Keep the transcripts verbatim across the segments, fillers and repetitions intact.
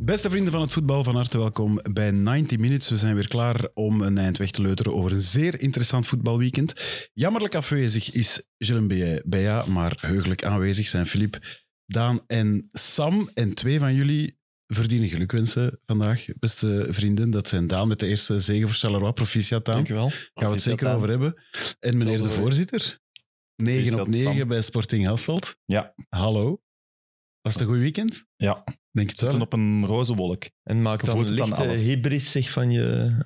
Beste vrienden van het voetbal, van harte welkom bij negentig Minutes. We zijn weer klaar om een eind weg te leuteren over een zeer interessant voetbalweekend. Jammerlijk afwezig is Gilles Beya, maar heugelijk aanwezig zijn Philippe, Daan en Sam. En twee van jullie verdienen gelukwensen vandaag, beste vrienden. Dat zijn Daan met de eerste zege voor Charleroi. Proficiat, Daan. Dank je wel. Gaan we het zeker over hebben. En meneer de voorzitter, negen op negen bij Sporting Hasselt. Ja. Hallo. Was het een goed weekend? Ja. Denk het We zitten wel. op een roze wolk. En maak dan Voelt het dan lichte alles? hybris zich van je...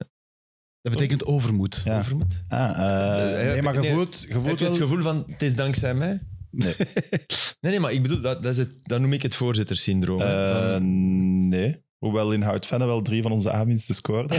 Dat betekent overmoed. Ja. overmoed. Ah, uh, nee, maar je Nee, voelt, je voelt Heb je wel... het gevoel van, het is dankzij mij? Nee. Nee, nee, maar ik bedoel, dat, dat, is het, dat noem ik het voorzitterssyndroom. hè. Uh, Van- nee. Hoewel in Hout-Venne wel drie van onze aanwinsten scoorden.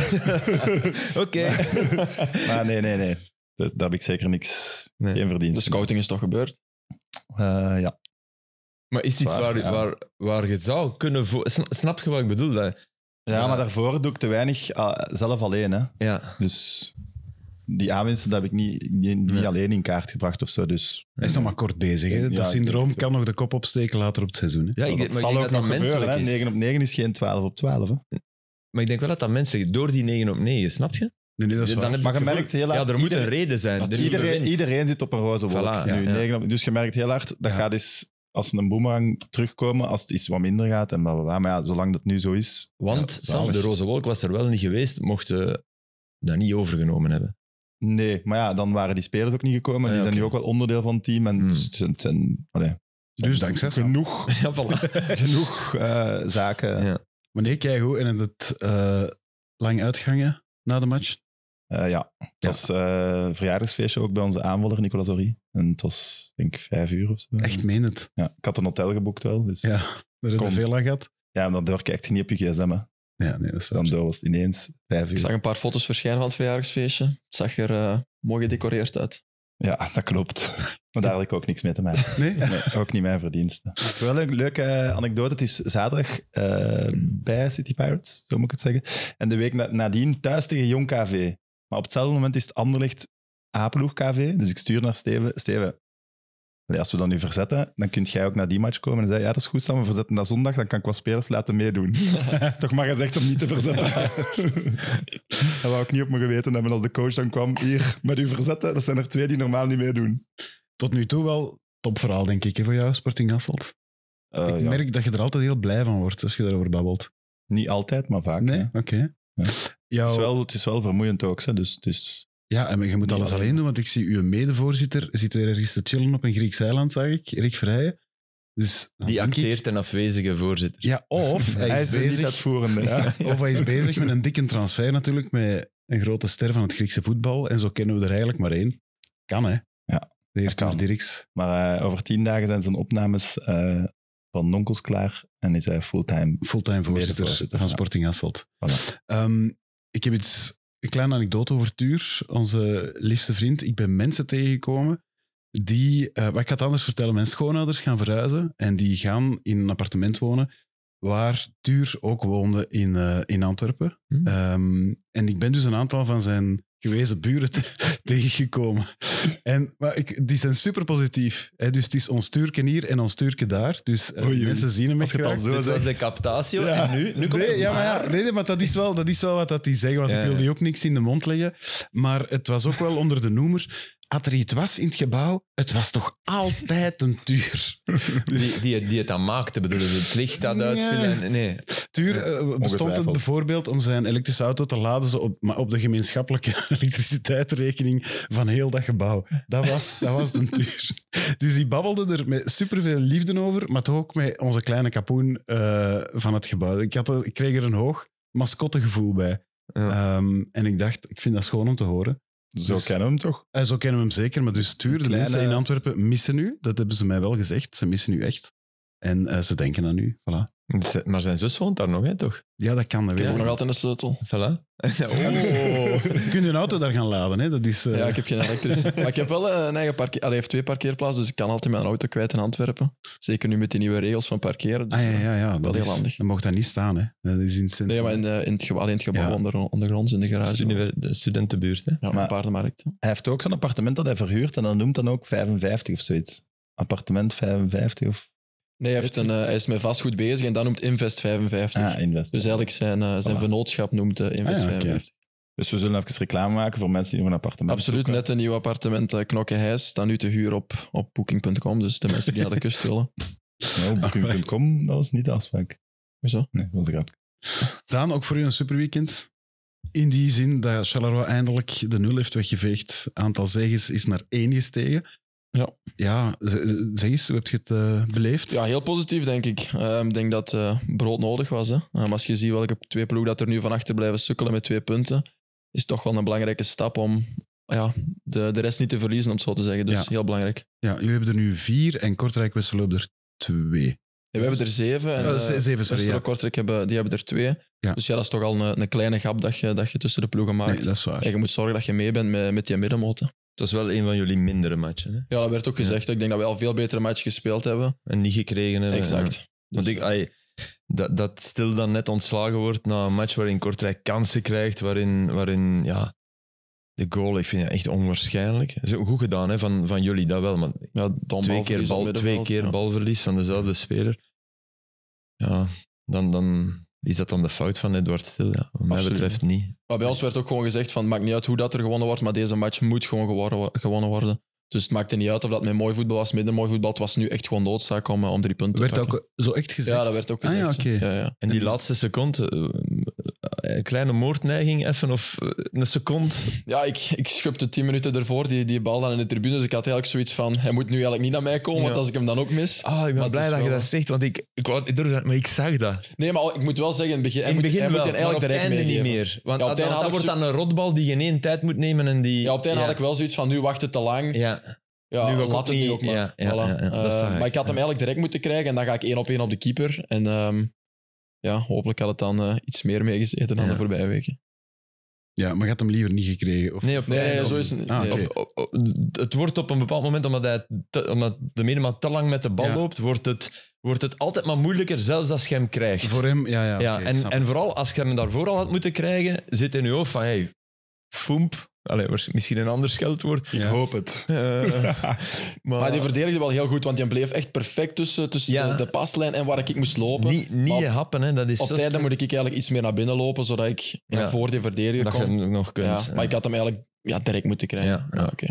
Oké. Maar nee, nee, nee. Dat, daar heb ik zeker niks... Nee. Geen verdienst. De scouting is toch gebeurd? Uh, ja. Maar is het iets Zwaar, waar, ja. waar, waar je zou kunnen... Vo- Sna- Snap je wat ik bedoel? Dat, Ja, Ja. maar daarvoor doe ik te weinig uh, zelf alleen. Hè. ja. Dus die aanwinsten dat heb ik niet, niet, niet Nee. alleen in kaart gebracht of zo. Dus Hij is nog maar kort bezig. Hè? Ja, Dat ik syndroom denk- kan nog de kop opsteken later op het seizoen. Hè? Ja, ik, dat maar ik zal denk ook dat nog dat gebeuren. menselijk Hè. is. negen op negen is geen twaalf op twaalf. Hè. Maar ik denk wel dat dat menselijk is. Door die negen op negen, snap je? Nee, nee, dat is Dan waar. heb Maar je het gevoel- merkt heel Ja, hard... er moet een iedereen- reden zijn. Dat Er iedereen, iedereen, iedereen zit op een roze wolk. Voilà, nu, ja, ja. negen op- dus je merkt heel hard, dat Ja. gaat eens, als een boemerang terugkomen, als het iets wat minder gaat. En bla, bla, bla. Maar ja, zolang dat nu zo is... Want ja, Sam, zalig. de roze wolk was er wel niet geweest, mochten dat niet overgenomen hebben. Nee, maar ja, dan waren die spelers ook niet gekomen. Ah, die ja, zijn nu oké. ook wel onderdeel van het team. En Hmm. dus het zijn, het zijn- allee, Dus dankzij Sam. genoeg, Ja, voilà. genoeg eh, zaken. Ja. Maar nee, kijk goed. En het het uh, lang uitgangen na de match. Uh, ja, het Ja. was uh, een verjaardagsfeestje ook bij onze aanvaller, Nicolas Horry. En het was, denk ik, vijf uur of zo. Echt meen het. Ja, ik had een hotel geboekt wel. Dus. Ja, daar heb je Kom. veel aan gehad. Ja, maar daardoor kijkt je niet op je gsm. Hè. Ja, nee, dat is waar. Dan door was het ineens vijf uur. Ik zag een paar foto's verschijnen van het verjaardagsfeestje. Het zag er uh, mooi gedecoreerd uit. Ja, dat klopt. Maar daar had ik ook niks mee te maken. Nee? Nee, ook niet mijn verdiensten. Wel een leuke uh, anekdote. Het is zaterdag uh, bij City Pirates, zo moet ik het zeggen. En de week na- nadien thuis tegen Jong K V. Maar op hetzelfde moment is het Anderlecht A-ploeg K V. Dus ik stuur naar Steven. Steven, allee, als we dat nu verzetten, dan kun jij ook naar die match komen. En zei, ja, dat is goed, Sam, we verzetten dat zondag, dan kan ik wat spelers laten meedoen. Toch maar gezegd om niet te verzetten. Dat wou ik niet op mijn geweten hebben als de coach dan kwam. Hier, met u verzetten, dat zijn er twee die normaal niet meedoen. Tot nu toe wel topverhaal, denk ik, hè, voor jou, Sporting Hasselt. Uh, ik ja. merk dat je er altijd heel blij van wordt als je daarover babbelt. Niet altijd, maar vaak. Nee? Ja. Oké. Okay. Ja. Jouw... Het, is wel, het is wel vermoeiend ook. Hè. Dus, dus... Ja, en je moet Niet alles alleen. alleen doen, want ik zie uw medevoorzitter zit weer ergens te chillen op een Grieks eiland, zag ik, Rick Verheijen. Dus, dan Die denk ik- acteert een afwezige voorzitter. Ja, of hij, Hij is is er niet bezig, uitvoerende. Ja. of hij is bezig met een dikke transfer natuurlijk, met een grote ster van het Griekse voetbal. En zo kennen we er eigenlijk maar één. Kan, hè? Ja, de heer dat kan. Toer Dirks. Maar uh, over tien dagen zijn zijn opnames uh, van Nonkels klaar en is hij fulltime. Fulltime voorzitter Medevoorzitter, van ja. Sporting Hasselt. Voilà. Um, ik heb iets, een kleine anekdote over Tuur, onze liefste vriend. Ik ben mensen tegengekomen die, uh, wat ik ga het anders vertellen, mijn schoonouders gaan verhuizen en die gaan in een appartement wonen waar Tuur ook woonde in, uh, in Antwerpen. Hm. Um, en ik ben dus een aantal van zijn gewezen buren te- tegengekomen. En, maar ik, die zijn super positief. Hè? Dus het is ons Tuurken hier en ons Tuurken daar. Dus uh, Oei, oei. mensen zien hem Als echt je het al graag. zo Dit was zegt. de captatio Ja. en nu, nu komt Nee, het ja, maar ja, nee, nee, maar dat is wel, dat is wel wat dat die zeggen, want Ja, ik wil ja. die ook niks in de mond leggen. Maar het was ook wel onder de noemer, als er iets was in het gebouw, het was toch altijd een Tuur. Die, die, die het dan maakte, bedoelen ze. Het licht dat Nee. uitvullen. en- Nee. Tuur uh, bestond het Ongetwijfeld. bijvoorbeeld om zijn elektrische auto te laden ze op, maar op de gemeenschappelijke elektriciteitsrekening van heel dat gebouw. Dat was, dat was een Tuur. Dus die babbelde er met superveel liefde over, maar toch ook met onze kleine kapoen uh, van het gebouw. Ik, had er, ik kreeg er een hoog mascottegevoel bij. Ja. Um, en ik dacht, ik vind dat schoon om te horen. Zo Dus- kennen we hem toch? En zo kennen we hem zeker, maar dus Tuur, de Kleine- mensen in Antwerpen missen u. Dat hebben ze mij wel gezegd. Ze missen u echt. En uh, ze denken aan u. Voilà. Dus, maar zijn zus woont daar nog, hè, toch? Ja, dat kan. Dat Ik weet heb ik. nog altijd een sleutel. Voilà. Oh. Je kunt een auto daar gaan laden. Hè? Dat is, uh... Ja, ik heb geen elektrisch. Maar ik heb wel eh, een eigen parkeer... Allee, hij heeft twee parkeerplaatsen, dus ik kan altijd mijn auto kwijt in Antwerpen. Zeker nu met die nieuwe regels van parkeren. Dus, Ah, ja, ja, ja. Dat heel is, handig. Dan mocht dat niet staan. Hè? Dat is in het centrum. Nee, maar in, de, in, het, gebouw, alleen in het gebouw Ja. onder, ondergronds, in de Dat is garage. de univer- de studentenbuurt, hè. Ja, Maar- een paardenmarkt. Hij heeft ook zo'n appartement dat hij verhuurt en dat noemt dan ook vijfenvijftig of zoiets. Appartement vijfenvijftig of... Nee, hij, heeft een, uh, hij is met vastgoed bezig en dat noemt Invest vijfenvijftig. Ah, Invest. Dus eigenlijk zijn, uh, zijn Voilà. vennootschap noemt uh, Invest Ah, ja, vijfenvijftig. okay. Dus we zullen even reclame maken voor mensen die een appartement Absoluut, zoeken. net een nieuw appartement, uh, Knokke-Heijs, staat nu te huur op, op booking punt com. Dus de mensen die naar de kust willen. Nou, booking punt com, dat was niet de afspraak. Hoezo? Nee, dat was een grap. Daan, ook voor u een superweekend. In die zin dat Charleroi eindelijk de nul heeft weggeveegd. Aantal zegens is naar één gestegen. Ja. Ja, zeg eens, hoe heb je het uh, beleefd? Ja, heel positief, denk ik. Uh, ik denk dat uh, brood nodig was. Hè. Uh, maar als je ziet welke twee ploegen dat er nu van achter blijven sukkelen met twee punten, is het toch wel een belangrijke stap om ja, de, de rest niet te verliezen, om het zo te zeggen. Dus Ja. heel belangrijk. Ja, jullie hebben er nu vier en Kortrijk-Westerlo er twee. Ja, we hebben er zeven. En, Ja, ze- uh, zeven, sorry, Westerlo ja. Kortrijk hebben, die hebben er twee. Ja. Dus ja, dat is toch al een, een kleine gap dat je, dat je tussen de ploegen maakt. Nee, dat is waar. En je moet zorgen dat je mee bent met, met die middenmoten. Dat is wel een van jullie mindere matchen. Hè? Ja, dat werd ook gezegd. Ik denk dat we al veel betere match gespeeld hebben. En niet gekregen hebben. Exact. Ja. Want Dus, ik, ai, dat, dat Stil dan net ontslagen wordt na een match waarin Kortrijk kansen krijgt, waarin, waarin ja, de goal, ik vind het echt onwaarschijnlijk. Zo goed gedaan hè, van, van jullie, dat wel. Maar ja, dan twee keer, bal, twee keer balverlies van dezelfde speler. Ja, dan, dan is dat dan de fout van Edward Stil. Ja. Wat mij Absoluut. betreft niet. Maar bij ons werd ook gewoon gezegd van, het maakt niet uit hoe dat er gewonnen wordt, maar deze match moet gewoon geworden- gewonnen worden. Dus het maakte niet uit of dat met mooi voetbal was, minder mooi voetbal. Het was nu echt gewoon noodzaak om, om drie punten Werd te pakken. ook zo echt gezegd? Ja, dat werd ook Ah, gezegd. ja, oké. ja, ja. En die laatste seconde, eh, een kleine moordneiging even, of eh, een seconde. Ja, ik, ik schupte tien minuten ervoor, die, die bal dan in de tribune. Dus ik had eigenlijk zoiets van, hij moet nu eigenlijk niet naar mij komen, Ja. want als ik hem dan ook mis... Ah, ik ben Maar het blij is dat je wel- dat zegt, want ik, ik, wou, ik, durfde dat- maar ik zag dat. Nee, maar ik moet wel zeggen, in het begin, hij In het moet, begin hij wel, moet die maar op eigenlijk het direct einde niet meegeven. meer. Want Ja, op het dat, einde dat had ik wordt dan een rotbal die geen één tijd moet nemen. En die, Ja, op het einde ja. had ik wel zoiets van, nu wacht het te lang. Ja, Ja, Nu ga ik laat ook het nu niet- ook maar. ja, ja, Voilà. ja, ja, dat Eh, zag ik, maar ik had hem ja. eigenlijk direct moeten krijgen en dan ga ik één op één op de keeper. En ehm, ja, hopelijk had het dan eh, iets meer meegezeten dan Ja. de voorbije weken. Ja, maar je had hem liever niet gekregen? Of... nee, op, Nee, nee, op- zo is het. Ah, nee. oké. op- op- op- het wordt op een bepaald moment, omdat, hij te, omdat de medemaat te lang met de bal Ja. loopt, wordt het, wordt het altijd maar moeilijker, zelfs als je hem krijgt. Voor hem, ja, ja. ja, oké, ik en, snap en het. vooral als je hem daarvoor al had moeten krijgen, zit in je hoofd van, hey, foemp. Allee, was misschien een ander scheldwoord. Ja. Ik hoop het. Eh, maar Maar die verdedigde wel heel goed, want die bleef echt perfect tussen, tussen Ja. de, de paslijn en waar ik moest lopen. niet, niet Maar je happen, hè. Dat is Op zo tijden slecht moet ik eigenlijk iets meer naar binnen lopen, zodat ik ja, Ja. voor die verdediger dat je kom. hem nog kunt. Ja, ja. maar ik had hem eigenlijk ja, direct moeten krijgen. Ja, ja. Ja, oké.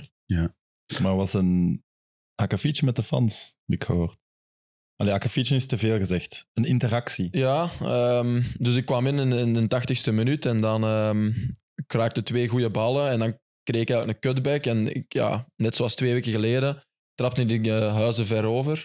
Maar was een akkefietje met de fans, heb ik gehoord. Allee, akkefietje is te veel gezegd. Een interactie. Ja, ehm, dus ik kwam in in, in de tachtigste minuut en dan ehm kraakte twee goede ballen en dan kreeg ik eigenlijk een cutback. En ik, ja, net zoals twee weken geleden trapte ik uh, Huizen ver over.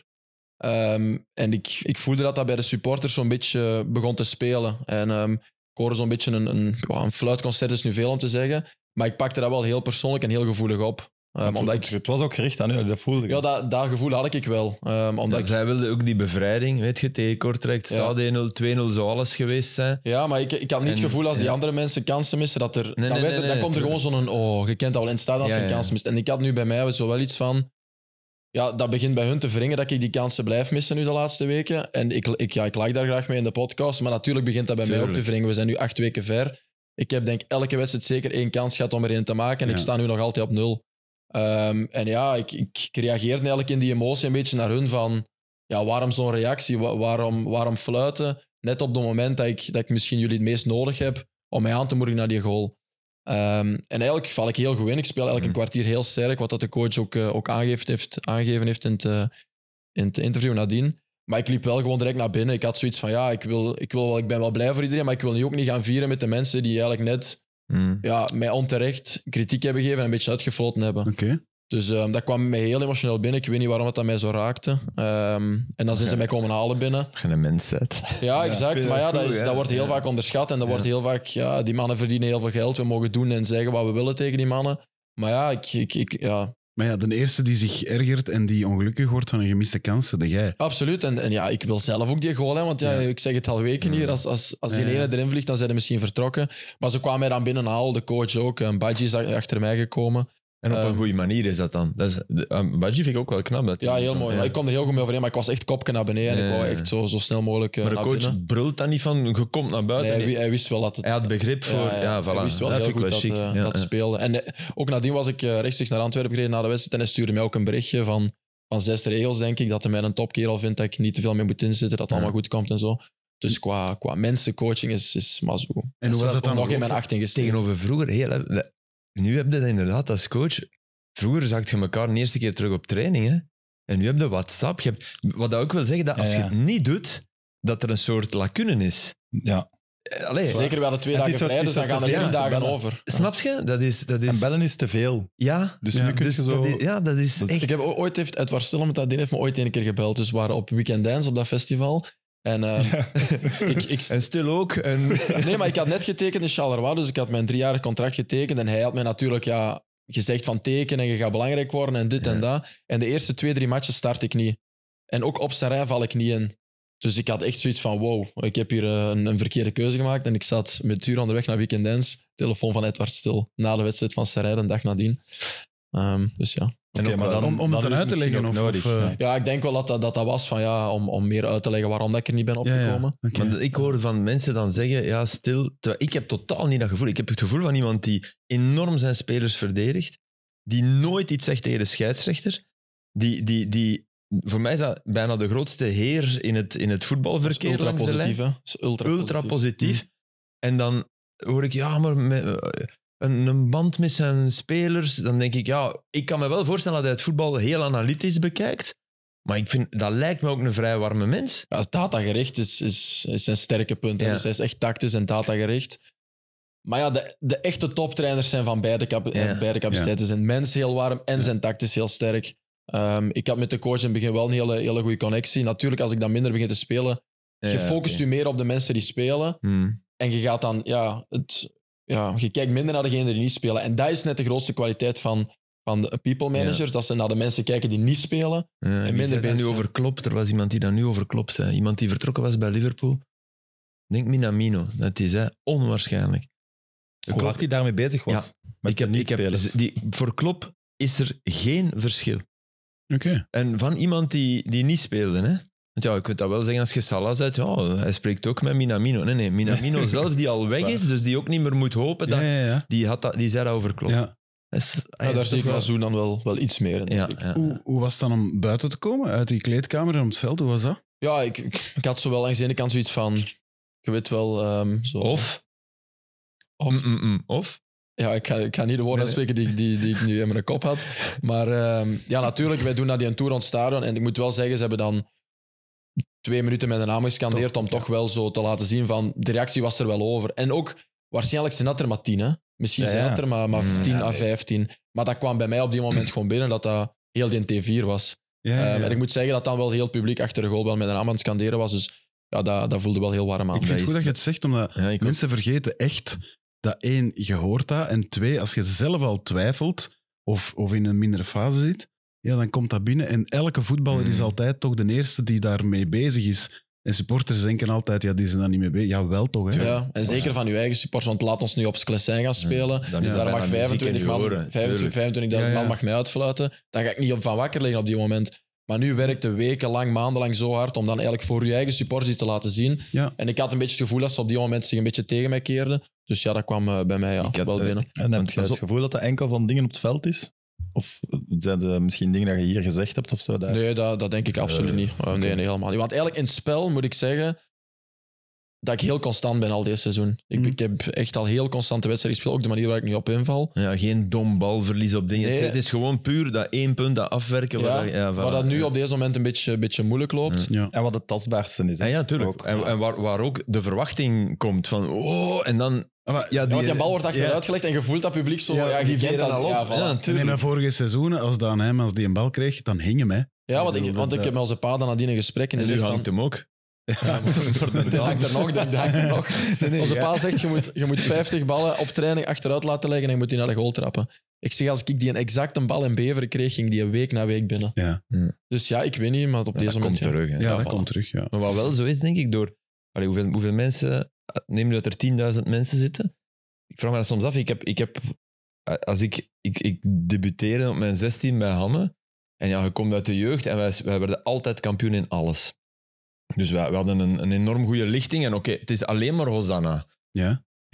Ehm, en ik, ik voelde dat dat bij de supporters zo'n beetje begon te spelen. En ehm, ik hoorde zo'n beetje een, een, ja, een fluitconcert, is nu veel om te zeggen. Maar ik pakte dat wel heel persoonlijk en heel gevoelig op. Um, het, omdat het, ik, het was ook gericht aan u, dat voelde je. ja, dat, dat gevoel had ik wel. Um, omdat Dat, ik, zij wilden ook die bevrijding, weet je, tegen Kortrijk. Het Ja. staat één nul, twee nul, zou alles geweest zijn. Ja, maar ik, ik had niet het En- gevoel als die ja. andere mensen kansen missen, dat er, Nee, dan, nee, werd, nee, dan nee, komt er gewoon tuurlijk. zo'n, oh, je kent dat wel in het stadion als Ja, je een ja, kans ja. mist. En ik had nu bij mij zo wel iets van, ja, dat begint bij hun te wringen dat ik die kansen blijf missen nu de laatste weken. En ik, ik, ja, ik lag daar graag mee in de podcast, maar natuurlijk begint dat bij mij ook te Tuurlijk. wringen. We zijn nu acht weken ver. Ik heb denk elke wedstrijd zeker één kans gehad om er een te maken en Ja. ik sta nu nog altijd op nul. Ehm, en ja, ik, ik reageerde eigenlijk in die emotie een beetje naar hun van, ja, waarom zo'n reactie? Wa- waarom, waarom fluiten? Net op het moment dat ik, dat ik misschien jullie het meest nodig heb om mij aan te moedigen naar die goal. Ehm, en eigenlijk val ik heel goed in. Ik speel eigenlijk Mm. een kwartier heel sterk, wat dat de coach ook, uh, ook aangegeven heeft, aangegeven heeft in, het, uh, in het interview nadien. Maar ik liep wel gewoon direct naar binnen. Ik had zoiets van, ja, ik, wil, ik, wil wel, ik ben wel blij voor iedereen, maar ik wil nu ook niet gaan vieren met de mensen die eigenlijk net Hmm. ja, mij onterecht kritiek hebben gegeven en een beetje uitgefloten hebben. Oké. Dus um, dat kwam mij heel emotioneel binnen. Ik weet niet waarom het aan mij zo raakte. Um, en dan zijn ze mij komen halen binnen. Als je een mens bent. Ja, exact. vind Maar ja, dat dat, goed, is, ja. dat wordt heel Ja. vaak onderschat. En dat Ja. wordt heel vaak... Ja, die mannen verdienen heel veel geld. We mogen doen en zeggen wat we willen tegen die mannen. Maar ja, ik... ik, ik ja Maar ja, de eerste die zich ergert en die ongelukkig wordt van een gemiste kans, dat jij. absoluut. En, en ja, ik wil zelf ook die goal. Hè, want ja, Ja. ik zeg het al weken hier. Als, als, als die Ja, ja. ene erin vliegt, dan zijn ze misschien vertrokken. Maar ze kwamen mij dan binnenhalen. De coach ook. Een Badji is achter mij gekomen. En op Ehm, een goede manier is dat dan. Dat is, de- um, Badji vind ik ook wel knap. Dat Ja, hij- heel mooi. Maar ik kon er heel goed mee overeen. Maar ik was echt kopje naar beneden. En ik Ja, wou ja. echt zo, zo snel mogelijk uh, Maar de naar coach binnen. brult dan niet van, je komt naar buiten. Nee, hij, Nee, wi- hij wist wel dat het... hij had begrip voor... Ja, ja, voilà. Hij wist wel dat heel vind ik goed wel dat, chic. eh, Ja, dat ja. speelde. En eh, ook nadien was ik eh, rechtstreeks naar Antwerpen gereden na de wedstrijd en hij stuurde mij ook een berichtje van van zes regels, denk ik. Dat hij mij een topkerel vindt, dat ik niet te veel mee moet inzitten, dat het Ja. allemaal goed komt en zo. Dus qua, qua mensencoaching is, is Mazou. En hoe was dat dan? Nog in mijn achting gestegen. Tegenover vroeger, heel, hè. Nu heb je dat inderdaad als coach. Vroeger zag je elkaar de eerste keer terug op training. Hè? En nu heb je WhatsApp. Je hebt, wat dat ook wil zeggen, dat als Ja, ja. je het niet doet, dat er een soort lacune is. Ja. Eh, Allee, Zeker, we hadden twee Het dagen is zo- vrij, het dus is dan zo gaan te er drie veel dagen bellen. over. snap je? Dat is... Dat is En bellen is te veel. ja, Dus Ja, nu kun je dus zo... dat is, ja, dat is dat is- echt... Ik heb o- ooit heeft Edward Stillem, dat ding heeft me ooit een keer gebeld. Dus we waren op Weekend Dance op dat festival. En ehm, ik, ik, En stil ook. En... nee, maar ik had net getekend in Charleroi, dus ik had mijn driejarig contract getekend. En hij had mij natuurlijk ja, gezegd van teken en je gaat belangrijk worden en dit Ja. en dat. En de eerste twee, drie matches start ik niet. En ook op Serijn val ik niet in. Dus ik had echt zoiets van, wow, ik heb hier eh, een, een verkeerde keuze gemaakt. En ik zat met het uur onderweg naar Weekend Dance, telefoon van Edward Stil, na de wedstrijd van Serijn, een dag nadien. Ehm, dus ja. Oké, ook maar wel- dan, om- om het dan dan is uit te misschien leggen ook of- nodig. of, eh, ja. Ja, ik denk wel dat dat, dat, dat was van, ja, om, om meer uit te leggen waarom dat ik er niet ben Ja, ja. opgekomen. Oké. Maar ik hoor van mensen dan zeggen, ja, stil. Terwijl ik heb totaal niet dat gevoel. Ik heb het gevoel van iemand die enorm zijn spelers verdedigt, die nooit iets zegt tegen de scheidsrechter, die, die, die voor mij is dat bijna de grootste heer in het, in het Dat is voetbalverkeer ultra langs de lijn. positief, hè. Dat is ultra, Ultra positief. positief. En dan hoor ik, ja, maar met, eh, een, een band met zijn spelers, dan denk ik, ja, ik kan me wel voorstellen dat hij het voetbal heel analytisch bekijkt, maar ik vind, dat lijkt me ook een vrij warme mens. Ja, datagericht is, is, is zijn sterke punt. hè. Ja. Dus hij is echt tactisch en datagericht. Maar ja, de, de echte toptrainers zijn van beide, cap- Ja. eh, beide capaciteiten. Zijn mens heel warm en zijn tactisch heel sterk. Ehm, ik had met de coach in het begin wel een hele, hele goede connectie. Natuurlijk, als ik dan minder begin te spelen, je Ja, focust oké. je meer op de mensen die spelen. Hmm. En je gaat dan, ja, het, ja, je kijkt minder naar degenen die niet spelen. En dat is net de grootste kwaliteit van, van de people managers, dat ze naar de mensen kijken die niet spelen. Ja, En wie minder zei dat nu bezig. over Klopp? Er was iemand die dat nu over Klopp zei. Iemand die vertrokken was bij Liverpool. Ik denk Minamino. Dat is hè, onwaarschijnlijk. Hoe Klopp- hard hij daarmee bezig was. Met ik heb, ik heb, niet-spelers. die, voor Klopp is er geen verschil. Oké. En van iemand die, die niet speelde. Hè? Want ja, ik weet dat wel zeggen als je Salah zet. Ja, hij spreekt ook met Minamino. Nee, nee, Minamino zelf die al weg waar. is, dus die ook niet meer moet hopen. Dat, Ja, ja, ja. die, had dat, die zei dat over Klopp. ja. Dat is- Ja, dat daar is zie ik toch wel- Mazou dan wel, wel iets meer in. Ja, denk ik. ja. Hoe, hoe was het dan om buiten te komen, uit die kleedkamer en op het veld? Hoe was dat? Ja, ik, ik, ik had zo wel langs de ene kant zoiets van... Je weet wel... ehm, zo, Of? Of- Mm, mm, mm. Of? Ja, ik ga, ik ga niet de woorden Nee, uitspreken die, die, die ik nu in mijn kop had. Maar ehm, ja, natuurlijk, wij doen dat die een tour rond het stadion. En ik moet wel zeggen, ze hebben dan twee minuten mijn naam gescandeerd om toch wel zo te laten zien van... De reactie was er wel over. En ook, waarschijnlijk zijn dat er maar tien, hè. Misschien Ja, zijn ja. dat er maar, maar Mm, tien ja, à nee. vijftien. Maar dat kwam bij mij op die moment gewoon binnen, dat dat heel die T vier was. Ja, ja, Ehm, ja. en ik moet zeggen dat dan wel heel het publiek achter de goal wel met een naam aan het scanderen was. Dus ja, dat, dat voelde wel heel warm aan. Ik vind dat het goed is- dat je het zegt, omdat Ja, ik ook. mensen vergeten echt dat één, je hoort dat, en twee, als je zelf al twijfelt of, of in een mindere fase zit, ja, dan komt dat binnen. En elke voetballer Mm. is altijd toch de eerste die daarmee bezig is. En supporters denken altijd, ja, die zijn daar niet mee bezig. Ja, wel toch, hè? Ja, en zeker van uw eigen supporters, want laat ons nu op Sclessin gaan spelen. Dan Ja, is Daar dat mag bijna vijfentwintig muziek in man, je oren, vijfentwintig, tuurlijk. vijfentwintigduizend Ja, ja. man mag mij uitfluiten. Daar ga ik niet op van wakker liggen op die moment. Maar nu werkte wekenlang, maandenlang zo hard om dan eigenlijk voor uw eigen supporters iets te laten zien. Ja. En ik had een beetje het gevoel dat ze op die moment zich een beetje tegen mij keerden. Dus ja, dat kwam eh, bij mij ja, Ik had, wel eh, binnen. En heb Want je pas het op. gevoel dat dat enkel van dingen op het veld is? Of zijn er misschien dingen dat je hier gezegd hebt of zo? Daar? Nee, dat, dat denk ik absoluut Eh, niet. Eh, nee, nee, helemaal niet. Want eigenlijk in het spel moet ik zeggen dat ik heel constant ben al dit seizoen. Ik, Mm. ik heb echt al heel constante wedstrijden gespeeld. Ook de manier waar ik nu op inval. Ja, geen dom balverlies op dingen. Nee. Het is gewoon puur dat één punt, dat afwerken. Ja, waar dat- ja, waar voilà. dat nu op deze moment een beetje, een beetje moeilijk loopt. Ja. En wat het tastbaarste is. hè? Ja, ja, tuurlijk. Ook. En, en waar, waar ook de verwachting komt van, oh, en dan... Ah, maar, Ja, Ja, want die bal wordt achteruit ja. gelegd en je voelt dat publiek zo... Ja, Ja, je die kent keren dat. al op. Ja, voilà. Ja, ja, en in tuurlijk. de vorige seizoenen, als Dan Hem, als die een bal kreeg, dan hing hem, hè. want, Ik ik, bedoel, want ik dat- heb met onze pa dan nadien een gesprek en En die nu zegt hangt van... hem ook. Die hangt er nog, denk, die hangt er nog. nee, Onze ja. pa zegt, je moet, je moet vijftig ballen op training achteruit laten leggen en je moet die naar de goal trappen. Ik zeg, als ik die een exacte bal in Beveren kreeg, ging die een week na week binnen. Ja, Dus ja, ik weet niet, maar op Ja, deze dat moment... komt ja. terug. Hè. ja, Ja, dat voilà. komt terug, ja. Maar wat wel zo is, denk ik, door... Allee, hoeveel, hoeveel mensen... Neem nu dat er tienduizend mensen zitten. Ik vraag me dat soms af. Ik heb... Ik heb als ik, ik, ik debuteerde op mijn zestien bij Hamme. En ja, je komt uit de jeugd en wij, wij werden altijd kampioen in alles. Dus wij, we hadden een, een enorm goede lichting. En oké, het is alleen maar Hosanna. Ja.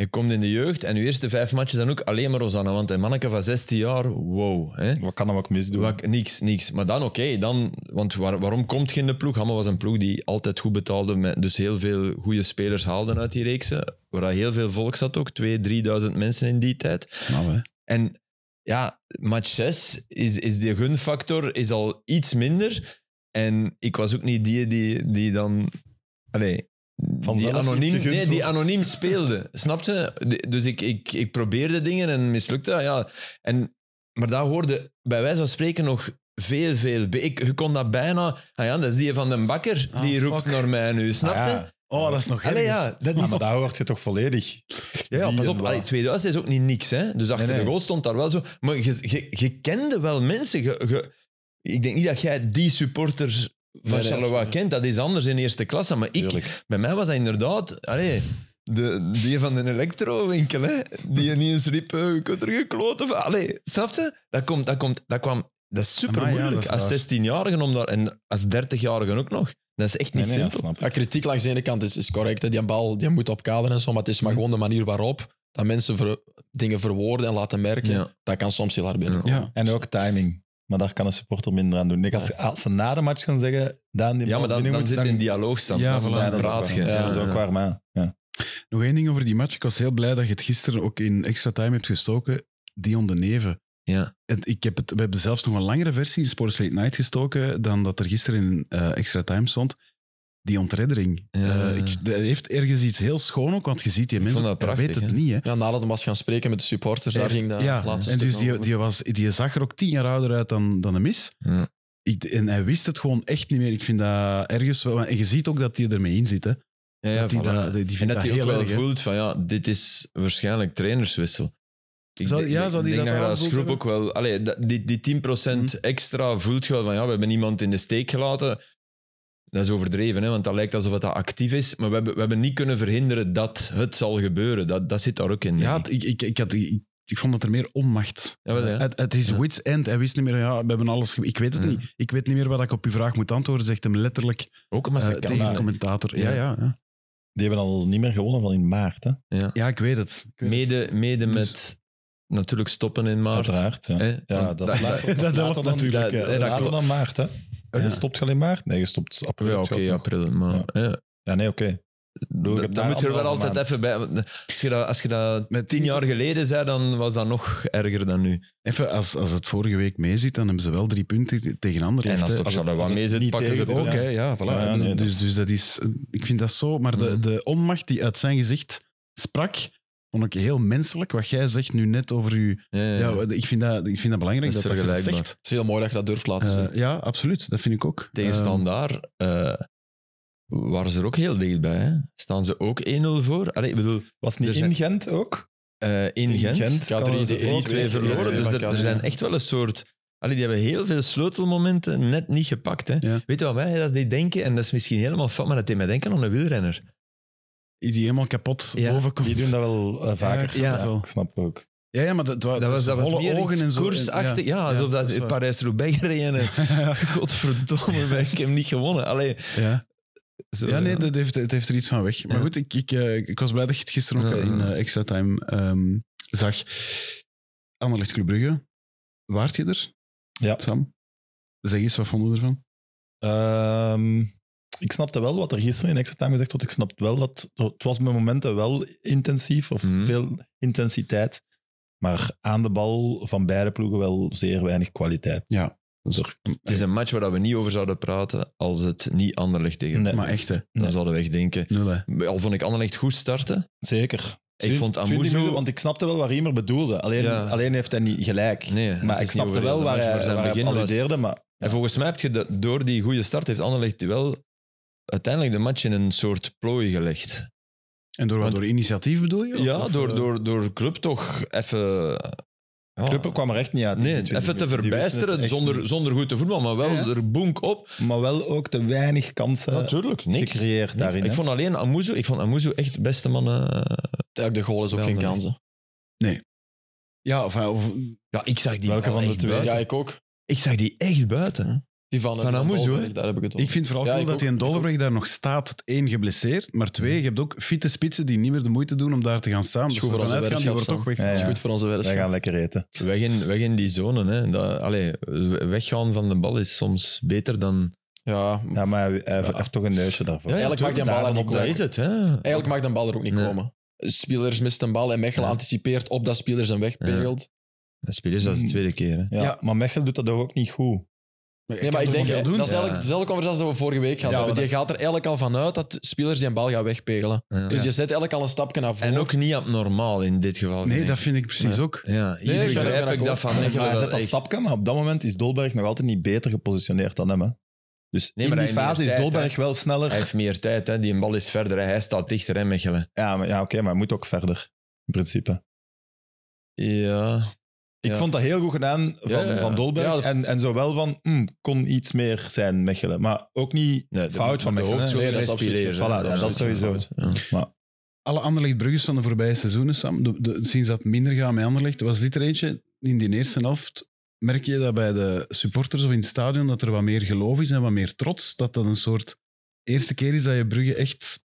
Je komt in de jeugd en je eerste vijf matches dan ook alleen maar Rosanna. Want een manneke van zestien jaar, wow. Hè? Wat kan hem ook misdoen? Wat, niks, niks. Maar dan oké, okay, dan, want waar, waarom komt je in de ploeg? Hamel was een ploeg die altijd goed betaalde, met, dus heel veel goede spelers haalden uit die reeksen, waar heel veel volk zat ook, tweeduizend, drieduizend mensen in die tijd. Snap, hè? En ja, match zes is, is die gunfactor is al iets minder. En ik was ook niet die die, die dan... Allee, die anoniem, nee, die anoniem speelde. Snap je? Dus ik, ik, ik probeerde dingen en mislukte dat. Ja. En, maar dat hoorde bij wijze van spreken nog veel, veel... Ik, je kon dat bijna... Ah ja, dat is die van den Bakker, Ah, die roept fuck. naar mij nu. Snap je? Ah, ja. Oh, dat is nog Allee, erger. ja, dat Ah, is... maar daar hoort je toch volledig. Ja, ja, Wie pas en op. wat. Allee, tweeduizend is ook niet niks. Hè? Dus achter Nee, nee. de goal stond daar wel zo. Maar je, je, je kende wel mensen. Je, je, ik denk niet dat jij die supporters van Nee, nee, Charleroi absoluut. kent. Dat is anders in eerste klasse. Maar ik, Tuurlijk. bij mij was dat inderdaad... Allee, de, die van de elektrowinkel, hè? Die niet eens riep, uh, je kunt er gekloten van. Allee, snap je? Dat, komt, dat, komt, dat kwam... Dat is super Amai, ja, moeilijk. dat is als waar. zestienjarige om daar, en als dertigjarige ook nog. Dat is echt niet Nee, nee, simpel. snap ik. Ja, kritiek langs de ene kant is, is correct. Hè. Die bal die moet opkaderen en zo, maar het is maar gewoon de manier waarop dat mensen ver- dingen verwoorden en laten merken. Ja. Dat kan soms heel hard binnenkomen. Ja. En ook timing. Maar daar kan een supporter minder aan doen. Ik denk, als, als ze na de match gaan zeggen... Daan, die Ja, maar bal dan, binnen dan moet, zit dan- in dialoog staan. Ja, dan voilà, dan Ja, dat is praat ook je. waar. Ja, dat is ook waar, maar... Ja. Nog één ding over die match. Ik was heel blij dat je het gisteren ook in extra time hebt gestoken. Dion de Neve. Ja. Het, ik heb het, we hebben zelfs nog een langere versie in Sports Late Night gestoken dan dat er gisteren in eh, extra time stond. Die ontreddering. Ja. Eh, ik, dat heeft ergens iets heel schoon ook, want je ziet die Ik mensen, vond dat hij prachtig, weet het hè. niet. Hè. Ja, nadat hij was gaan spreken met de supporters, daar Hij ging heeft- dat ja, laatste en stuk dus die, over. die, was, die zag er ook tien jaar ouder uit dan, dan hem is. Ja. Ik, en hij wist het gewoon echt niet meer. Ik vind dat ergens wel... En je ziet ook dat hij ermee in zit. Hè. Ja, ja, dat die, voilà. dat, die, die En vindt dat dat hij heel ook wel erg. hè. voelt van ja, dit is waarschijnlijk trainerswissel. Ik Zou- denk- ja, denk- zou die denk dat je al als gevoeld groep ook wel... Allee, dat- die, die tien procent extra voelt je wel van ja, we hebben iemand in de steek gelaten. Dat is overdreven, hè, want dat lijkt alsof het dat actief is. Maar we hebben, we hebben niet kunnen verhinderen dat het zal gebeuren. Dat, dat zit daar ook in. Ja, denk ik. het- ik, ik, ik, had, ik, ik vond dat er meer onmacht. Jawel, ja. Het, het is Ja. wits end. Hij wist niet meer, ja, we hebben alles... ge- Ik weet het Ja. niet. Ik weet niet meer wat ik op uw vraag moet antwoorden, zegt hem letterlijk Ook maar eh, ze tegen de kan commentator. Ja, Ja. ja, ja. Die hebben al niet meer gewonnen van in maart, hè? ja. Ja, ik weet het. Ik weet het. Mede, mede Dus- met natuurlijk stoppen in maart. Uiteraard, ja. Hè? Ja, Want dat is later, dat dat is later helpt dan, natuurlijk, Dat ja. is Dat later klopt. dan maart, hè? Ja. Je stopt je al in maart? Nee, je stopt april. Ja, oké, schat nog. april. Maar Ja. ja. Ja, nee, oké. bedoel, ik Da- heb Dan daar moet je er wel anderhalve altijd even bij. want Als je dat, als je dat Met tien tien jaar geleden zei, dan was dat nog erger dan nu. Even, als, als het vorige week mee zit, dan hebben ze wel drie punten tegen Anderlecht. En als hè. het op als het- Charleroi als het mee zit, niet pakken ze tegen het zit, ook. Ook, hè. hè, ja, voilà. Ja, ja, nee, dat dus, is- dus dat is... Ik vind dat zo... Maar de, Mhm. de onmacht die uit zijn gezicht sprak, vond ik heel menselijk. Wat jij zegt nu net over u... Ja, ja, ja. Ja, ik, vind dat, ik vind dat belangrijk Dat dat is dat, je dat vergelijkbaar. zegt. Het is heel mooi dat je dat durft laten zien. Eh, ja, absoluut. Dat vind ik ook. Tegen Eh, Standaard eh, waren ze er ook heel dichtbij. Hè? Staan ze ook één nul voor? Allee, ik bedoel, Was het niet Er zijn- in Gent ook? eh, in, In Gent, Gent Ja, kan drie- ze die- ook die twee weer- verloren. Ja, Dus dat er, kan, er zijn ja. echt wel een soort... Allee, die hebben heel veel sleutelmomenten net niet gepakt. Hè? Ja. Weet je wat mij dat deed denken? En dat is misschien helemaal fout, maar dat deed mij denken aan een wielrenner. Die helemaal kapot Ja, boven komt. Die doen dat wel eh, vaker. Ja, ik snap Ja. het wel. Ik snap ook. Ja, ja, maar dat, dat, Dat was, dat was holle meer ogen iets en zo. koersachtig. Ja, alsof dat is dat waar. Parijs-Roubaix gereden. En godverdomme, ben ik hem niet gewonnen. Allee, Ja. zo, Ja, nee, dat heeft, het heeft er iets van weg. Maar Ja. goed, ik, ik, eh, ik was blij dat je het gisteren ook Ja. eh, in eh, extra time ehm, zag. Anderlecht Club Brugge. Waart je er, Ja. Sam? Zeg eens, wat vonden we ervan? Ehm, ik snapte wel wat er gisteren in extra time gezegd werd. Ik snapte wel dat het was met momenten wel intensief of Mhm. veel intensiteit. Maar aan de bal van beide ploegen wel zeer weinig kwaliteit. Ja. Dus er- Het is een match waar we niet over zouden praten als het niet Anderlecht tegen. Nee. Maar echt, hè. Dan Nee. zouden we echt denken... Nul, hè. Al vond ik Anderlecht goed starten. Zeker. Ik vond twintig Amuzu- minuten, want ik snapte wel waar Riemer bedoelde. Alleen, Ja. alleen heeft hij niet gelijk. Nee, het maar is ik niet snapte over wel de waar match, hij, maar zijn waar hij begin op was- alludeerde. Maar En volgens mij heb je dat, door die goede start heeft Anderlecht wel uiteindelijk de match in een soort plooi gelegd. En door, wat, Want- door initiatief bedoel je? Of- Ja, of, door, eh, door, door club toch even... Ja, Club kwam er echt niet uit. in Nee, die twintig even te minuten. Die wisten verbijsteren het echt zonder, niet. zonder goed te voetballen, maar wel Ja, ja. er boenk op. Maar wel ook te weinig kansen Natuurlijk, niks. gecreëerd Niks. daarin. Ik hè. vond alleen Amuzu, ik vond Amuzu echt de beste man. eh. Eigenlijk de goal is ook Wel, geen nee. kansen. Ja, of, of- Ja, ik zag die Welke wel van de echt twee? buiten. Ja, ik ook. Ik zag die echt buiten. Die van, Van Amouzou, Dolberg, hè? daar heb ik het over. Ik vind vooral Ja, cool ik dat ook, hij in ik ook. Dolberg daar nog staat. Eén, geblesseerd. Maar twee, je hebt ook fitte spitsen die niet meer de moeite doen om daar te gaan staan. Is Dus goed voor ervan onze uitgaan, die wordt weddenschap, toch Sam. weg. Ja, Dat ja. is goed voor onze Wij weddenschap. gaan lekker eten. Weg in, weg in die zone. Hè. Dat, allee, weggaan van de bal is soms beter dan... Ja, Ja, maar hij, hij Ja. heeft toch een neusje daarvoor. Ja, Eigenlijk mag die bal er niet Dat komen. is het. Hè. Eigenlijk mag de bal er ook niet Nee. komen. Spelers mist een bal en Mechelen Ja. anticipeert op dat Spelers hem wegpegelt. De spelers, dat is de tweede keer. Hè. Ja, Ja. maar Mechelen doet dat ook niet goed. Nee, maar ik denk, dat hè, doen. dat is Ja. eigenlijk dezelfde conversatie dat we vorige week hadden. Ja, hebben. maar Die gaat er eigenlijk al vanuit dat spelers die een bal gaan wegpegelen. Ja. Dus je zet eigenlijk al een stapje naar voren. En ook niet abnormaal in dit geval. Nee, vind dat ik. vind ik precies Ja. ook. Ja, hier Nee, ik ben- begrijp ben ik akkoord. dat van Maar Mechelen hij wel zet dat echt. stapje, maar op dat moment is Dolberg nog altijd niet beter gepositioneerd dan hem. Hè. Dus Nee, in maar die hij heeft fase meer is tijd, Dolberg hè. wel sneller. Hij heeft meer tijd, hè. Die bal is verder. Hè. Hij staat dichter, hè, Mechelen. Ja, maar, ja oké, maar hij moet ook verder. In principe. Ja. Ik Ja. vond dat heel goed gedaan van, Ja, ja, ja. van Dolberg. Ja, dat- en, en zo wel van, hm, kon iets meer zijn, Mechelen. Maar ook niet Nee, de- fout van de Mechelen. hè. hoofdschool Nee, dat is is absoluut Spileer, geen hè. fout. Ja, dat is absoluut sowieso. geen fout. Ja. Alle Anderlecht-Brugges van de voorbije seizoenen, Sam, de, de, sinds dat het minder gaat met Anderlecht, was dit er eentje. In die eerste helft merk je dat bij de supporters of in het stadion dat er wat meer geloof is en wat meer trots. Dat dat een soort eerste keer is dat je Brugge echt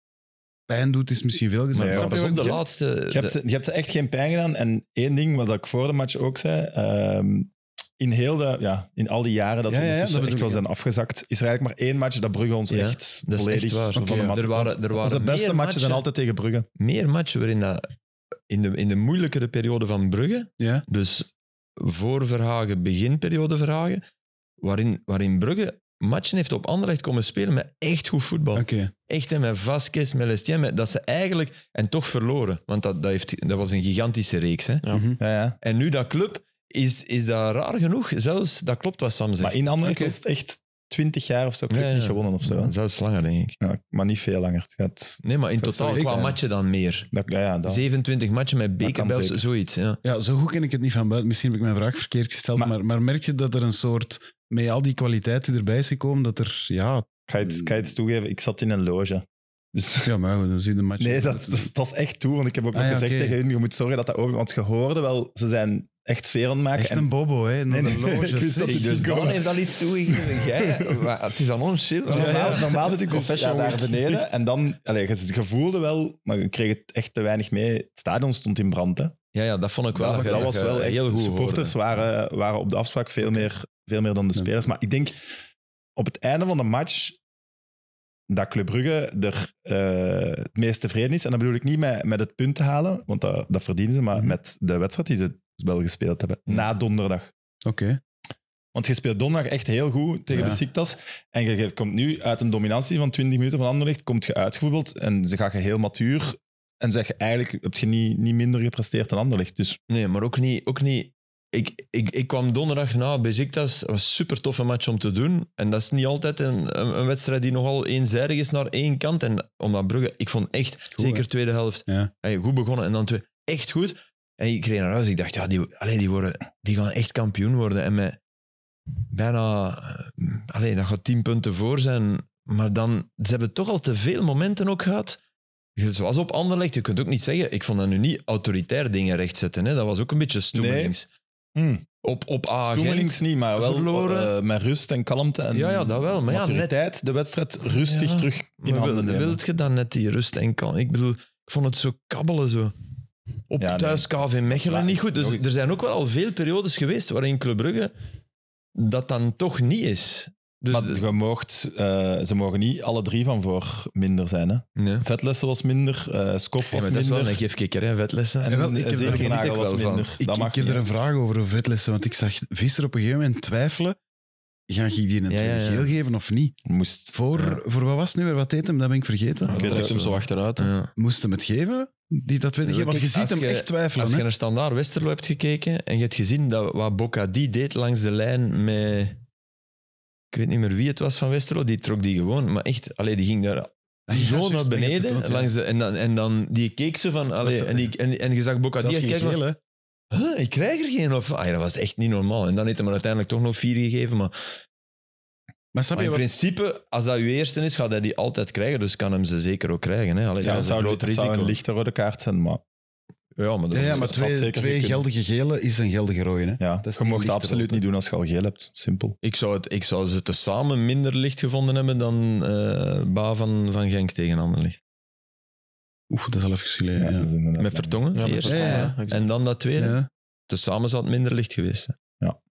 pijn doet, is misschien veel gezegd. Nee, Snap Pas je op, wat de ik bedoel? laatste... Je hebt, ze, je hebt ze echt geen pijn gedaan. En één ding wat ik voor de match ook zei. ehm, in, heel de, ja, in al die jaren dat Ja, we ja, ja, ondertussen dat echt bedoel wel ik, zijn afgezakt, is er eigenlijk maar één match dat Brugge ons Ja, echt dat is volledig echt waar. van Oké, de ja. mat Er waren, gebracht. er waren Onze beste meer matchen zijn altijd tegen Brugge. meer matchen waarin dat, in, de, in de moeilijkere periode van Brugge, Ja. dus voor Verhagen, beginperiode Verhagen, waarin, waarin Brugge matchen heeft op Anderlecht komen spelen met echt goed voetbal. Oké. Echt, hè, met Vasquez, met Lestien, met, dat ze eigenlijk... En toch verloren, want dat, dat, heeft, dat was een gigantische reeks. Hè. Ja. Mhm. Ja, ja. En nu dat club, is, is dat raar genoeg? Zelfs, dat klopt wat Sam zegt. Maar in Anderlecht Oké. was het echt twintig jaar of zo club Ja, ja. niet gewonnen of zo. hè. Ja, zelfs langer, denk ik. Ja, maar niet veel langer. Het gaat, Nee, maar in Dat totaal zou ik qua zijn. matchen dan meer. dat, ja, ja, dat. zevenentwintig matchen met kan bekerbels, zeker. zoiets. Ja. Ja, zo goed ken ik het niet van buiten. Misschien heb ik mijn vraag verkeerd gesteld. Maar- Maar, maar, merk je dat er een soort, met al die kwaliteiten die erbij is gekomen, dat er, ja... Ik ga je het, ik ga je het toegeven, ik zat in een loge. Dus Ja, maar goed, dan zie je de match. nee, dat, dat, dat was echt toe. Want ik heb ook Ah, nog ja, gezegd oké. tegen hun, je moet zorgen dat dat open... Want je hoorde wel, ze zijn echt sfeer aan het maken. Echt en- een bobo, hè? Nee, Nee, nee, ik wist dat nee, het Dus niet Dan komen. heeft al iets toegegeven. Jij, maar het is aan ons chill. Maar Normaal, normaal zit ik dus ja, Professional. daar beneden. En dan, allee, je, je voelde wel, maar je kreeg het echt te weinig mee. Het stadion stond in brand. Hè. Ja, ja, dat vond ik wel. Dat, je- dat was je wel echt... heel de goed supporters hoorde. waren, waren op de afspraak veel meer, veel meer dan de Ja. spelers. Maar ik denk, op het einde van de match, dat Club Brugge er eh, het meest tevreden is. En dat bedoel ik niet met, met het punt te halen, want dat, dat verdienen ze, maar Mhm. met de wedstrijd die ze wel gespeeld hebben. Ja. Na donderdag. Oké. Want je speelt donderdag echt heel goed tegen Ja. Besiktas. En je, je komt nu uit een dominantie van twintig minuten van Anderlecht, komt je uitgevoetbald en ze gaan je heel matuur. En zeg je eigenlijk, heb je niet, niet minder gepresteerd dan Anderlecht. Dus Nee, maar ook niet... Ook niet ik, ik, ik kwam donderdag na Besiktas. Het was een super toffe match om te doen. En dat is niet altijd een, een, een wedstrijd die nogal eenzijdig is naar één kant. En omdat Brugge, ik vond echt, Goed, zeker hè? tweede helft, Ja. hey, goed begonnen en dan twee, echt goed. En ik kreeg naar huis. Ik dacht, ja, die, allee, die, worden, die gaan echt kampioen worden. En met bijna... eh, Allee, dat gaat tien punten voor zijn. Maar dan... Ze hebben toch al te veel momenten ook gehad. Zoals op Anderlecht. Je kunt ook niet zeggen... Ik vond dat nu niet autoritair dingen rechtzetten. Hè. Dat was ook een beetje stoemelings. hmm, Op, op A stoemelings niet, maar wel verloren. eh, met rust en kalmte. En Ja, ja, dat wel. Maar ja, maturiteit, de wedstrijd rustig Ja, terug in Maar handen wil, nemen. wilt je dan net die rust en kan? Ik bedoel, ik vond het zo kabbelen zo. Op Ja, nee, thuis K dat is- V dat is Mechelen waar. niet goed. Dus Logisch. er zijn ook wel al veel periodes geweest waarin Club Brugge dat dan toch niet is. Dus Maar je moogt, eh, ze mogen niet alle drie van voor minder zijn. Hè? nee. Vetlessen was minder, eh Skof Ja, was maar dat is wel minder. een gifkikker, hè, vetlessen. En, Ja, wel, en ik heb- zeker daar geniet Nagel ik was wel van. minder. Ik, dat mag ik heb niet, er hè. een vraag over, over vetlessen, want ik zag Visser op een gegeven moment twijfelen. Ga ik die een Ja, tweede ja, ja. geel geven of niet? Moest. Voor, voor wat was het nu weer? Wat deed hem? Dat ben ik vergeten. Ja, Ik dan weet trekt hem het zo achteruit. hè. Ja. Moest hem het geven? Die dat tweede geel? Want je Kijk, ziet als hem je- echt twijfelen. Als je hè? naar Standaard Westerlo hebt gekeken en je hebt gezien dat wat Bocadi deed langs de lijn met... Ik weet niet meer wie het was van Westerlo, die trok die gewoon. Maar echt, allee, die ging daar Ah, ja, zo juist, naar je hebt het beneden. wat, ja. langs de, en, dan, en dan die keek zo van... Allee, Dat is- en, die, en, en je zag Bocadi Zelfs geen kijken van, geel, hè? huh, ik krijg er geen. Of, ah, ja, dat was echt niet normaal. En dan heeft hij maar uiteindelijk toch nog vier gegeven. Maar, Maar snap maar je in wat... principe, als dat uw eerste is, gaat hij die altijd krijgen. Dus kan hem ze zeker ook krijgen. Hè. Allee, Ja, dat het is een zou, groot het zou risico. een lichte rode kaart zijn, maar Ja, maar, dat Ja, ja, is- maar dat had twee, zeker twee gekund. geldige gele is een geldige rode. Hè? Ja, Dat is je niet mocht lichter absoluut rood, niet doen als je al geel hebt. Simpel. ik, zou het, ik zou ze tezamen minder licht gevonden hebben dan uh, Ba van, van Genk tegen Anderlecht. Oeh, dat is al even geleden. Ja, Ja. dat is inderdaad Met lang. Vertongen Ja, met eerst. Vertongen, Ja, ja. ja, exact. En dan dat tweede. Ja. Tezamen zou het minder licht geweest zijn.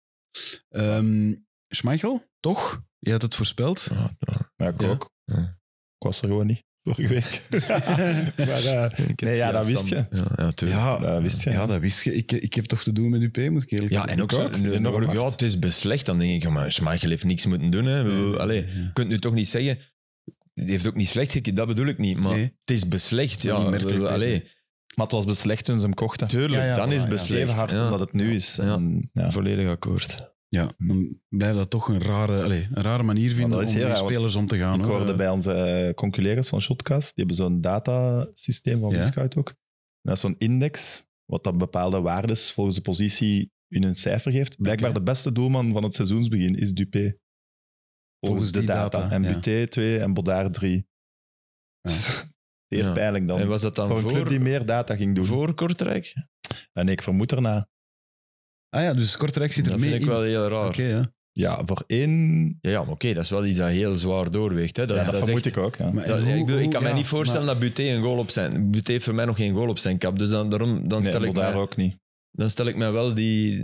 Ehm, Schmeichel, toch? Je had het voorspeld. Ja, ja. Maar ik Ja. ook. Ja. Ik was er gewoon niet, vorige week. maar, uh, Ik heb nee, ja, via dat wist Stam- je. Ja, ja, tuurlijk. Ja, Dat wist je. ja, dat wist je. Ik, ik heb toch te doen met U P, moet ik eerlijk Ja, zeggen. en ook Ik zo, ook. nu- Enorm nu hoor ik, ja, hard. het is beslecht. Dan denk ik, ja, maar Schmeichel heeft niks moeten doen. Hè. Nee, Allee, nee, nee. je kunt nu toch niet zeggen... Die heeft ook niet slecht gekeken, dat bedoel ik niet. Maar Nee. het is beslecht. Dat is Ja, niet merkelijk, allee, nee. Maar het was beslecht toen ze hem kochten. tuurlijk, Ja, ja, dan voilà, is ja. het beslecht. Even hard ja. omdat het nu is. Ja. En, ja. Volledig akkoord. Ja, dan blijft dat toch een rare, allez, een rare manier vinden dat is om heel met raar, want spelers om te gaan. Ik hoor. hoorde bij onze eh, conculega's van Shotcast, die hebben zo'n datasysteem van Ja. Scout ook. En dat is zo'n index, wat dat bepaalde waardes volgens de positie in een cijfer geeft. Blijkbaar Oké. de beste doelman van het seizoensbegin is Dupé. Volgens, Volgens de die data. data, En ja. Buté twee en Bodard drie. Ja. Zeer Ja. pijnlijk dan. En was dat dan voor een club voor, die meer data ging doen. voor Kortrijk? En ik vermoed erna. Ah ja, dus Kortrijk zit er Dat mee vind ik in. wel heel raar. Oké, ja. Ja, voor één... Ja, ja, maar oké, dat is wel iets dat heel zwaar doorweegt. Hè. Dat, ja, is- dat, dat is vermoed echt- ik ook. Ja. Maar- dat- En ik, hoe- bedoel, ik hoe- kan me ja, niet voorstellen maar- dat Buté een goal op zijn... Buté heeft voor mij nog geen goal op zijn kap. Dus dan, daarom, dan, Nee, stel, ik Bodard mij, ook niet. dan stel ik mij wel die,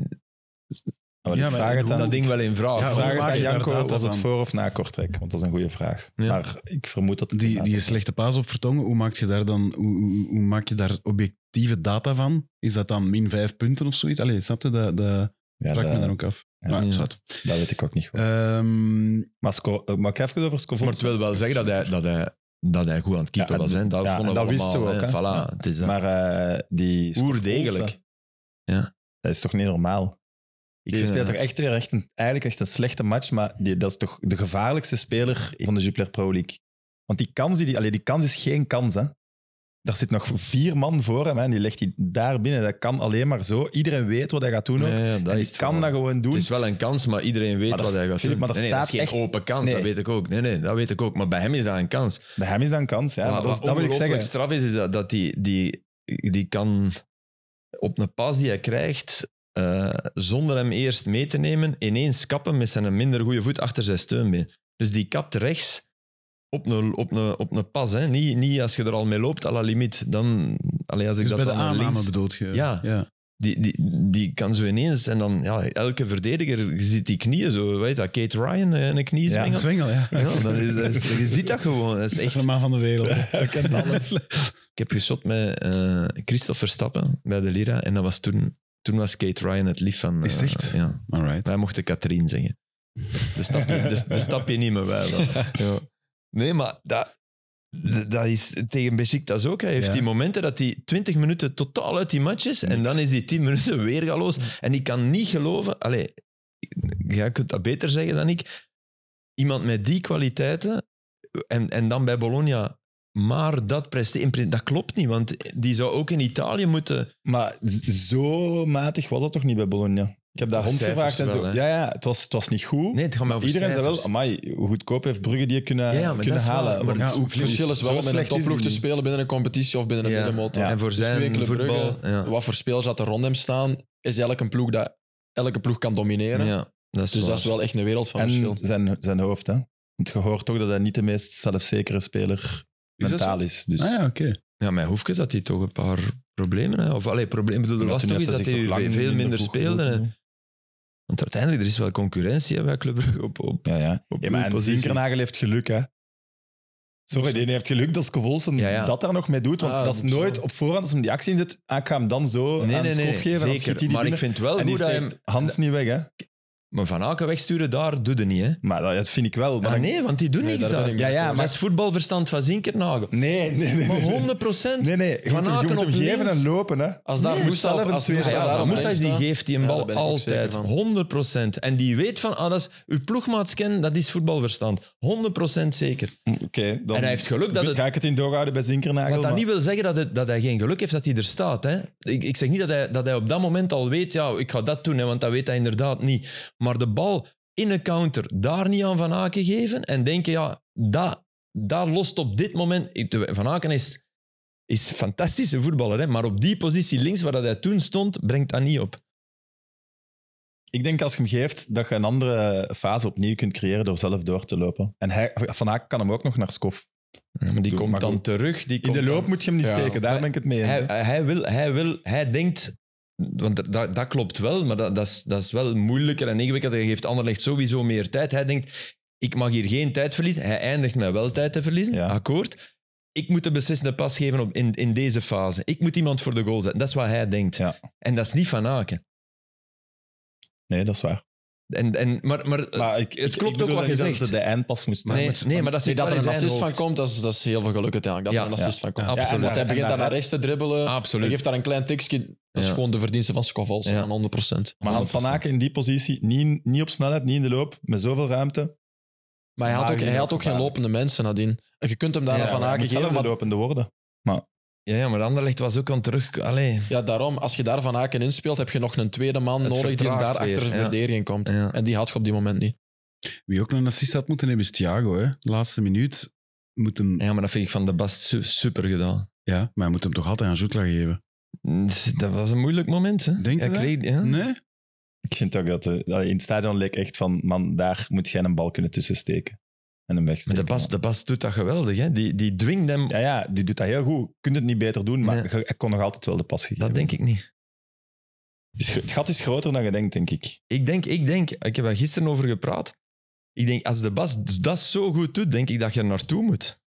Maar Ja, ik maar vraag het hoe- aan, dat ding wel in vraag. Ja, ik hoe vraag het maak aan je daar Janko, data was het van? voor of na Kortrijk? Want dat is een goede vraag. Ja. Maar ik vermoed dat het Die, inderdaad die is. slechte paas op Vertongen, hoe maak je daar dan hoe, hoe, hoe maak je daar objectieve data van? Is dat dan min vijf punten of zoiets? Allee, snap je? Dat, dat Ja, vraag ik me dat, dan ook af. ja. maar, Ja. zwart. dat weet ik ook niet goed. Ehm, Maar Sco- uh, mag ik even over Scovol? Maar het wil wel zeggen dat hij, dat hij, dat hij goed aan het keepen Ja, en- was. Hè. Dat, ja, vonden en we dat wisten we allemaal, ook, hè. hè. Voilà, Ja. het is dat. Maar uh, die Oerdegelijk. Scovolse, Ja. Dat is toch niet normaal? Die Die, speelt eh, toch echt weer echt een, eigenlijk echt een slechte match, maar die, dat is toch de gevaarlijkste speler van de Jupiler Pro League. Want die kans, die, die, allee, die kans is geen kans, hè. Daar zit nog vier man voor hem, hè, en die legt hij daar binnen. Dat kan alleen maar zo. Iedereen weet wat hij gaat doen ook. Ja, ja, dat en die is het kan verhaal. dat gewoon doen. Het is wel een kans, maar iedereen weet Maar dat wat is- hij gaat Filip, doen. maar er nee, nee, dat is staat geen echt- open kans, Nee. dat weet ik ook. Nee, nee, dat weet ik ook. Maar bij hem is dat een kans. Bij hem is dat een kans, ja. Wat- Maar dat, is- wat dat wil ik ongelooflijk zeggen. straf is, is dat, dat die, die, die kan op een pas die hij krijgt, eh, zonder hem eerst mee te nemen, ineens kappen met zijn minder goede voet achter zijn steunbeen. Dus die kapt rechts op een, op een, op een pas. Hè. Niet, niet als je er al mee loopt, à la limiet. Dan, allee, als ik dus dat bij de dan naar aanname links... bedoelt je? Ja. ja. Die, die, die kan zo ineens, en dan ja, elke verdediger, je ziet die knieën zo, weet je dat, Kate Ryan, eh, een kniezwengel. Zwengel, ja. Ja, dat is, dat is, je ziet dat gewoon. Dat is echt... De man van de wereld. Hij kent alles. Ik heb geschot met eh Christophe Verstappen bij de Lira, en dat was toen, toen was Kate Ryan het lief van... eh, Is het echt? Ja. Alright. Wij mochten Katrien zeggen. De stap je, de, de stap je niet meer wij dan. Ja. Nee, maar dat, dat is tegen Besiktas ook. Hij heeft Ja. die momenten dat hij twintig minuten totaal uit die match is en dan is hij tien minuten weergaloos. En ik kan niet geloven... Allee, jij kunt dat beter zeggen dan ik. Iemand met die kwaliteiten en, en dan bij Bologna maar dat presteren, dat klopt niet, want die zou ook in Italië moeten... Maar z- zo matig was dat toch niet bij Bologna? Ik heb daar Ja, rondgevraagd en cijfers zo. wel, hè. Ja, ja, het was, het was niet goed. Nee, het gaat maar over Iedereen zei wel, cijfers. amai, hoe goedkoop heeft Brugge die kunnen, Ja, ja, maar kunnen dat is wel- halen. maar Want ja, hoe- Het verschil is zo wel om met een slecht is topploeg die te niet. spelen binnen een competitie of binnen een Ja. middenmotor. Ja. En voor Dus nu in zijn Club voetbal... Brugge, Ja. wat voor spelers dat er rond hem staan, is eigenlijk een ploeg dat elke ploeg kan domineren. Ja, dat is Dus waar. dat is wel echt een wereld van verschil. En zijn, zijn hoofd, hè. Want je hoort toch dat hij niet de meest zelfzekere speler dat mentaal zo? is. Dus Ah ja, oké. Ja, met Hoefkes had hij toch een paar problemen. Hè? Of allee, probleem, bedoel, er Ja, was toen toch heeft iets hij dat zich hij toch lang veel in de minder ploeg speelde. Hè. gevoeld, Want uiteindelijk, er is wel concurrentie hè, bij Club Brugge op, op, Ja, ja. op ja maar uw en positie. Zinkernagel heeft geluk, hè. Sorry, die heeft geluk dat Scovolsen Ja, ja. dat daar nog mee doet. Want Ah, dat is dat is nooit zo. op voorhand, als hem die actie inzet, ah, ik ga hem dan zo Nee, aan nee, de nee, schoof geven. en dan schiet hij zeker. die Maar ik binnen. vind wel en die goed dat steekt hem... Hans niet weg, hè. Maar Van Aken wegsturen, daar doe je niet. Hè? Maar dat, dat vind ik wel. Maar Maar dan- nee, want die doet Nee, niks daar ben daar. ik Ja, mee ja, akkoord. Dat is voetbalverstand van Zinkernagel. Nee, nee, nee. Maar nee. honderd procent. Nee, nee. Je Van moet hem, je Aken moet hem op geven links. en lopen, hè. Als daar Nee, Moussa zelf op, een als twee- Moussa Ja, Ja, daar ja, op Moussa links die staat, geeft die een ja, bal daar ben ik ook zeker altijd. van. honderd procent. En die weet van, ah, dat is, uw ploegmaats kennen, dat is voetbalverstand. honderd procent zeker. Oké, dan En hij heeft geluk dat het... ga ik het in doorhouden bij Zinkernagel. Wat dat maar- niet wil zeggen dat, het, dat hij geen geluk heeft dat hij er staat. Hè. Ik, ik zeg niet dat hij, dat hij op dat moment al weet, ja, ik ga dat doen, hè, want dat weet hij inderdaad niet. Maar de bal in een counter daar niet aan Van Aken geven en denken, ja, dat, dat lost op dit moment... ik- Van Aken is is een fantastische voetballer, hè? Maar op die positie links, waar dat hij toen stond, brengt dat niet op. Ik denk als je hem geeft, dat je een andere fase opnieuw kunt creëren door zelf door te lopen. En hij, Van Aken kan hem ook nog naar Skof. Ja, maar die Doe, komt maar dan goed. terug. Die In komt de loop dan- moet je hem niet Ja, steken, daar maar ben ik het mee eens. Hij, hè. hij, wil, hij, wil, hij denkt... Want dat, dat klopt wel, maar dat, dat, is, dat is wel moeilijker en ingewikkelder. Hij geeft Anderlecht sowieso meer tijd. Hij denkt, ik mag hier geen tijd verliezen. Hij eindigt met wel tijd te verliezen, Ja. akkoord. Ik moet de beslissende pas geven op, in, in deze fase. Ik moet iemand voor de goal zetten. Dat is wat hij denkt. Ja. En dat is niet Van Aken. Nee, dat is waar. En, en, maar maar, Maar ik, het ik- klopt ik ook bedoel wat je niet dat zegt. het de eindpas moest zijn. nee, nee, maar dat Nee, zit dat wel er in een zijn assist van hoofd. komt, dat is, dat is heel veel geluk uiteindelijk. Dat Ja, er een assist ja. van komt. Ja, absoluut. en Want hij en begint daar- daar naar rechts te dribbelen. Absoluut. Hij geeft daar een klein tikje. Dat is Ja. gewoon de verdienste van Scoffels. Ja. Aan honderd procent. Maar Hans van Aken in die positie, niet, niet op snelheid, niet in de loop, met zoveel ruimte. Maar hij had ook, Normaal hij had ook gezien geen gevaarlijk. lopende mensen nadien. En je kunt hem daar Ja, naar Van Hij Aken moet geven. zelf de Maar lopende worden. Ja, ja, maar Anderlecht was ook aan terug... Allee. ja, daarom, als je daar Van Aken inspeelt, heb je nog een tweede man Het nodig die daar vertraagt achter weer, de ja. verdediging komt. Ja. En die had je op die moment niet. Wie ook een assist had moeten hebben is Thiago. Hè? De laatste minuut moet hem... Ja, maar dat vind ik van de Bast su- super gedaan. Ja, maar hij moet hem toch altijd aan Jutla geven. Dat was een moeilijk moment, hè? Denk je Hij dat? kreeg- ja. Nee? Ik vind ook dat... eh, in het stadion leek echt van, man, daar moet jij een bal kunnen tussen steken. En hem Maar wegsteken. de Bas, de Bas doet dat geweldig, hè? Die, die dwingt hem... Ja, ja, die doet dat heel goed. Je kunt het niet beter doen, maar Nee. je- hij kon nog altijd wel de pas geven. Dat denk ik niet. Het is- Het gat is groter dan je denkt, denk ik. Ik denk, ik denk, ik heb er gisteren over gepraat. Ik denk, als de Bas dat zo goed doet, denk ik dat je er naartoe moet.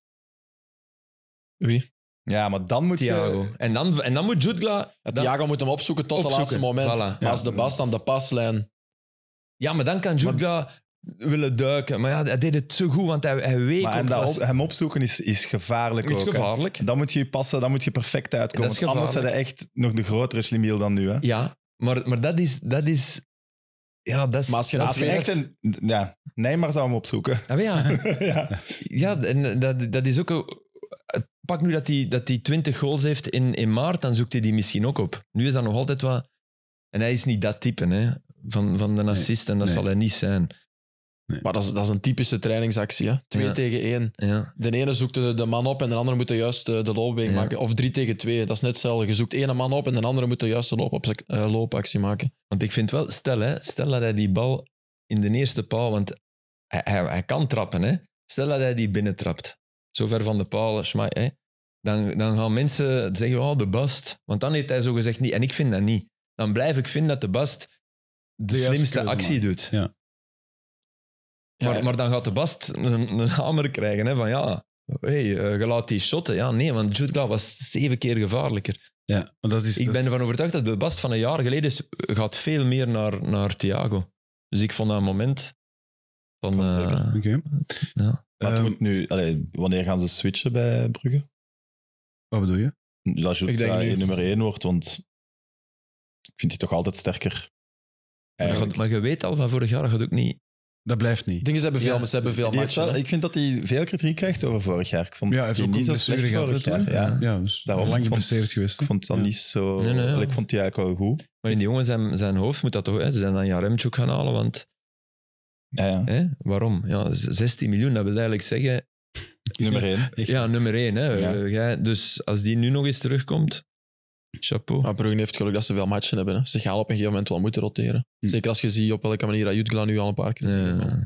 Wie? Ja, maar dan moet Thiago. je... En dan, en dan moet Jutgla... Ja, dan- Thiago moet hem opzoeken tot Opzoeken, het laatste moment. voilà. Maar als Ja. de Bas aan de paslijn... Ja, maar dan kan Jutgla willen duiken. Maar ja, hij deed het zo goed, want hij, hij week Maar en ook dat vast. op, hem opzoeken is, is gevaarlijk Het is ook. hè. gevaarlijk. Dan moet je je passen, dan moet je perfect uitkomen. Dat is want anders zijn gevaarlijk. hij echt nog de grotere slimiel dan nu. Hè? Ja, maar, maar dat is... Dat is ja, dat is... Maar als je dat Als is je weer- echt een... Ja, Neymar zou hem opzoeken. Ja, maar ja. ja. Ja, en dat, dat is ook... een- Pak nu dat hij dat die twintig goals heeft in, in maart, dan zoekt hij die misschien ook op. Nu is dat nog altijd wat... En hij is niet dat type hè, van, van de assist, en dat nee. zal hij niet zijn. Maar dat is, dat is een typische trainingsactie. Hè? Twee Ja. tegen één. Ja. De ene zoekt de, de man op en de andere moet de juiste de loopbeweging Ja. maken. Of drie tegen twee, dat is net hetzelfde. Je zoekt één man op en de andere moet de juiste loop op, uh, loopactie maken. Want ik vind wel, stel, hè, stel dat hij die bal in de eerste paal, want hij, hij, hij kan trappen, hè. Stel dat hij die binnentrapt, zo ver van de paal, schmaai, hè. Dan, dan gaan mensen zeggen, oh, de Bast. Want dan heeft hij zo gezegd niet, en ik vind dat niet. Dan blijf ik vinden dat de Bast de, De juiste slimste keuze actie maakt. doet. Ja. Ja, Maar, maar dan gaat de Bast een, een hamer krijgen, hè, van ja, hey, uh, je laat die shotten. Ja, nee, want Jutgla was zeven keer gevaarlijker. Ja, maar dat is... Ik dat ben is- ervan overtuigd dat de Bast van een jaar geleden is, gaat veel meer naar, naar Thiago. Dus ik vond dat een moment van... Kan zeker. eh, Oké. ja. Maar het Ehm, moet nu... Allee, wanneer gaan ze switchen bij Brugge? Wat bedoel je? Dat Ik denk nu. nummer één wordt, want ik vind die toch altijd sterker. Maar, Eigenlijk. maar je weet al van vorig jaar, dat gaat ook niet... Dat blijft niet. dingen, ze hebben veel, Ja. ze hebben veel Die heeft matchen. wel- hè. ik vind dat hij veel kritiek krijgt over vorig jaar. Ik vond Ja, hij heeft die ook niet een zo slecht blessure gehad. vorig hè, jaar. toen. Ja. Ja, dus Daarom lang ik vond- geblesseerd geweest. Ik hè. vond dat Ja. niet zo... Nee, nee, ja. Ik vond die eigenlijk wel goed. Maar in die jongen zijn, zijn hoofd moet dat toch... Hè? Ze zijn dan Jaremchuk gaan halen, want... Ja, ja. Hè? Waarom? Ja, zestien miljoen, dat wil eigenlijk zeggen... Nummer één. Ja, nummer één. Hè? Ja. Eh, jij- dus als die nu nog eens terugkomt... Chapeau. Maar Brugge heeft geluk dat ze veel matchen hebben. Hè. Ze gaan op een gegeven moment wel moeten roteren. Hm. Zeker als je ziet op welke manier Jutgla nu al een paar keer is.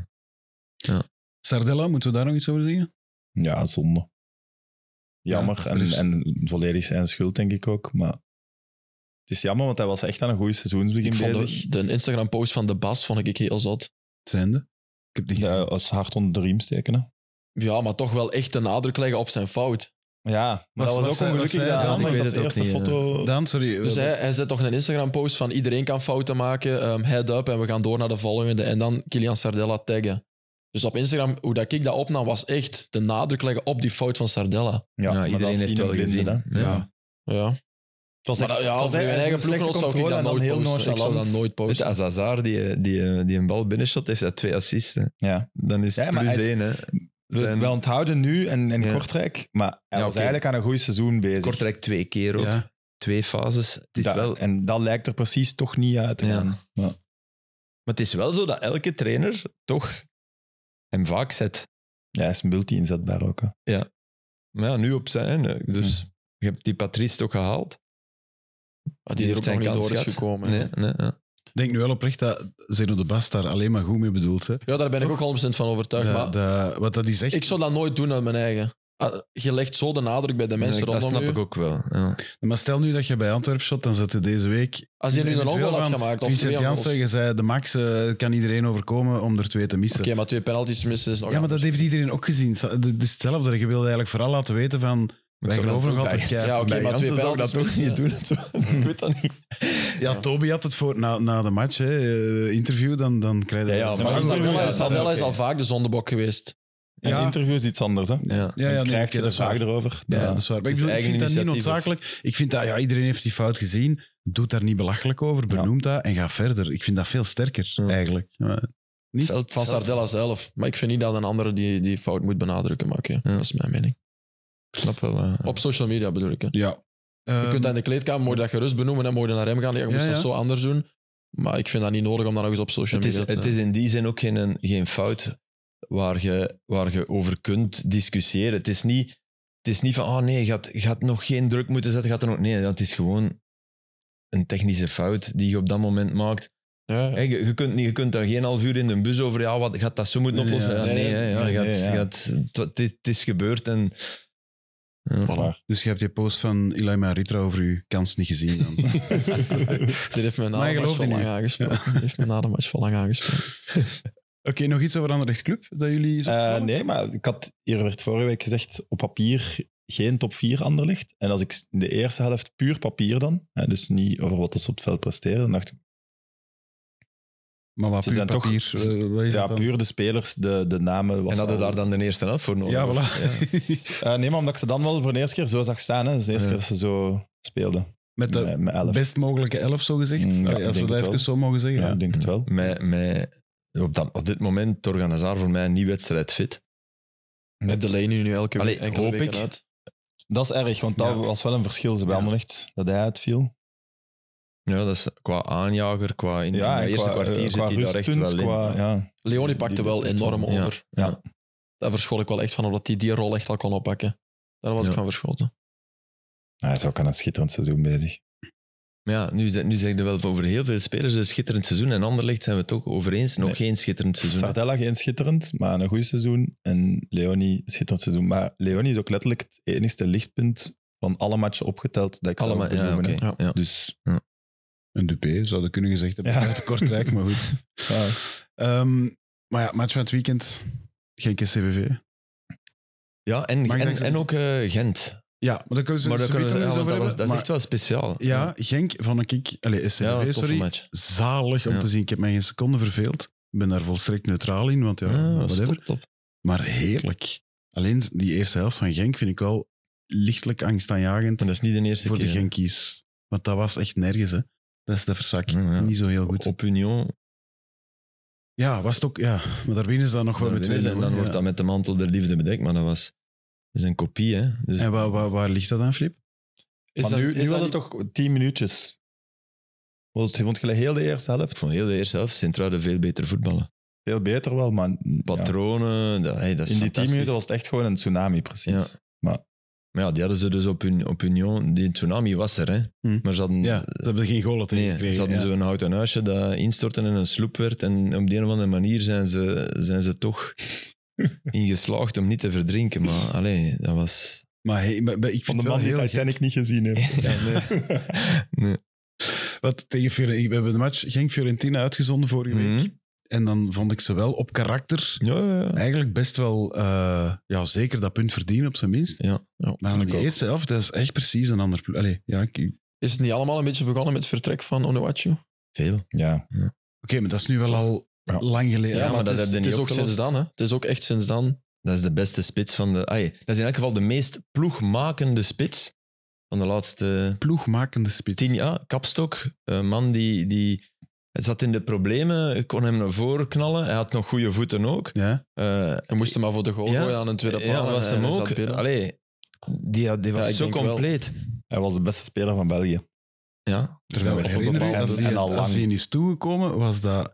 Ja. Sardella, moeten we daar nog iets over zeggen? Ja, zonde. Jammer. Ja, en, er is- en volledig zijn schuld, denk ik ook. Maar het is jammer, want hij was echt aan een goede seizoensbegin Ik vond bezig. de, de Instagram-post van de Bas vond ik heel zot. Zijnde? Ik heb die Ja, gezien. als hard onder de riem steken. Hè. Ja, maar toch wel echt de nadruk leggen op zijn fout. Ja, maar Was- dat was was ook hij- ongelukkig. was hij- Dat ja, Anderlecht ik weet als het ook eerste niet, foto... Daan, sorry. Dus hij, hij zet toch een Instagram-post van iedereen kan fouten maken, um, head up en we gaan door naar de volgende. En dan Kylian Sardella taggen. Dus op Instagram, hoe dat ik dat opnam, was echt de nadruk leggen op die fout van Sardella. Ja, maar iedereen dat heeft zien wel een blinde, gezien. hè. Ja. Ja. Het was Maar echt, dat- ja, het was voor je echt eigen een slechte ploeggenoot zou ik controle dat en dan nooit heel posten. Ik zou dat nonchalant. nooit Weet posten. je, als Hazard die, die, die een bal binnenshot, heeft hij twee assists. Hè. Ja. Dan is het Ja, maar plus hij is- één. Hè. We, Zijn- we onthouden nu en, en Ja. Kortrijk, maar hij Ja, was oké. eigenlijk aan een goed seizoen bezig. Kortrijk twee keer ook. Ja. Twee fases. Het is Dat- wel... En dat lijkt er precies toch niet uit te Ja. gaan. Ja. Maar het is wel zo dat elke trainer toch hem vaak zet. Ja, hij is multi-inzetbaar ook. Hè. Maar ja, nu op zijn. hè. Dus Je hebt die Patrice toch gehaald? Ah, die er ook heeft nog zijn niet door kans is gehad. gekomen. Nee, Ja. nee, ja. Ik denk nu wel oprecht dat Zeno de Bast daar alleen maar goed mee bedoelt. Hè. Ja, daar ben ik ook honderd procent van overtuigd. Dat- maar dat- wat dat is echt... ik zou dat nooit doen uit mijn eigen. Ah, Je legt zo de nadruk bij de mensen Nee, dat rondom snap u. ik ook wel. Ja. Maar stel nu dat je bij Antwerp shot, dan zit je deze week... Als je nu een eventueel ongoal had van gemaakt, of Vincent twee Janssen, ongoals. je zei de max, eh, het kan iedereen overkomen om er twee te missen. Oké, maar twee penalties missen is nog Ja, maar dat anders. heeft iedereen ook gezien. Het is hetzelfde. Je wilde eigenlijk vooral laten weten van... Wij zou geloven dat nog ook altijd bij- keihard. Ja, oké, Bij maar twee Janssen zou ik dat toch penalties niet doen. Zo. Ik weet dat niet. Ja, Toby had het voor na, na de match, hè, eh, interview, dan, dan krijg je... Ja, ja, dat- maar Maar dat Ja, is Sardella ja, is, Sardella is oké. al vaak de zondebok geweest. Een Ja. interview is iets anders, hè. Ja. ja, ja, Dan nee, krijg oké, je dat de is waar. vraag erover. Ja, Ja. dat is waar. Maar ik, Het is bedoel, ik vind eigen dat niet initiatief noodzakelijk. Ik vind dat ja, iedereen heeft die fout gezien. Doet daar niet belachelijk over, Ja. benoemt dat en ga verder. Ik vind dat veel sterker, Ja. eigenlijk. Ja. Niet? Veld, Van veld- Sardella zelf. Maar ik vind niet dat een andere die, die fout moet benadrukken. Maar oké, dat is mijn mening. Ik snap wel. eh, Op social media bedoel ik. Hè. Ja. Je Ehm, kunt dat in de kleedkamer, moet je dat gerust benoemen en moet je naar hem gaan. Ja, je Ja, moest ja. dat zo anders doen. Maar ik vind dat niet nodig om dat nog eens op social het, is, media te... het is in die zin ook geen, geen fout waar je, waar je over kunt discussiëren. Het is niet, het is niet van, oh nee, je gaat, je gaat nog geen druk moeten zetten. Gaat er nog... Nee, dat is gewoon een technische fout die je op dat moment maakt. Ja, ja. Hey, je, je, kunt niet, je kunt daar geen half uur in de bus over, ja, wat gaat dat zo moeten Nee, oplossen? ja. Ja, nee, Nee, hè, ja, nee, je gaat, nee, ja. je gaat, het, het is, het is gebeurd en... Ja, Voilà. Dus je hebt die post van Ilai Maritra over uw kans niet gezien. Dan. Dit heeft mij na Maar je de match gelooft wel in lang u. aangesproken. Dit heeft mij na de match wel lang aangesproken. Oké, nog iets over Anderlecht Club dat jullie... is Eh, opgevallen? nee, maar ik had, hier werd vorige week gezegd, op papier geen top vier Anderlecht. En als ik in de eerste helft puur papier dan, hè, dus niet over wat ze op het veld presteren, dan dacht ik, Maar wat Ze puur zijn toch- papier, eh, wat is ja, dat dan? puur de spelers, de, de namen... Was En hadden al- daar dan de eerste helft voor nodig? Ja, Of- voilà. Eh, nee, maar omdat ik ze dan wel voor de eerste keer zo zag staan. Hè. Dat is de eerste Ja. keer dat ze zo speelden. Met de Met, met elf. best mogelijke elf, zo gezegd. Mm, ja, Allee, als ik we denk dat het even wel. zo mogen zeggen. Ja, Ja. ik denk het wel. Met, met, op, dat, op dit moment Torgan Hazard voor mij niet wedstrijd fit. Met Delaney nu elke Allee, week enkele hoop weken ik. uit. Dat is erg, want dat Ja. was wel een verschil ze bij Ja. Anderlecht, dat hij uitviel. Ja, dat is qua aanjager, qua in Ja, het en eerste qua, kwartier eh, zit qua hij daar echt rustpunt, wel in. qua- ja. Leoni pakte Die- wel die- enorm Ja. over. Ja. Daar verschoot ik wel echt van, omdat hij die rol echt al kon oppakken. Daar was Ja. ik van verschoten. Hij is ook aan een schitterend seizoen bezig. Maar ja, nu, zeg- nu zeg je wel over heel veel spelers een schitterend seizoen. En Anderlecht zijn we het ook over eens. Nog Nee. geen schitterend seizoen. Sardella geen schitterend, maar een goed seizoen. En Leoni een schitterend seizoen. Maar Leoni is ook letterlijk het enigste lichtpunt van alle matchen opgeteld dat ik zou Allemaal, ja, benoemen, oké. hè. Ja. Dus Een Dupé, zouden kunnen gezegd hebben. Ja. Uit Kortrijk, maar goed. ja. Ehm, maar ja, match van het weekend. Geen C V V. Ja, en, Mag ik dat en, zeggen? en ook eh, Gent. Ja, maar daar kunnen we Maar het daar kunnen we- ja, eens want over dat, was, hebben. dat is maar- echt wel speciaal. Ja, Genk vond ik... Allee, S C V V, Ja, toffe sorry. match. Zalig om Ja. te zien. Ik heb mij geen seconde verveeld. Ik ben daar volstrekt neutraal in, want ja, Ja, dat is whatever. top, top. Maar heerlijk. Alleen die eerste helft van Genk vind ik wel lichtelijk angstaanjagend Maar dat is niet de eerste voor keer. de hè. Genkies. Want dat was echt nergens, hè. Dat is de verzak. Ja, ja. Niet zo heel goed. Op Union. Ja, was het ook... Ja, maar daar winnen ze dan nog wel Dan met winnen ze twee en dan wordt dat met de mantel der liefde bedekt. Maar dat was dat is een kopie. Hè? Dus, En waar, waar, waar ligt dat aan, Flip? Is Maar dat- nu is nu dat hadden niet- toch tien minuutjes. Was het, vond je heel de eerste Ik helft? vond heel de eerste helft Sint-Truiden veel beter voetballen. Veel beter wel, maar ja. Patronen, dat, hey, dat is in die tien fantastisch. minuten was het echt gewoon een tsunami, precies. Ja. Maar ja, die hadden ze dus op, hun, op Union. Die tsunami was er, hè. Hm. Maar ze hadden... Ja, ze hebben geen goal tegen Nee, gekregen. ze hadden ja. zo'n houten huisje dat instortte en een sloep werd. En op de een of andere manier zijn ze, zijn ze toch ingeslaagd om niet te verdrinken. Maar allee, dat was... Maar hey, maar- maar ik Van vind de wel man die heel gek. Titanic niet gezien heeft. Ja, nee. Nee. Wat tegen Fiore- we hebben de match Genk-Fiorentina uitgezonden vorige week. Mhm. En dan vond ik ze wel op karakter Ja, ja, ja. eigenlijk best wel uh, ja, zeker dat punt verdienen, op zijn minst. Ja. Ja. Maar in de eerste helft, dat is echt precies een ander ploeg. Allee, ja, oké, Is het niet allemaal een beetje begonnen met het vertrek van Onuachu? Veel. Ja. okay, maar dat is nu wel al Ja. lang geleden. Ja, maar het dat is, heb je het niet is ook opgelost. sinds dan. Hè. Het is ook echt sinds dan. Dat is de beste spits van de... Ay, dat is in elk geval de meest ploegmakende spits van de laatste Ploegmakende spits. tien jaar. Kapstok, een man die, die hij zat in de problemen, ik kon hem naar voren knallen. Hij had nog goede voeten ook. Ja? Uh, Je moest hem maar voor de goal Ja. gooien aan een tweede paal. ja, en was hij- hem hij ook. zat binnen. Allee, die, die was Ja, ik zo denk wel. compleet. Hij was de beste speler van België. Ja. Terwijl Ja, ik op herinner me, bepaalde- als die, en al als lang. die in is toegekomen, was dat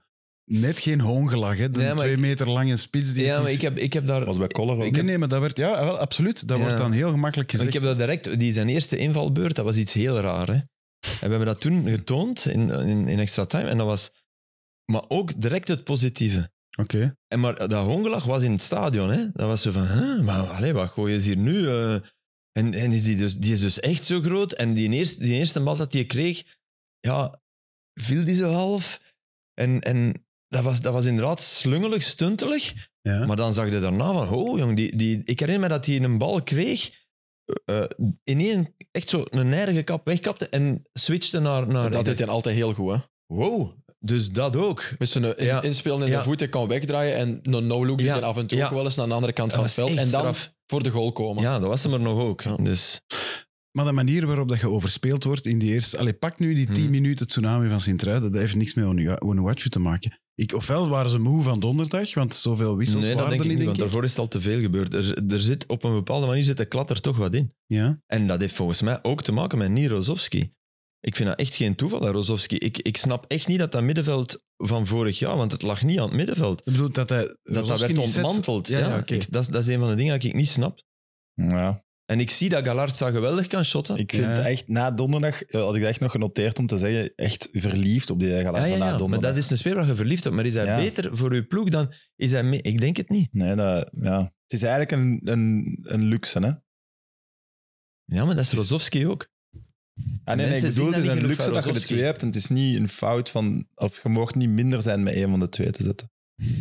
net geen hoongelach, hè. De Nee, maar twee ik- meter lange spits die Ja, het maar is. ik heb, ik heb daar... Dat was bij Koller ook. Ik Nee, heb- nee, maar dat werd... Ja, wel, absoluut. Dat Ja. wordt dan heel gemakkelijk Maar gezegd. ik heb dat direct... Die zijn eerste invalbeurt, dat was iets heel raar. Hè? En we hebben dat toen getoond in, in, in extra time. En dat was... Maar ook direct het positieve. Oké. En maar dat hongelach was in het stadion. Hè? Dat was zo van... Huh, maar allee, wat gooi je hier nu? eh? en en is die, dus, die is dus echt zo groot. En die eerste, die eerste bal dat hij kreeg... Ja, viel die zo half. En, en dat, was, dat was inderdaad slungelig, stuntelig. Ja. Maar dan zag je daarna van, oh jong, die, die, ik herinner me dat hij een bal kreeg, uh, in één echt zo een neige kap wegkapte en switchte naar... naar Dat deed hij altijd heel goed, hè. Wow, dus dat ook. Met zijn in, Ja. inspelen in Ja. de voet, hij kan wegdraaien en een no-look Ja. ja. af en toe Ja. ook wel eens naar de andere kant Dat van het was veld. En echt dan straf. voor de goal komen. Ja, dat was hem er nog ook. Ja. Dus, Maar de manier waarop dat je overspeeld wordt in die eerste... Allee, pak nu die tien Hmm. minuten tsunami van Sint-Truiden. Dat heeft niks met Onuachu te maken. Ik, ofwel waren ze moe van donderdag, want zoveel wissels nee, dat waren denk er ik niet, niet, denk want ik. daarvoor is het al te veel gebeurd. Er, er zit op een bepaalde manier zit de klat er toch wat in. Ja. En dat heeft volgens mij ook te maken met Nir Rozovski. Ik vind dat echt geen toeval, dat Rozovski. Ik, ik snap echt niet dat dat middenveld van vorig jaar, want het lag niet aan het middenveld. Ik bedoel dat hij... Dat dat Rozovski werd niet zet. ontmanteld. Ja, Ja, ja, oké. ik, dat, is- dat is een van de dingen dat ik niet snap. Ja. En ik zie dat Galarza geweldig kan shotten. Ik vind Ja. echt, na donderdag eh, had ik dat echt nog genoteerd om te zeggen, echt verliefd op die Galarza ja, ja, na ja. Maar donderdag. dat is een speler waar je verliefd op. Maar is hij Ja. beter voor uw ploeg dan... Is hij mee? Ik denk het niet. Nee, dat, ja. Het is eigenlijk een, een, een luxe, hè? Ja, maar dat is Het is- Rozovski ook. Ah, nee, nee, ik Mensen bedoel, zien het is dat een niet luxe genoeg dat van je de Rozovski. twee hebt en het is niet een fout van... Of je mag niet minder zijn met een van de twee te zetten.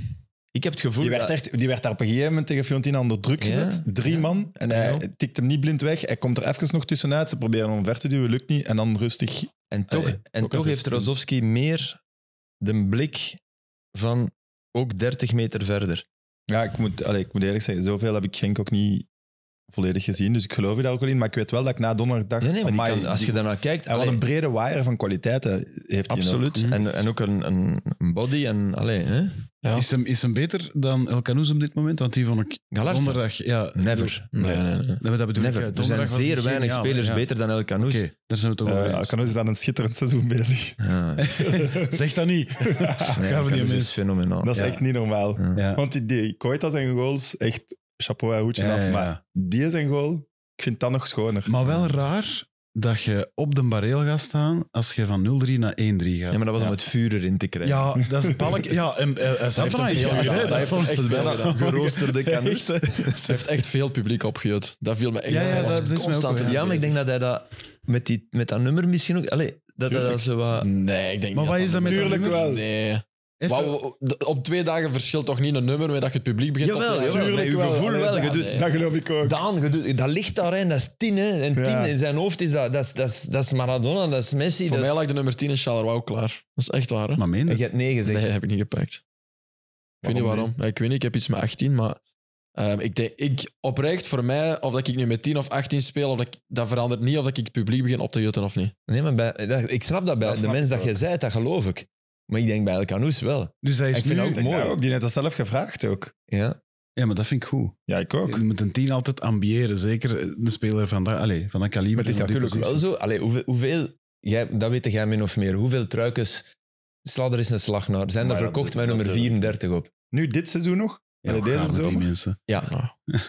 Ik heb het gevoel... Die werd, dat- echt, die werd daar op een gegeven moment tegen Fiorentina onder druk Ja, gezet. Drie ja. man. En hij Ja. tikt hem niet blind weg. Hij komt er even nog tussenuit. Ze proberen hem ver te duwen, lukt niet. En dan rustig... En toch, Allee, en ook toch een heeft rustpunt. Rozovski meer de blik van ook dertig meter verder. Ja, ik moet, allee, ik moet eerlijk zeggen, zoveel heb ik Genk ook niet volledig gezien. Dus ik geloof je daar ook wel in. Maar ik weet wel dat ik na donderdag dacht... Ja, nee, maar die amai, kan, als die- je daarnaar kijkt... Hij had allee, een brede wire van kwaliteiten. Heeft hij absoluut. ook. En, en ook een, een, een body. En, allee, hè? Ja. Is, hem, is hem beter dan El Canoes op dit moment? Want die vond ik Galarza? donderdag... Ja, Never. Nee, nee, nee. Nee, maar dat bedoel Never. ik. ja, Er zijn donderdag was zeer die weinig geniaal, spelers ja. beter dan El Canoes. Oké, daar zijn we het over Uh, eens. Alcanos is aan een schitterend seizoen bezig. Ja. Zeg dat niet. Nee, Gaan we El die Canoes mis. is fenomenaal. Dat is Ja. echt niet normaal. Ja. Ja. Want die, die Koita zijn goals, echt chapeau en hoedje Ja, af. ja, ja. Maar die zijn goal, ik vind dat nog schoner. Maar wel raar dat je op de bareel gaat staan als je van nul drie naar één drie gaat. Ja, maar dat was om Ja. het vuur erin te krijgen. Ja, dat is een balk. Ja, en, uh, Dat heeft hem veel gedaan. Dat heeft hem echt veel gedaan. Geroosterde Canoes. Hij heeft echt veel publiek opgejut. Dat viel me echt Ja, ja, hij was dat is mij ook constant wel, in Ja, maar ik denk dat hij dat met, die, met dat nummer misschien ook... Allee, dat hij dat zo wat... Nee, ik denk Maar niet wat is dat met dat Tuurlijk nummer? wel. Nee. Even- Wauw, op twee dagen verschilt toch niet een nummer met dat je het publiek begint op Jawel, te jawel, lezen? met je Tuurlijk gevoel Allee, wel. Je dat- doet, nee. Dat geloof ik ook. Daan, je doet, dat ligt daar, hè. Dat is tien. Hè. En tien Ja. in zijn hoofd is dat, dat, is, dat, is, dat is Maradona, dat is Messi. Voor dat mij is... lag de nummer tien in Charleroi klaar. Dat is echt waar, hè? Maar meen En je? je hebt nee gezegd. Nee, heb ik niet gepakt. Ik weet niet Waarom waarom. Ja, ik weet niet, ik heb iets met achttien, maar ehm, ik denk, ik, oprecht voor mij, of dat ik nu met tien of achttien speel, of dat, ik- dat verandert niet of dat ik het publiek begin op te jutten of niet. Nee, maar bij, dat- ik snap dat bij Dat de snap mens ik dat je ook. zei, dat geloof ik. Maar ik denk bij El Canoes wel. Dus hij is Ik vind nu... dat ook Ik denk mooi. dat ook. Die heeft dat zelf gevraagd ook. Ja. Ja, maar dat vind ik goed. Ja, ik ook. Je moet een tien altijd ambiëren. Zeker een speler van dat, allez, van dat kaliber. Maar het is en op die natuurlijk wel positie. zo. Allee, hoeveel, hoeveel jij, dat weet jij min of meer. Hoeveel truikens... Sla er eens een slag naar. Zijn er Maar dat- verkocht met dat- nummer dat- vierendertig op? Nu, dit seizoen nog? Ja, Allee, hoe deze gaan met die zomer? mensen. Ja. Ja.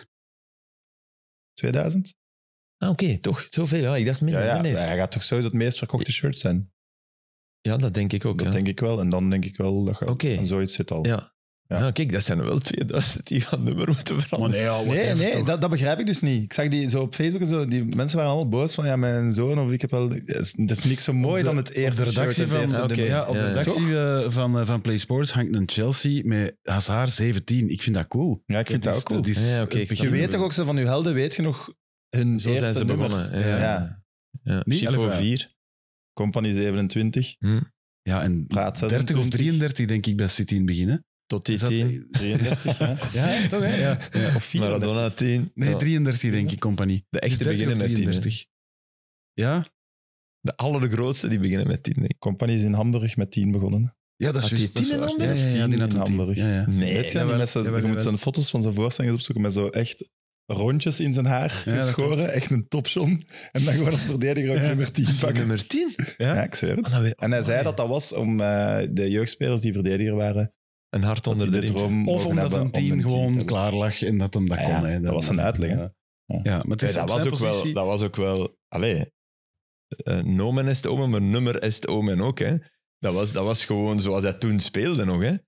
tweeduizend? Ah, oké, toch. Zoveel. Ja, ik dacht minder. Ja, ja. Nee, nee. Hij gaat toch zo het meest verkochte shirt zijn? Ja, dat denk ik ook. Dat ja. denk ik wel. En dan denk ik wel dat je Oké. aan zoiets zit al. Ja. Ja. Ja, kijk, dat zijn er wel tweeduizend die gaan nummer moeten Maar veranderen. nee, ja, Nee, whatever nee, toch. dat, dat begrijp ik dus niet. Ik zag die zo op Facebook en zo, die mensen waren allemaal boos van ja, mijn zoon of ik heb wel... Dat is, dat is niks zo mooi Op de- dan het eerste op de redactie shirt en het van, eerste Oké. nummer. ja, op Ja, de ja. redactie eh, van, eh, van Play Sports hangt een Chelsea met Hazard zeventien. Ik vind dat cool. Ja, ik vind dat is- ook cool. is Ja, oké, ik het snap Je begin- weet toch ook zo van je helden, weet je nog hun Zo eerste zijn ze nummer? begonnen. Ja. Ja. Ja. Ja. Niet Chifo elf, ja. vier. Company zevenentwintig, Hm. Ja, en Praat dertig of zesentwintig. drieëndertig denk ik bij City in het begin. Hè? Tot die Is dat- tien. drieëntertig, ja. Ja, toch hè? Ja. Ja, of vier. Maradona tien. Nee, Ja. drieëndertig denk ik, compagnie. De echte Dus dertig beginnen of met tien. hè. drieëndertig. Ja? De allergrootste die beginnen met tien. denk ik. Company is in Hamburg met tien begonnen. Ja, dat is Had die juist. dat is tien in waar. Hamburg? Ja, ja, ja, Tien die had in een tien. Hamburg. Ja, ja. Nee, Weet je, jawel, die mensen, jawel, je moet jawel. zijn foto's van zijn voorstellingen opzoeken met zo echt rondjes in zijn haar Ja, dat geschoren. klopt. Echt een topshot. En dan gewoon als verdediger ook nummer tien pakken. Nummer tien? Ja? Ja, ik zweer het. Ah, dat weet- En hij zei Amai. dat dat was om uh, de jeugdspelers die verdediger waren, Een hart dat onder die de de riem. droom Of mogen omdat hebben een om team een gewoon te hebben. klaar lag en dat hem dat Ah kon. ja, hè. dat was een uitleg, hè. Ja. Ja, maar het is Ja, op dat, was zijn ook positie... wel, dat was ook wel... Allee, uh, nomen est omen, maar nummer est omen ook. Hè. Dat, was, dat was gewoon zoals hij toen speelde nog. Hè.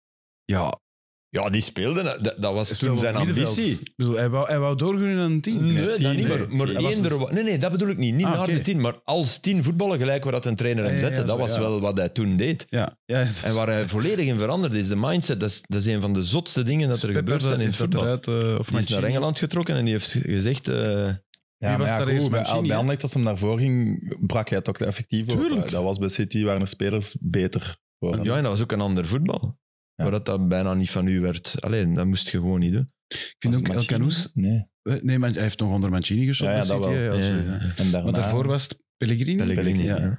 Ja, Ja, die speelde... Dat, dat was hij toen speelde zijn op middenveld. ambitie. Ik bedoel, hij, wou, hij wou doorgroeien aan een team. Nee, dat tien, niet, nee, maar, maar tien. Hij was eender dus- wa- Nee, nee, dat bedoel ik niet. Niet Ah, naar oké. de tien, maar als tien voetballen gelijk waar dat een trainer hem Ja, ja, zette. ja, dat zo, was ja. wel wat hij toen deed. Ja, ja dat is- En waar hij volledig in veranderd is, de mindset, dat is, dat is een van de zotste dingen dat er Pep gebeurd zijn in het heeft dat voetbal. eruit, uh, of Die is naar Mancini. Engeland getrokken en die heeft gezegd... eh, Ja, Wie maar was ja, daar goed, eerst? bij, Mancini, bij hè? Anderlecht, als hem daarvoor ging, brak hij het ook effectief op. Tuurlijk. Dat was bij City, waren de spelers beter geworden. ja, en dat was ook een ander voetbal. Ja. Waar dat, dat bijna niet van u werd. Alleen, dat moest je gewoon niet doen. Ik vind ook El Mancini? Canoes... Nee. Nee, maar hij heeft nog onder Mancini geschoten. Ja, ja, bij dat City, wel. hè, ja, Ja, sorry, ja, ja. ja. En daarna... Maar daarvoor was het Pellegrini. Pellegrini, ja. ja.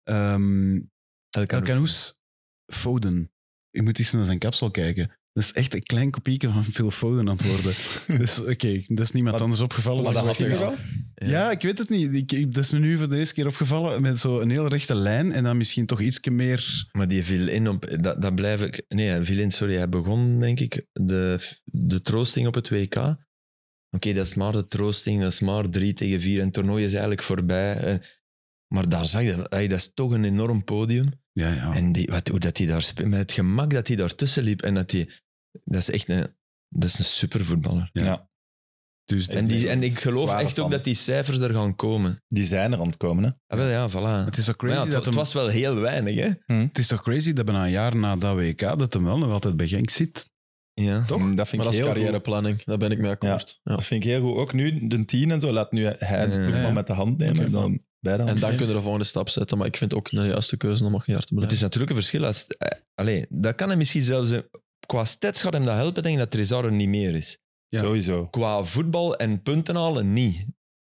Ehm, El El Canoes. Canoes, Foden. Je moet eens naar zijn kapsel kijken. Dat is echt een klein kopieke van Phil Foden aan het worden. dus oké, dat is niemand Maar- anders opgevallen. Maar dus dat had hij misschien toch is- al? Ja, ik weet het niet. Ik, ik- dat is me nu voor de eerste keer opgevallen. Met zo'n heel rechte lijn en dan misschien toch iets meer... Maar die viel in op... Dat, dat blijf ik... Nee, hij viel in, sorry. Hij begon, denk ik, de, de troosting op het W K. Oké, dat is maar de troosting. Dat is maar drie tegen vier. En het toernooi is eigenlijk voorbij. En, maar daar zag je... Hey, dat is toch een enorm podium. Ja, ja. En die, wat, hoe dat hij daar speelt, met het gemak dat hij daartussen liep. En dat hij... Dat is echt een... Dat is een supervoetballer. Ja. Ja. Dus En, die, en ik geloof Zware echt ook fan. dat die cijfers er gaan komen. Die zijn er aan het komen, hè. Ah, wel, ja, voilà. het is toch Maar crazy ja, het, dat het hem... was wel heel weinig, hè? Het is toch crazy dat bijna een jaar na dat W K dat hem wel nog altijd bij Genk zit. Ja. Toch? Mm, Dat vind Maar ik dat is heel goed. carrièreplanning. Daar ben ik mee akkoord. Ja. Dat vind ik heel goed. Ook nu, de tien en zo, laat nu hij de Ja, ploeg ja. maar met de hand nemen. Oké. Dan bij de hand En dan nemen. kunnen we de volgende stap zetten. Maar ik vind ook een juiste keuze om nog een jaar te Het blijven. is natuurlijk een verschil. Als, eh, allee, dat kan hem misschien zelfs... eh, Qua stats gaat hem dat helpen, denk ik, dat Trezor er niet meer is. Ja. Sowieso. Qua voetbal en punten halen, niet.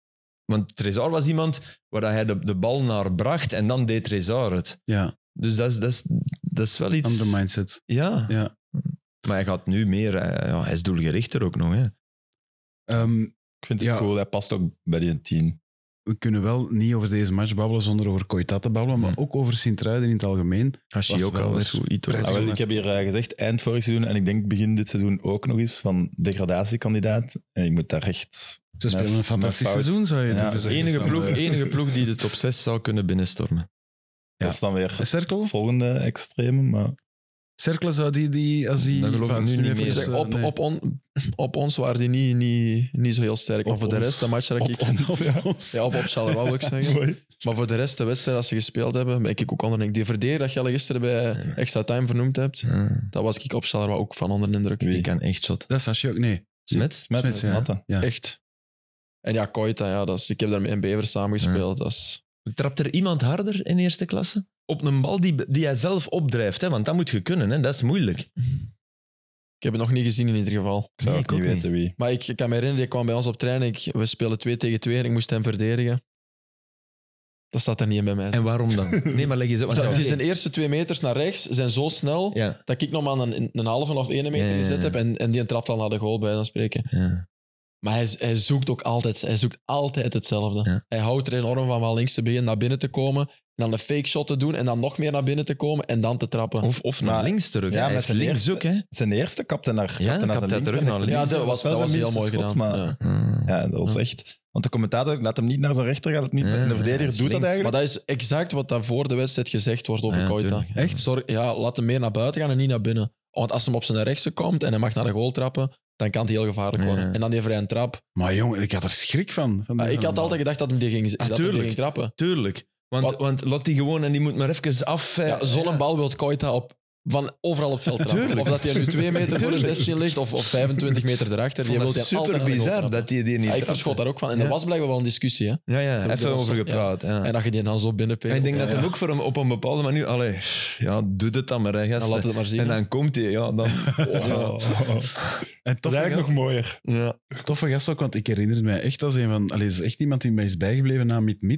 Want Trezor was iemand waar hij de, de bal naar bracht en dan deed Trezor het. Ja, Dus dat is, dat is, dat is wel iets... andere mindset. Ja. Ja. Maar hij gaat nu meer... eh, Ja, hij is doelgerichter ook nog, hè. Ehm, Ik vind het Ja. cool. Hij past ook bij die tien. we kunnen wel niet over deze match babbelen zonder over Koita te babbelen, maar Hmm. ook over Sint-Truiden in het algemeen. Als Was je ook wel al weer eens goed iets prettig. Ah, hoort. wel, ik heb hier eh, gezegd eind vorig seizoen en ik denk begin dit seizoen ook nog eens van degradatiekandidaat. En ik moet daar echt... Ze spelen Met- een fantastisch met fout. seizoen, zou je Ja, durven de zeggen. Enige van, ploeg, eh, enige ploeg die de top zes zou kunnen binnenstormen. Dat is dan weer Een cirkel? het volgende extreme, maar... Cirkel zou die, die als die... Dat geloof ik van, nu is niet even- meer. Zeg, eh, op, nee. op, on, op ons waren die niet, niet, niet zo heel sterk. Maar Op voor de ons. rest, de match dat Op ik... ons, ja. Ja, op, op Charleroi wil ik zeggen. Mooi. Maar voor de rest, de wedstrijd als ze gespeeld hebben, ben ik ook onder de indruk. Die verdediger dat je al gisteren bij Nee, nee. Extra Time vernoemd hebt, Ja. dat was ik op Charleroi ook van onder de indruk. Die kan echt shot. Dat is als je ook... Nee. Smet? Smet, Smets, ja. Matte. Ja. Echt. En ja, Koita, ja, dat is, ik heb daar met een Bever samen gespeeld. Dat is, Trapt er iemand harder in eerste klasse? Op een bal die, die hij zelf opdrijft, hè? Want dat moet je kunnen, hè? Dat is moeilijk. ik heb het nog niet gezien in ieder geval. Ik zou Nee, ook ik niet ook weten wie. Maar ik, ik kan me herinneren, die kwam bij ons op training. Ik, we spelen twee tegen twee en ik moest hem verdedigen. Dat staat er niet in bij mij. En waarom dan? Nee, maar leg eens op. want- Dat, die oké. zijn eerste twee meters naar rechts zijn zo snel Ja. dat ik nog maar een, een halve of ene meter Ja, ja, ja. gezet heb en, en die trapt al naar de goal, bij wijze van spreken. Ja. Maar hij, hij zoekt ook altijd, hij zoekt altijd hetzelfde. Ja. Hij houdt er enorm van van links te beginnen, naar binnen te komen, en dan een fake shot te doen en dan nog meer naar binnen te komen en dan te trappen. Of, of naar Maar- links terug. ja, Ja, met met zijn links eerste- ook, hè? Zijn eerste kapte naar, kapte Ja, naar kapte zijn hij links. terug naar Echt, links. ja, dat was, wel dat was zijn heel mooi minste gedaan. schot, maar- Ja. Ja, dat was Ja. echt... Want de commentator laat hem niet naar zijn rechter gaan, het niet, Ja, de verdediger ja, is doet dat links. eigenlijk. Maar dat is exact wat daar voor de wedstrijd gezegd wordt over Ja, Koita. tuurlijk. Echt? Zorg, ja, laat hem meer naar buiten gaan en niet naar binnen. Want als hij op zijn rechtse komt en hij mag naar de goal trappen, dan kan het heel gevaarlijk Ja. worden. En dan die vrije trap. Maar jongen, ik had er schrik van. van Maar die- ik had altijd gedacht dat hij die ging, dat hij die tuurlijk. ging trappen. Tuurlijk. Want, Wat- want laat die gewoon en die moet maar even af. eh, Ja, zo'n bal wil Koita op, van overal op het veld trappen. Tuurlijk. Of dat hij nu twee meter voor de Tuurlijk. zestien ligt of, of vijfentwintig meter erachter. Ik Die vond wil dat hij altijd super naar de goal bizar trappen. dat die die niet Ja, ik trapte. verschot daar ook van. En Ja. er was blijkbaar wel een discussie. Hè? Ja, ja, Toen even was- over ja. gepraat. Ja. En dat je die dan zo binnenpeelt. En ik denk dat Ja. hij ook voor hem op een bepaalde manier... Allee, ja, doe het dan maar, hè, Dan gasten. laat het maar zien. En hè. dan komt hij, ja, dan... Oh. En Dat is toffe, eigenlijk nog gast, mooier. Ja. toffe gast ook, want ik herinner mij echt als een van... Allee, is echt iemand die mij is bijgebleven na Mid-Mid.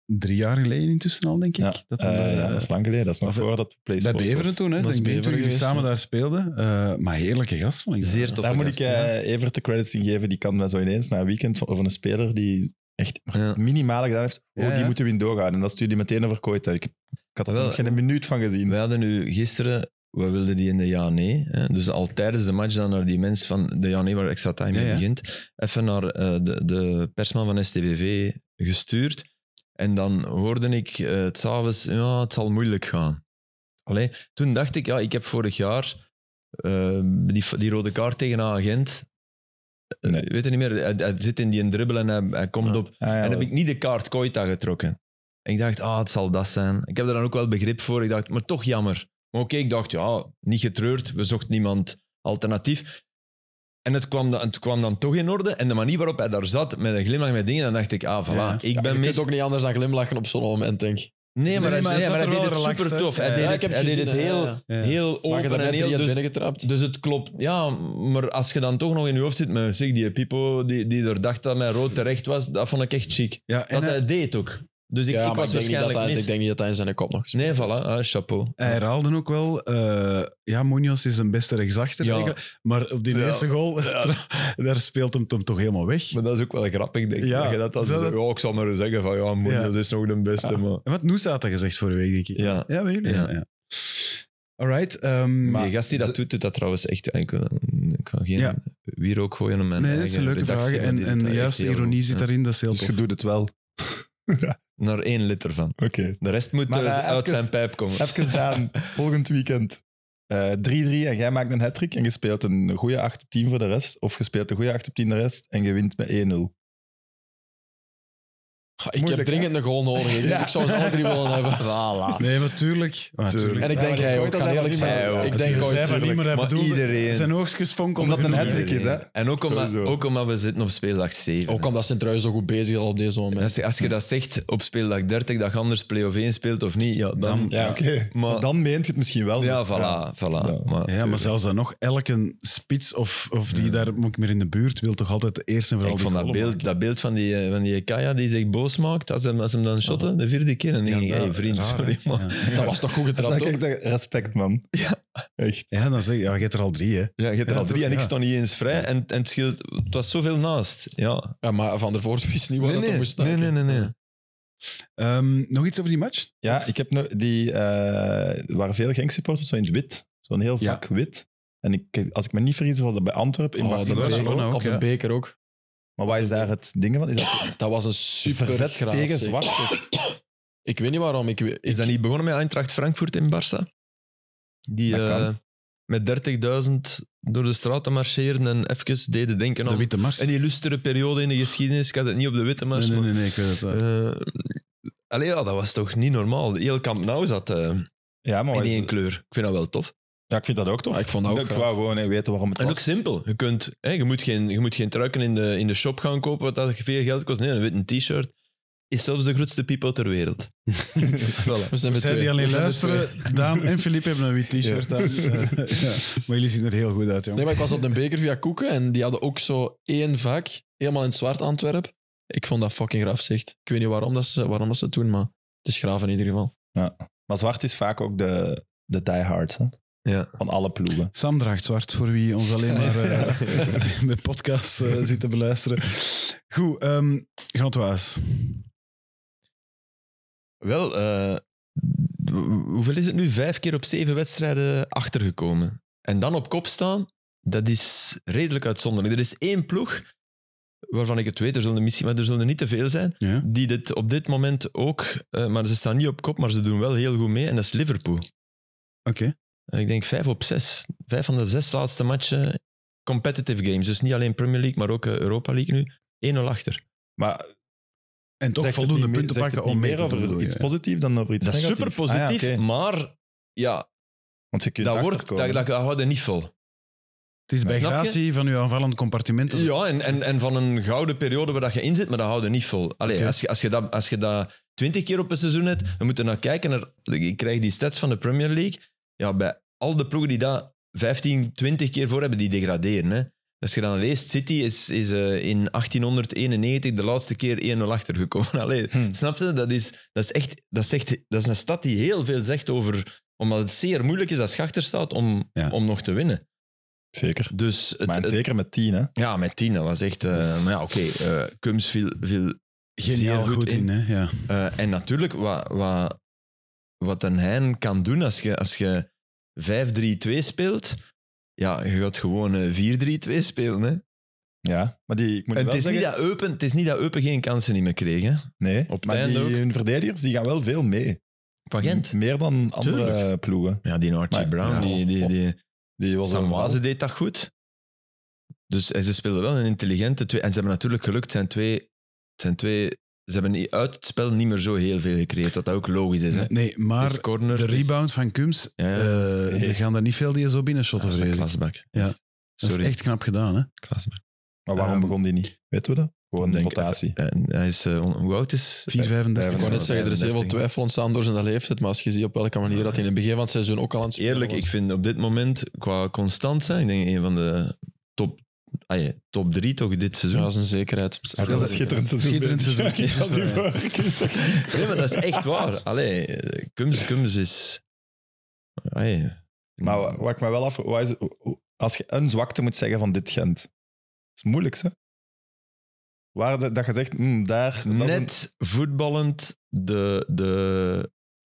drie jaar geleden intussen al, denk ik. Ja, dat, uh, uh, ja, dat is lang geleden. Dat is nog of- voor dat Play bij Sports Beveren was. toen, hè. Dat is Ik denk toen Beveren jullie geweest, samen ja. daar speelden. Uh, maar heerlijke gast, vond ik dat. Zeer tof. Daar moet ik gast, uh, ja. Evert de credits in geven. Die kan mij zo ineens na een weekend van, van een speler die echt Ja. minimale gedaan heeft. Oh, Ja, ja. die moeten we in doorgaan. En dat stuurde die meteen over Koita. Ik, ik had er Wel, nog geen minuut van gezien. We hadden nu gisteren, we wilden die in de ja-nee. Hè? Dus al tijdens de match dan naar die mensen van de ja-nee waar extra time Ja, mee ja. begint, even naar uh, de, de persman van S T V V gestuurd. En dan hoorde ik uh, het s'avonds, ja, het zal moeilijk gaan. Allee, toen dacht ik, ja, ik heb vorig jaar uh, die, die rode kaart tegen een agent. Uh, Nee. Weet je niet meer, hij, hij zit in die dribbel en hij, hij komt Ja. op. Ah, ja, En heb wel. ik niet de kaart Koita getrokken. En ik dacht, ah, het zal dat zijn. Ik heb er dan ook wel begrip voor. Ik dacht, maar toch jammer. Maar oké, ik dacht, ja, niet getreurd. We zochten niemand alternatief. En het kwam, dan, het kwam dan toch in orde. En de manier waarop hij daar zat, met een glimlach met dingen, dan dacht ik, ah, voilà. Ja. Ik Ja, ben je mis... kunt ook niet anders dan glimlachen op zo'n moment, denk ik. Nee, maar Nee, hij, maar hij nee, zat maar hij er wel deed het relaxed, super tof. hè? Hij Ja, deed ja, het, ik heb hij het deed het gezien, heel, ja, ja. heel Maar je open hebt en net heel... drie Dus, binnengetrapt. dus het klopt. Ja, maar als je dan toch nog in je hoofd zit met, zeg, die Pipo, die, die er dacht dat mijn rood terecht was, dat vond ik echt chic. Ja, en Dat hij, hij deed ook. Dus ik, ja, ik maar was ik denk, niet dat waarschijnlijk hij, mis. ik denk niet dat hij in zijn kop nog gespeeld Nee, heeft. voilà. Ah, chapeau. hij herhaalde ook wel... eh, ja, Munoz is een beste rechtsachter Ja. eigenlijk. Maar op die Ja. eerste goal, daar speelt hem, hem toch helemaal weg. Maar dat is ook wel grappig, denk ik. Ja, dat je dat dan zou zo- dat- ja, ik zal maar zeggen van, ja, Munoz Ja. is nog de beste, Ja. maar... En wat Noes had dat gezegd vorige week, denk ik. Ja. Ja, bij jullie? Ja. Ja. ja. Alright. ehm, die gast die dat doet, doet dat trouwens echt... Ik, ik ga geen Ja. wierook gooien op mijn nee, dat eigen zijn leuke redactie, vragen. maar En, die doet en dat juist echt heel ironie goed. zit Ja. daarin, dat is heel Dus tof. je doet het wel. Naar één liter van. Oké. De rest moet Maar, eh, eh, uit even- zijn pijp komen. Even Daan, volgend weekend. Eh, drie drie en jij maakt een hat-trick en je speelt een goede acht op tien voor de rest. Of je speelt een goede acht op tien de rest en je wint met één nul. Ja, ik Moeilijk, heb dringend een goal nodig. Dus Ja. ik zou ze alle drie willen hebben. Voilà. Nee, natuurlijk. Maar Tuurlijk. En ik Ja, denk maar hij ik ook, hoor kan dat eerlijk dat niet zijn. meer- Ik Ja, denk je ooit, zei van niet, maar hij Maar bedoelde... iedereen- Zijn oogstjes vonkelden Omdat het een genoeg. hat-trick is, hè? En ook omdat, Sowieso. ook omdat we zitten op speeldag zeven. Ook omdat Sint-Truiden zo goed bezig is al op deze moment. Als je, als je dat zegt op speeldag dertig, dat je anders play-off één speelt of niet, ja, dan... Dan- Ja, oké. Maar- Maar dan meent je het misschien wel. Ja, nog. voilà. voilà. Ja. Maar, Ja, maar tuurlijk. zelfs dan nog, elke spits of, of die Ja. daar moet ik meer in de buurt wil toch altijd eerst en vooral Ik die vond dat goal beeld, maken. dat beeld van die, eh, van die Kaya die zich boos maakt als hem, als hem dan shotte, de vierde keer. En dan denk ik, Ja, hey, vriend, raar, sorry, hè? man. Ja. Dat was toch goed Dat is getrapt, eigenlijk ook? echt respect, man. Ja. Echt. Ja, dan zeg je, ja, je hebt er al drie, hè. Ja, je hebt er Ja, al drie en ik ja. stond niet eens vrij. En, en het, scheelt, het was zoveel naast. Ja. Ja, maar Van der Voort wist niet waar Nee, dat nee, op moest staan. nee, nee, nee, nee. Ehm, nog iets over die match? Ja, ik heb nog die... eh, er waren veel Genk-supporters zo in het wit. Zo'n heel Ja. vak wit. En ik, als ik me niet vergis, was dat bij Antwerpen in Oh, de Barcelona. Barcelona beker, ook, op de ja. beker ook. Maar wat is daar het ding van? Is dat Dat was een super verzet graaf, tegen zeg. zwart? Of- Ik weet niet waarom. Ik, weet- Is ik, dat niet begonnen met Eintracht Frankfurt in Barça? Die Dat kan. eh, met dertigduizend door de straat te marcheren en even deden denken De aan Witte Mars? een illustere periode in de geschiedenis. Ik had het niet op de Witte Mars, nee, nee, maar... nee, nee, ik weet het wel. Eh, allee, ja, dat was toch niet normaal. Heel Camp Nou zat eh, Ja, maar in wat is- één kleur. Ik vind dat wel tof. ja, ik vind dat ook tof. Ja, ik vond dat ook Ik gaaf. wou gewoon hè, weten waarom het En was. ook simpel. Je, kunt, hè, je, moet geen, je moet geen truiken in de, in de shop gaan kopen, wat dat veel geld kost. Nee, een witte t-shirt is zelfs de grootste pipo ter wereld. Voilà. We zijn met Zij twee. die alleen We zijn met twee. luisteren, Daan en Filip hebben een wit t-shirt aan. Eh, ja. Maar jullie zien er heel goed uit, jongen. Nee, maar ik was op de beker via Koeken en die hadden ook zo één vak, helemaal in het zwart Antwerp. Ik vond dat fucking graaf, zegt. Ik weet niet waarom, dat ze, waarom dat ze het doen, maar het is graaf in ieder geval. Maar zwart is vaak ook de, de diehard hè? Ja. van alle ploegen. Sam draagt zwart, voor wie ons alleen maar eh, met podcasts eh, zit te beluisteren. Goed, um, Gantoise. Wel, eh, hoeveel is het nu? Vijf keer op zeven wedstrijden achtergekomen. En dan op kop staan, dat is redelijk uitzonderlijk. Er is één ploeg, waarvan ik het weet, er zullen, misschien, maar er zullen er niet te veel zijn, Ja. die dit op dit moment ook, uh, maar ze staan niet op kop, maar ze doen wel heel goed mee, en dat is Liverpool. Oké. Okay. Ik denk vijf op zes. Vijf van de zes laatste matchen competitive games. Dus niet alleen Premier League, maar ook Europa League nu. één nul achter. Maar En toch zegt het voldoende niet punten meer- zegt pakken het om niet mee meer te over doen. iets ja. positiefs dan over iets Dat is negatiefs? super positief, Ah, ja, oké. maar ja, Want je kunt dat, wordt, achterkomen. dat, dat, dat houden niet vol. Het is bij Snap je? gratie van uw aanvallend compartiment. Ja, en, en, en van een gouden periode waar dat je in zit, maar dat houden niet vol. Allee, Oké. als, je, als, je dat, als je dat twintig keer op een seizoen hebt, dan moet je naar kijken. Naar, ik krijg die stats van de Premier League. Ja, bij al de ploegen die dat vijftien, twintig keer voor hebben, die degraderen. Hè. Als je dan leest, City is, is uh, in achttienhonderdeenennegentig de laatste keer één nul achtergekomen. Allee, Hm. snap je? Dat is, dat, is echt, dat, is echt, dat is een stad die heel veel zegt over... Omdat het zeer moeilijk is als je achter staat om, Ja. om nog te winnen. Zeker. Dus het, Maar het- zeker met tien, hè. ja, met tien, dat was echt... Uh, Dus- Maar ja, oké. Okay, uh, Kums viel, viel Geniaal zeer goed in, hè? Ja. Uh, en natuurlijk, wat, wat, wat een Hein kan doen als je, als je vijf drie twee speelt, ja, je gaat gewoon uh, vier drie twee spelen. Hè. Ja, maar die, ik moet En wel het, is zeggen... niet dat Eupen, het is niet dat Eupen geen kansen niet meer kreeg. Hè. Nee, Op het maar einde die, ook. hun verdedigers die gaan wel veel mee. Van Gent. Meer dan andere Tuurlijk. ploegen. Ja, die Archie Maar- Brown, ja, die, die, die, Die was Samwaze er deed dat goed. Dus en ze speelden wel een intelligente twee. En ze hebben natuurlijk gelukt, het zijn twee... Het zijn twee ze hebben niet- uit het spel niet meer zo heel veel gecreëerd, wat dat ook logisch is. Hè. Nee, Het maar is corner, de het is- rebound van Kums, Ja, eh, nee. er gaan er niet veel die zo binnenshotten, dat is een vrees ik. klasbak. Ja. Dat Sorry, is echt knap gedaan, hè? klasbak. Maar waarom Ehm, begon die niet? Weten we dat? Gewoon Denk- rotatie. En hij is, uh, hoe oud is vier vijfendertig. Ik wou net Ja, zeggen, er is heel veel vijfendertig. twijfel ontstaan door zijn leeftijd, maar als je ziet op welke manier dat hij in het begin van het seizoen ook al aan het spelen Eerlijk, was. ik vind op dit moment qua constant zijn, ik denk een van de top, ah ja, top drie toch dit seizoen. Ja, dat is een zekerheid. Hij is wel een schitterend seizoen. Schitterend bezig. seizoen. Als die vorige keer zegt- Nee, maar dat is echt waar. Allee, eh, Kums, Kums is... Allee. Maar wa- wat ik me wel af... Wat is, als je een zwakte moet zeggen van dit Gent, dat is moeilijk, hè? Waar de- dat je zegt, mm, daar... dat is een- Net voetballend, de, de,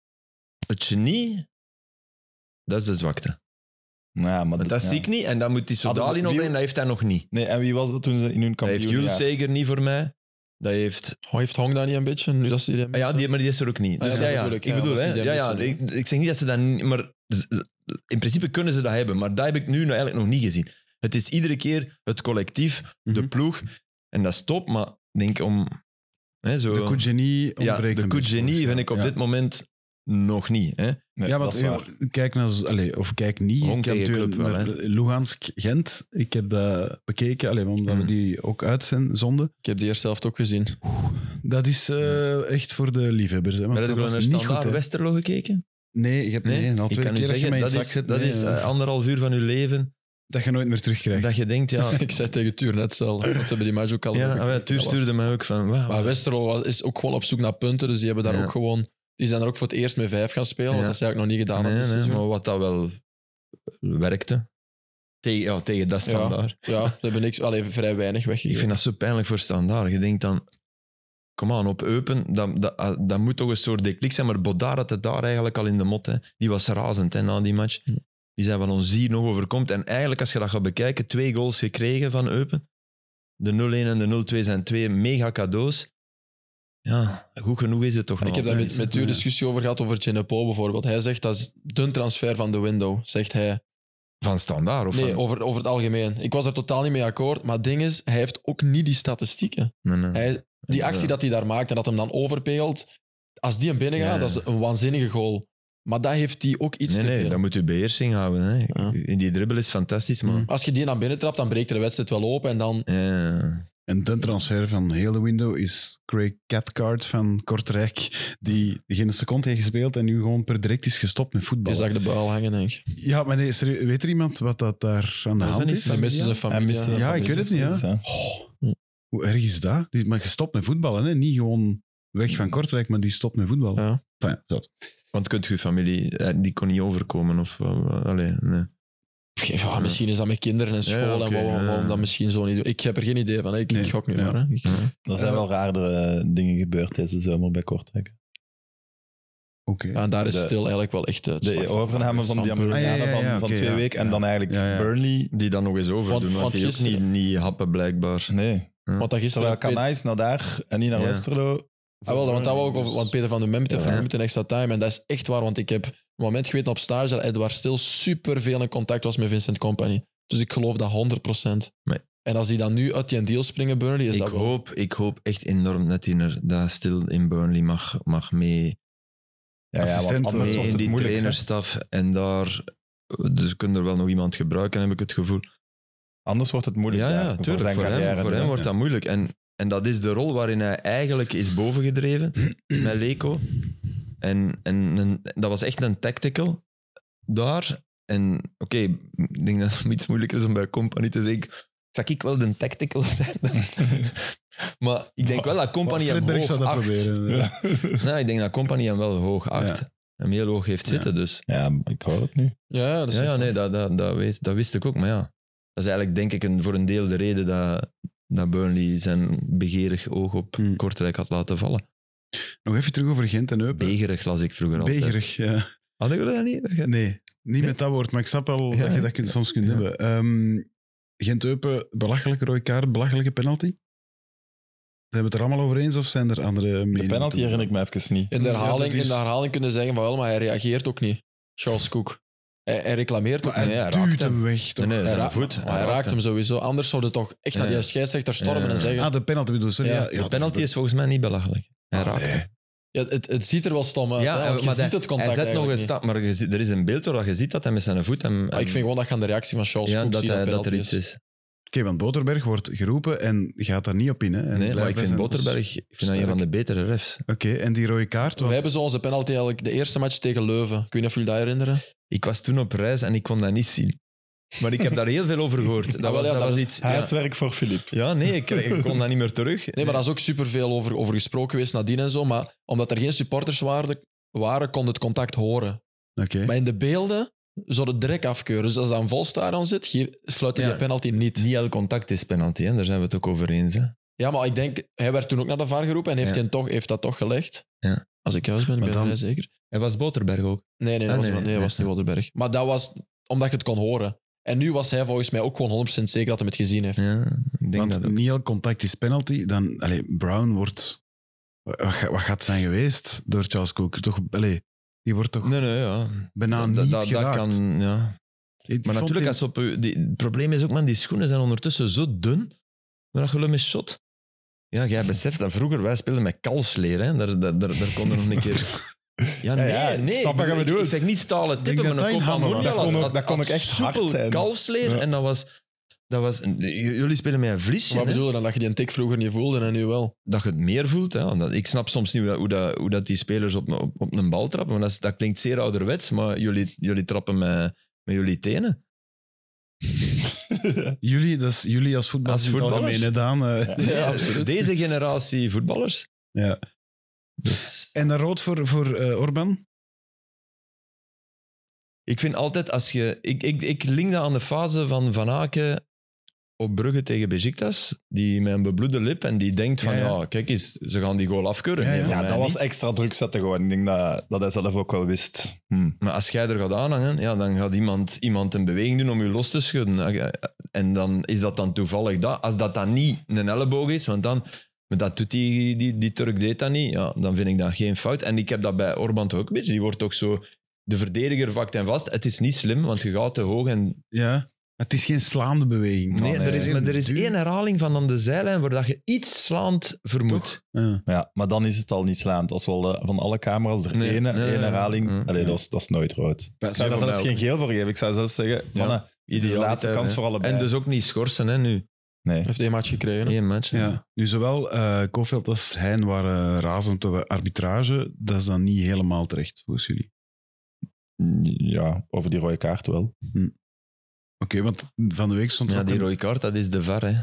het genie, dat is de zwakte. Nou ja, maar Want dat ja. zie ik niet. En dan moet die Hadden Sodali we- nog wie- bij, en dat heeft hij nog niet. Nee, en wie was dat toen ze in hun Dat heeft kampioen? Jules zeker niet voor mij. Dat heeft... Oh, heeft Hong dat niet een beetje, nu dat ze die Ah ja, die, maar die is er ook niet. Ah, Dus ja, ja, dat ja, bedoel ik, ik ja, bedoel, dat hè, ze die ja, ja, missen, ik, ik zeg niet dat ze dat niet... Maar z- z- in principe kunnen ze dat hebben. Maar dat heb ik nu nog eigenlijk nog niet gezien. Het is iedere keer het collectief, de Mhm. ploeg. En dat is top, maar ik denk om... Hè, zo, De Koudjeni ja, ontbreekt de een beetje, Koudjeni volgens vind mij. ik op Ja. dit moment nog niet. Hè. Nee, Ja, dat want is waar. eh, kijk naar, allee, of kijk niet. Honk Ik heb tegen natuurlijk club wel, naar Luhansk-Gent. Ik heb dat bekeken, allee, omdat we Hmm. die ook uitzonden. Ik heb die eerst zelf ook gezien. Dat is eh, echt voor de liefhebbers. Hè, want Maar heb je dat wel was naar niet goed. Standaard Hè. Westerlo gekeken? Nee, ik heb Nee, nee, al ik twee kan keer u dat je zeggen, mij in dat het zak is, zet. dat nee, is eh, eh, anderhalf uur van uw leven. dat je nooit meer terugkrijgt. Dat je denkt, ja... Ik zei tegen Tuur net hetzelfde, want ze hebben die match ook al ja, hebben ah, ja, gekeken. Tuur Dat was- stuurde mij ook van... Wauw, Maar Westerlo was- is ook gewoon op zoek naar punten, dus die hebben daar Ja. ook gewoon... Die zijn er ook voor het eerst met vijf gaan spelen, Ja. wat dat ze eigenlijk nog niet gedaan nee, hadden dit nee, seizoen. maar wat dat wel werkte. Tegen, ja, tegen dat Ja. Standaard. Ja, ze hebben niks, allee, vrij weinig Ik weggegeven. vind dat zo pijnlijk voor Standaard. Je denkt dan... Kom aan, op Eupen, dat, dat, dat moet toch een soort deklik zijn. Maar Bodar had het daar eigenlijk al in de mot. Hè. Die was razend hè, na die match. Hm. Die zei van ons hier nog overkomt. En eigenlijk, als je dat gaat bekijken, twee goals gekregen van Eupen. De nul een en de nul twee zijn twee mega cadeaus. Ja, goed genoeg is het toch En nog ik heb daar altijd. met, met u discussie over gehad, over Genepo bijvoorbeeld. Hij zegt dat is de transfer van de window, zegt hij. Van Standaard? Of Nee, van... over, over het algemeen. Ik was er totaal niet mee akkoord, maar het ding is, hij heeft ook niet die statistieken. Nee, nee. Hij, die actie Ja. dat hij daar maakt en dat hem dan overpeelt, als die hem binnen gaat, Ja. dat is een waanzinnige goal. Maar dat heeft hij ook iets Nee, te nee, veel. dan moet je beheersing houden. Hè. Ja. In die dribbel is fantastisch, maar... Als je die naar binnen trapt, dan breekt de wedstrijd wel open en dan... Ja. En de transfer van heel de window is Craig Cathcart van Kortrijk, die geen seconde heeft gespeeld en nu gewoon per direct is gestopt met voetbal. Die zag de buil hangen, denk ik. Ja, maar nee, serieus, weet er iemand wat dat daar aan de Dat is hand niet is? Ze missen zijn Hij familie. mist een Ja, ik weet het niet, familie ja. of zoiets, Oh, hoe erg is dat? Die is maar gestopt met voetballen, hè? Niet gewoon weg van Kortrijk, maar die stopt met voetbal. Ja. Enfin, ja, dat. Want kunt je familie... eh, Die kon niet overkomen, of... Uh, allee, nee. Ja, misschien is dat met kinderen en school Ja, oké, en waarom, ja. waarom dat misschien zo niet doen. Ik heb er geen idee van. Hè. Ik, Nee, ik gok nu ja. maar. Hè. Ik- Ja. Er zijn wel raardere eh, dingen gebeurd deze zomer bij Kortrijk. Oké. Ja, en daar is De- stil eigenlijk wel echt het De slachtoffer overname van die Burnley. Amerikanen Ah, ja, ja, ja, van, van oké, twee ja. weken en Ja. dan eigenlijk Ja, ja. Burnley. Die dan nog eens overdoen, Want- want, want die ook gisteren- niet, niet happen, blijkbaar. Nee. Want dat gisteren... Terwijl Canais naar daar en niet naar Ja. Westerlo. Ah, wel, want dat wou ik over, want Peter van den Mem heeft Ja. vernoemd in extra time. En dat is echt waar, want ik heb een moment geweten op stage dat Edouard Stil superveel in contact was met Vincent Kompany. Dus ik geloof dat honderd procent. Nee. En als die dan nu uit die deal springen, Burnley, is Ik dat wel... hoop, ik hoop echt enorm dat hij er dat stil in Burnley mag, mag mee, Ja, ja, want Assistent, anders eh, mee wordt in het die moeilijk. hè. trainerstaf. En daar... Dus kunnen er wel nog iemand gebruiken, heb ik het gevoel. Anders wordt het moeilijk. Ja, daar, ja, voor tuurlijk. zijn Voor carrière. hem, voor nu, hem hè. wordt dat moeilijk. En, en dat is de rol waarin hij eigenlijk is bovengedreven met Leko. En, en, en dat was echt een tactical daar. En oké, ik denk dat het iets moeilijker is om bij Company te zeggen. Zou ik wel de tactical zijn? Maar ik denk wel dat Company hem Fredberg hoog zou dat acht. proberen. Ja. Nee, ik denk dat Company hem wel hoog acht. Ja. Hem heel hoog heeft Ja. zitten, dus... Ja, ik hoor het nu. Ja, ja, dat is Ja, ja echt nee, waar. dat, dat, dat, weet, dat wist ik ook. Maar ja, dat is eigenlijk denk ik een, voor een deel de reden dat, dat Burnley zijn begeerig oog op Hmm. Kortrijk had laten vallen. Nog even terug over Gent en Eupen. Begerig las ik vroeger altijd. Begerig, ja. Hadden jullie dat niet? Nee, niet Nee? met dat woord, maar ik snap wel Ja, dat je dat kunt, soms kunt ja. hebben. Ehm, Gent-Eupen, belachelijke rode kaart, belachelijke penalty? Zijn we het er allemaal over eens of zijn er andere meningen? De penalty toe? herinner ik me even niet. In de, Ja, herhaling, dat is- in de herhaling kunnen zeggen van wel, maar hij reageert ook niet. Charles Cook. Hij, hij reclameert ook Maar niet. hij Nee, hij raakt duwt hem hem. weg, toch? Nee, nee, Hij, zijn ra- voet. maar hij raakt hem sowieso. Anders zou het toch echt Ja, naar die ja. scheidsrechter stormen Ja. en zeggen... Ah, de penalty bedoel je? Ja, Ja, De ja, penalty dat- is volgens mij niet belachelijk. Hij Ah, raakt nee. hem. Ja, het, het ziet er wel stom uit. Ja, hè, want je maar ziet hij- het contact Hij zet nog een eigenlijk niet. stap, maar je ziet- er is een beeld waar je ziet dat hij met zijn voet... Hem, Maar ik vind gewoon dat je aan de reactie van Charles ja, Cook dat, ziet hij, dat dat penalty er iets is. is. Oké, want Boterberg wordt geroepen en gaat daar niet op in. Hè? En Nee, maar blijkbaar ik vind zijn- Boterberg ik vind dat een van de betere refs. Oké, en die rode kaart? We Want... hebben zo onze penalty eigenlijk de eerste match tegen Leuven. Ik weet niet of jullie dat herinneren. Ik was toen op reis en ik kon dat niet zien. Maar ik heb daar heel veel over gehoord. Dat wel, was, ja, dat dat- was iets... Ja, Huiswerk voor Filip. ja nee, ik, ik kon dat niet meer terug. Nee, maar daar is ook superveel over, over gesproken geweest nadien en zo. Maar omdat er geen supporters waren, waren kon het contact horen. Oké. Maar in de beelden zou het direct afkeuren. Dus als dat een vol stadion zit, ge- fluit hij Ja. die penalty niet. Niet elk contact is penalty, hè? Daar zijn we het ook over eens. Hè? Ja, maar ik denk, hij werd toen ook naar de V A R geroepen en heeft, Ja. hij toch, heeft dat toch gelegd. Ja. Als ik juist ben, ik Maar ben dan- vrij zeker. En was Boterberg ook. Nee, nee, dat Ah, was, nee, nee, nee, dat was nee. niet Wilderberg. Maar dat was omdat je het kon horen. En nu was hij volgens mij ook gewoon honderd procent zeker dat hij het gezien heeft. Ja, ik denk Want dat ook. niet elk contact is penalty. Dan, allee, Brown wordt... Wat, ga- wat gaat het zijn geweest door Charles Cook? Toch, allee, die wordt toch Nee, nee, ja. bijna dat, niet dat, dat geraakt. kan, ja. Ik Maar vond natuurlijk, die- als op, u- die, het probleem is ook, man, die schoenen zijn ondertussen zo dun, maar dat je hem shot. Ja, jij beseft dat vroeger, wij speelden met kalfsleer, hè. Daar, daar, daar, daar kon er nog een keer... Ja, nee, Ja, ja, nee. snap wat je ik, ik, bedoelt. ik zeg niet stalen denk tippen, dat maar een dat in kop handen van was. Monial Dat kon ook- had- dat kon had ook echt hard soepel zijn. kalfsleer, Ja. en dat was... Dat was j- jullie spelen met een vliesje, Wat hè. bedoel je dan? Dat je die een tik vroeger niet voelde en nu wel? Dat je het meer voelt. Hè. Dat- Ik snap soms niet hoe dat, hoe dat, hoe dat die spelers op, op, op een bal trappen, maar dat, is- dat klinkt zeer ouderwets, maar jullie, jullie trappen met, met jullie tenen. Jullie, dat is jullie als voetballers Als in het voetballers? algemeen, hè, Daan. Eh, Ja, absoluut. Deze generatie voetballers. ja. Dus En dan rood voor, voor eh, Orban? ik vind altijd als je... Ik, ik, ik link dat aan de fase van Van Aken op Brugge tegen Besiktas, die met een bebloede lip en die denkt van, Ja, ja, ja. kijk eens, ze gaan die goal afkeuren. Ja, Nee, ja. voor Ja, mij dat was niet. extra druk zetten gewoon. Ik denk dat, dat hij zelf ook wel wist. Hm. Maar als jij er gaat aanhangen, ja, dan gaat iemand, iemand een beweging doen om je los te schudden. En dan is dat dan toevallig dat. Als dat dan niet een elleboog is, want dan... Maar dat doet die, die, die Turk deed dat niet. Ja, dan vind ik dat geen fout. En ik heb dat bij Orban toch ook een beetje. Die wordt ook zo... De verdediger vakt en vast. Het is niet slim, want je gaat te hoog en... Ja. Het is geen slaande beweging. Nee, nee, er is, nee. maar er is Duur. één herhaling van aan de zijlijn waar dat je iets slaand vermoedt. Ja. Ja, maar dan is het al niet slaand. Als wel eh, van alle camera's er Nee, één nee, nee, één herhaling... nee. Allee, Ja. dat, is, dat is nooit rood. Ik zou voor daar zelfs mij geen ook. geel voor geven. Ik zou zelfs zeggen, mannen, dit is de Idealiter, laatste kans hè. voor allebei. En dus ook niet schorsen, hè, nu. Nee. Hij heeft één match gekregen. hè. Eén match. hè. Ja. Nu, zowel eh Kofeld als Hein waren razend op de arbitrage. Dat is dan niet helemaal terecht, volgens jullie. Ja, over die rode kaart wel. Oké, want van de week stond er Ja, ook die een- rode kaart, dat is de V A R, hè.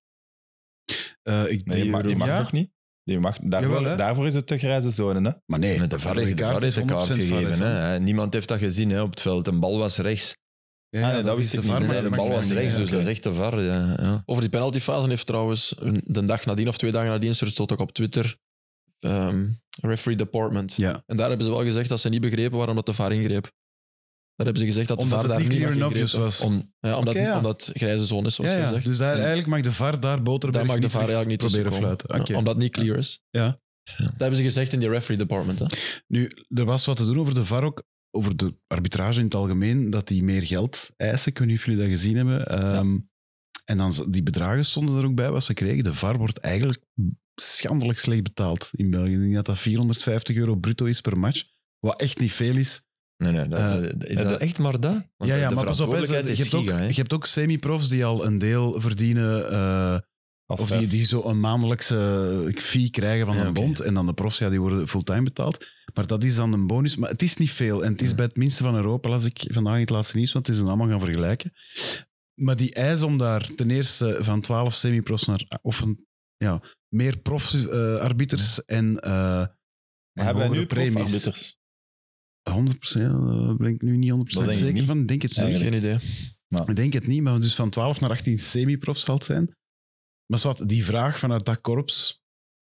eh, ik Nee, je die mag, je mag ja? toch niet? Je mag, daarvoor, Jawel, hè? daarvoor is het de grijze zone, hè? Maar nee, Met de V A R rode heeft de V A R kaart heeft is de kaart honderd procent gegeven. V A R, Hè. Niemand heeft dat gezien hè, op het veld. Een bal was rechts. Ja, Ah, nee, dat is wist de ik V A R, niet. maar Nee, de dat bal mag was niet. rechts, Ja, dus oké. dat is echt de V A R. Ja, ja. Over die penaltyfase heeft trouwens een- de dag nadien of twee dagen nadien, er stond ook op Twitter, ehm, referee department. Ja, En daar hebben ze wel gezegd dat ze niet begrepen waarom dat de V A R ingreep. Daar hebben ze gezegd dat de omdat V A R het daar niet niet clear mag and obvious ingrepen. was. Om, Ja, omdat, Oké, ja. omdat het grijze zone is, zoals ja, ja. gezegd. Dus daar, En eigenlijk mag de V A R daar Boterberg daar mag de niet V A R eigenlijk niet proberen tussenkomen. fluiten. Oké. Ja, omdat het niet clear is. Ja. Dat hebben ze gezegd in die referee department. Hè. Nu, er was wat te doen over de V A R ook, over de arbitrage in het algemeen, dat die meer geld eisen. Ik weet niet of jullie dat gezien hebben. Ehm, En dan z- die bedragen stonden er ook bij wat ze kregen. De V A R wordt eigenlijk schandelijk slecht betaald in België. Ik denk dat dat vierhonderdvijftig euro bruto is per match. Wat echt niet veel is. nee, nee, dat, Eh, is dat echt maar dat? Want ja, ja, de maar pas op. Hè, ze- verantwoordelijkheid je, is hebt ook, giga, hè. je hebt ook semi-profs die al een deel verdienen. eh, Als of die, vijf. die zo een maandelijkse fee krijgen van Ja, een oké. bond. En dan de profs, ja, die worden fulltime betaald. Maar dat is dan een bonus. Maar het is niet veel. En het is Ja. bij het minste van Europa, las ik vandaag in het laatste nieuws, want het is een allemaal gaan vergelijken. Maar die eis om daar ten eerste van twaalf semi-profs naar... Of een, ja, meer prof-arbiters uh, en, uh, Maar en hebben wij hogere nu premies. profarbiters? honderd procent uh, ben ik nu niet honderd procent Dat denk ik zeker niet. van. Ik denk het niet. Geen idee. Ik denk het niet, maar dus van twaalf naar achttien semi-profs zal het zijn. Maar wat, die vraag vanuit dat korps...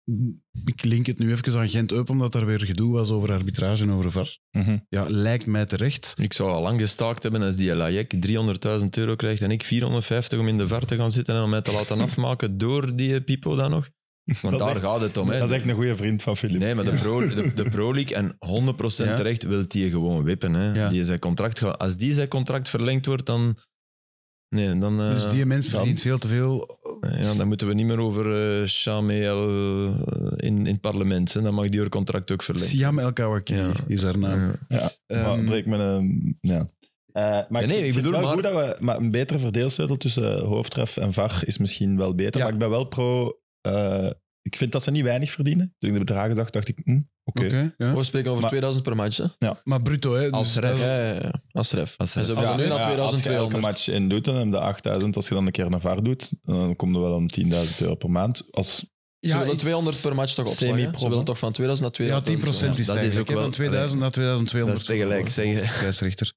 Ik link het nu even aan Gent-Eupen, omdat er weer gedoe was over arbitrage en over V A R. Mm-hmm. Ja, lijkt mij terecht. Ik zou al lang gestaakt hebben als die Layek driehonderdduizend euro krijgt en ik vierhonderdvijftig om in de V A R te gaan zitten en om mij te laten afmaken door die Pipo dan nog. Want Dat is daar echt- gaat het om. Hè. Dat is echt een goede vriend van Filip. Nee, maar de Pro, de, de Pro League, en honderd procent Ja. terecht, wil die gewoon wippen. Hè. Ja. Die zijn contract gaat, als die zijn contract verlengd wordt, dan... Nee, dan, uh, Dus die mens verdient veel te veel. ja, dan moeten we niet meer over uh, Chamel uh, in, in het parlement. Hè. Dan mag die haar contract ook verlengen. Siam El Kawakiri Ja. is haar naam. Ja. Ja, maar Ehm, breek me een... Ja. Uh, maar Nee, nee, ik ik vind bedoel wel maar- goed dat we... Maar een betere verdeelsleutel tussen hoofdref en V A R is misschien wel beter. Ja. Maar ik ben wel pro... Uh, ik vind dat ze niet weinig verdienen. Toen ik de bedragen zag, dacht ik... Hm, Oké. Oké, Okay. ja. We spreken over Maar- tweeduizend per match. Hè? Maar bruto, hè? Als dus ref. dat- Ja, ja, ja. Als ref. Als En ze ref. willen nu naar Als je elke tweeduizend match in doet, dan heb je achtduizend. Als je dan een keer naar V A R doet, dan komt er wel om tienduizend euro per maand. Als, Ze Ja, willen ik- tweehonderd per match toch opslagen. hè? Semi-pro, Ze willen hè? toch van tweeduizend naar Ja, tweeduizend. tien procent is dat het is eigenlijk, ook hè, wel- van tweeduizend naar tweeduizend tweehonderd. Dat is tegelijk zeggen. Scheidsrechter.